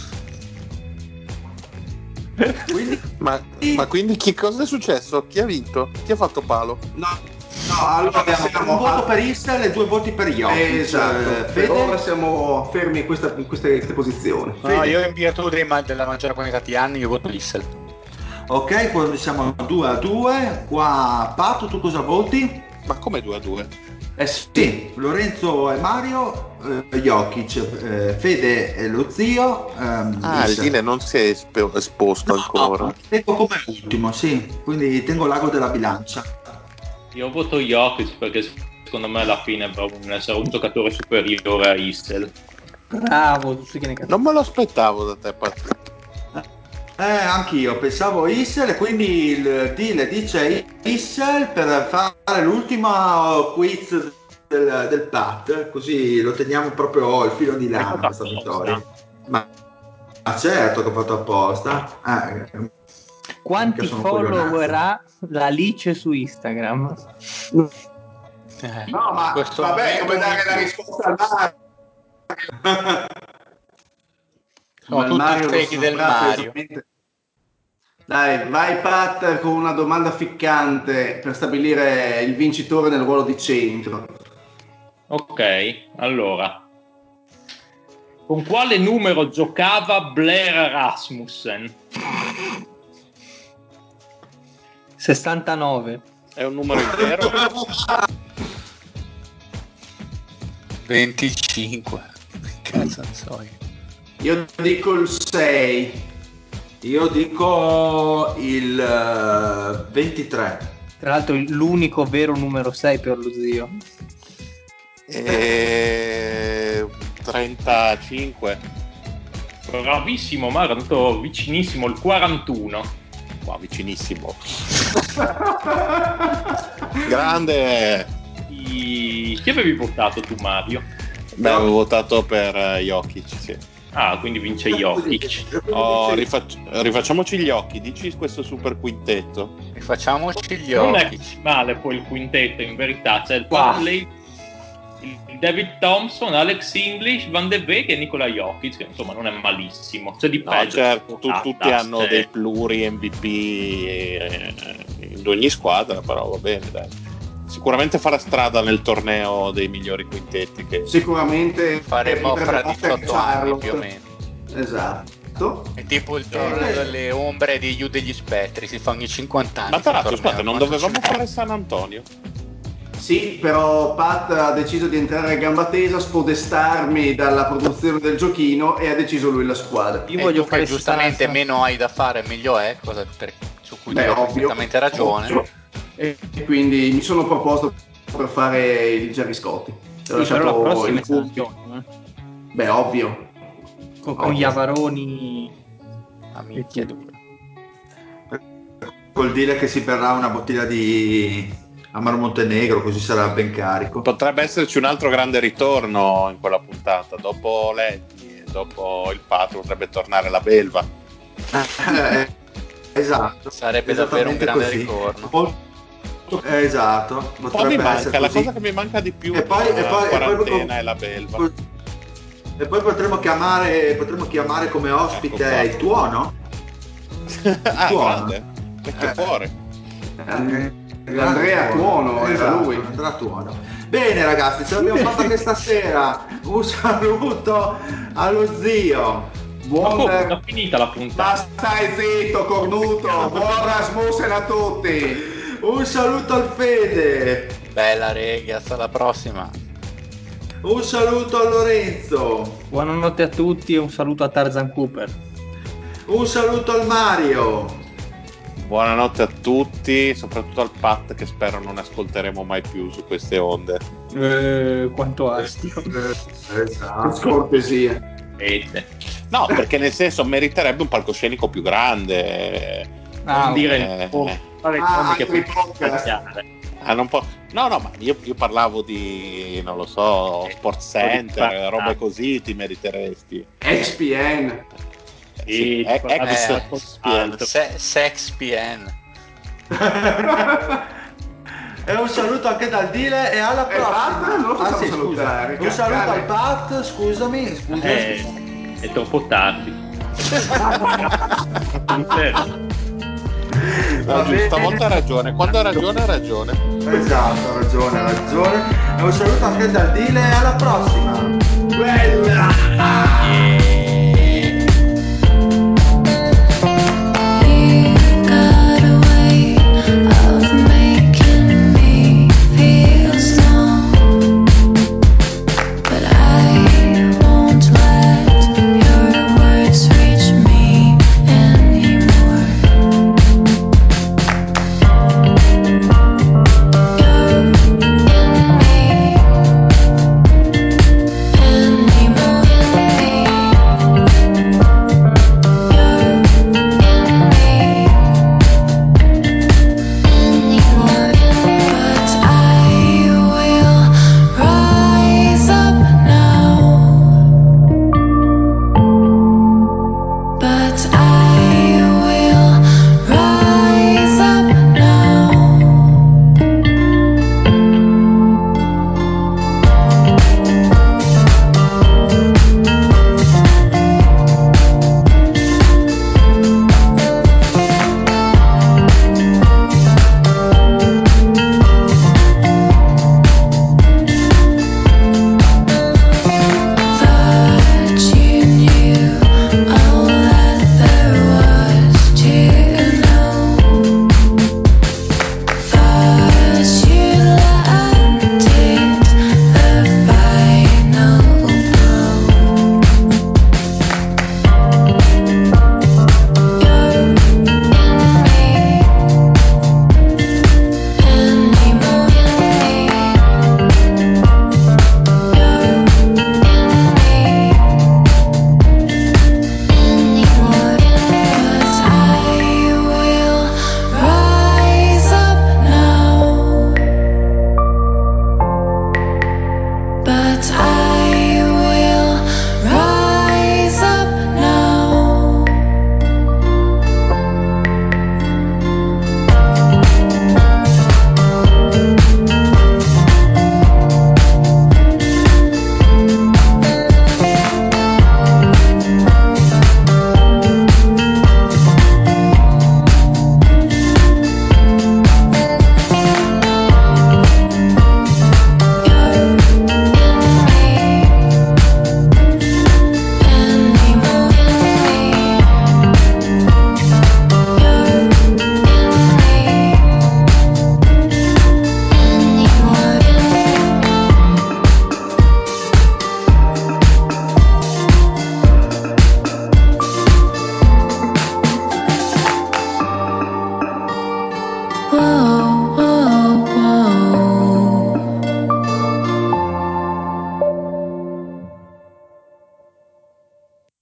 A. Quindi Ma, ma quindi che cosa è successo? Chi ha vinto? Chi ha fatto palo? No, no, allora abbiamo siamo un voto per Issel e due voti per Jokic. Esatto, Eh, per Fede? ora siamo fermi in, questa, in queste, queste posizioni. No, Fede. io in virtù dei ma- della maggiore quantità di anni io voto Issel. Ok, quando siamo due a due, qua Pato, tu cosa voti? Ma come due a due? Eh sì, Lorenzo e Mario, eh, Jokic, eh, Fede e lo zio, ehm, Ah, il Issel. Dile non si è esp- esposto ancora. No, tengo come ultimo, sì, quindi tengo l'ago della bilancia. Io voto Jokic perché secondo me alla fine è proprio un essere un giocatore superiore a Issel. Bravo, tu sai che ne capisci. Non me lo aspettavo da te, Patrick. Eh, anch'io pensavo Issel e quindi il deal dice Issel per fare l'ultimo quiz del, del Pat, così lo teniamo proprio il filo di Hai lana fatto questa apposta. vittoria. Ma, ma certo che ho fatto apposta. Eh, Quanti mica sono follower coglionazzo. ha la Alice su Instagram? Eh, No, ma questo vabbè, momento come un dare in la più. risposta al Mario? Sono Ma il tutti Mario lo fake del saprà Mario. precisamente. Dai, vai Pat con una domanda ficcante per stabilire il vincitore nel ruolo di centro. Ok, allora. Con quale numero giocava Blair Rasmussen? sessantanove. È un numero intero? venticinque. Cazzo ne so io. Io dico il sei. Io dico il eh, ventitré. Tra l'altro l'unico vero numero sei per lo zio. E... trentacinque. Bravissimo Mario, andato vicinissimo, il quarantuno. Qua vicinissimo. Grande. Chi... Chi avevi votato tu Mario? Beh, avevo votato per uh, Jokic, sì. Ah, quindi vince Jokic. Oh, rifac- rifacciamoci gli occhi, dici questo super quintetto. Rifacciamoci gli Non è occhi. male poi il quintetto in verità, c'è il Wow. Pat Levy, il David Thompson, Alex English, Van de Beek e Nikola Jokic, che insomma non è malissimo, c'è di No, peggio. certo, tu- Ah, tutti ah, hanno eh. dei pluri M V P eh, in ogni squadra, però va bene, dai. Sicuramente farà strada nel torneo dei migliori quintetti che... Sicuramente Faremo potrebbe fra battere diciotto anni Charlotte. più o meno. Esatto. È tipo il giorno Eh. delle ombre di Yu degli spettri, si fanno i cinquanta anni. Ma tra l'altro, sul torneo, scusate, non quanto dovevamo ci- fare San Antonio? Sì, però Pat ha deciso di entrare a gamba tesa, spodestarmi dalla produzione del giochino e ha deciso lui la squadra. Io E voglio tu fare che giustamente San- meno hai da fare meglio è, cosa per- su cui Beh, ti do ovvio. perfettamente ragione. Ovvio. E e quindi mi sono proposto per fare il Gerry Scotti. Ho Sì, però lasciato la prossima il è San pubblico. Antonio, eh. Beh, ovvio. con, con Ovvio. Iavaroni A e minchia tutto. dura. Col dire che si berrà una bottiglia di Amaro Montenegro, così sarà ben carico. Potrebbe esserci un altro grande ritorno in quella puntata. Dopo Letty e dopo il Pat potrebbe tornare la belva. Eh, esatto. Sarebbe davvero un Esattamente grande così. ritorno. Molto- eh, esatto. Un po' mi Potrebbe manca, essere la così. cosa che mi manca di più E poi, e della poi, e poi- quarantena è la belva. E poi potremmo chiamare, potremmo chiamare come ospite Ecco qua. il tuono. Ah, Tuono. grande. Vecchio Eh. cuore. Eh, L'Andrea Tuono era esatto, lui. Andrea Tuono. Bene ragazzi, ce l'abbiamo fatta questa sera. Un saluto allo zio. Ma Buon... come? È già finita la Ma puntata. stai zitto, cornuto! Buon Rasmussen a tutti! Un saluto al Fede. Bella rega, hasta la prossima. Un saluto a Lorenzo. Buonanotte a tutti e un saluto a Tarzan Cooper. Un saluto al Mario. Buonanotte a tutti, soprattutto al Pat che spero non ascolteremo mai più su queste onde. Eh, quanto astio. Esatto. Scortesia. Vedete. No, perché nel senso meriterebbe un palcoscenico più grande. Ah, Non ok. dire Eh, oh, fare Ah, nomi che altri possono podcast. sbagliare. Ah, non po- no, no, ma io, io parlavo di, non lo so, Sport Center, robe così ti meriteresti. S P N. Eh, Sì, sì, ti eh, parlavi ex di S P N. altro. Se- Sex P N. E un saluto anche dal Dile e alla E prossima. Pat? Non lo facciamo Ah, sì, salutare, scusa. Un saluto cane. al Pat, scusami, scusami. Eh, è troppo tardi. No, Va giusto, bene. stavolta ha ragione, quando ha ragione ha ragione. Esatto, ha ragione, ha ragione. E un saluto anche dal Dile e alla prossima. Bella! Got a way of making me feel small, but I won't let your words reach me anymore. You're in me anymore.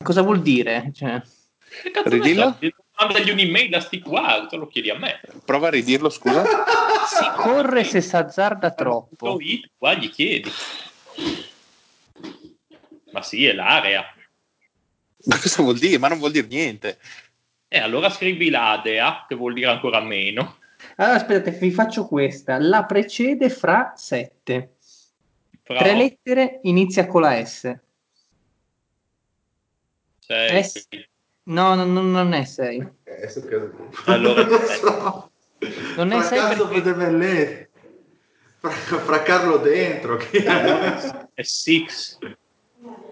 cosa vuol dire? Cioè, Che cazzo Ridillo? ne so? Mandagli un'email a sti qua, te lo chiedi a me. Prova a ridirlo, scusa. si corre se s'azzarda troppo. It, qua gli chiedi. Ma sì, è l'area. Ma cosa vuol dire? Ma non vuol dire niente. E allora scrivi l'Adea, che vuol dire ancora meno. Allora, aspettate, vi faccio questa. La precede fra sette. Fra Tre lettere, inizia con la S. sei. S. No, no, no, non è sei. Eh, sto credo. Allora- non lo so. Non è sei Fracasso perché- poteva lei. Fra, fra Carlo dentro. Che... È six.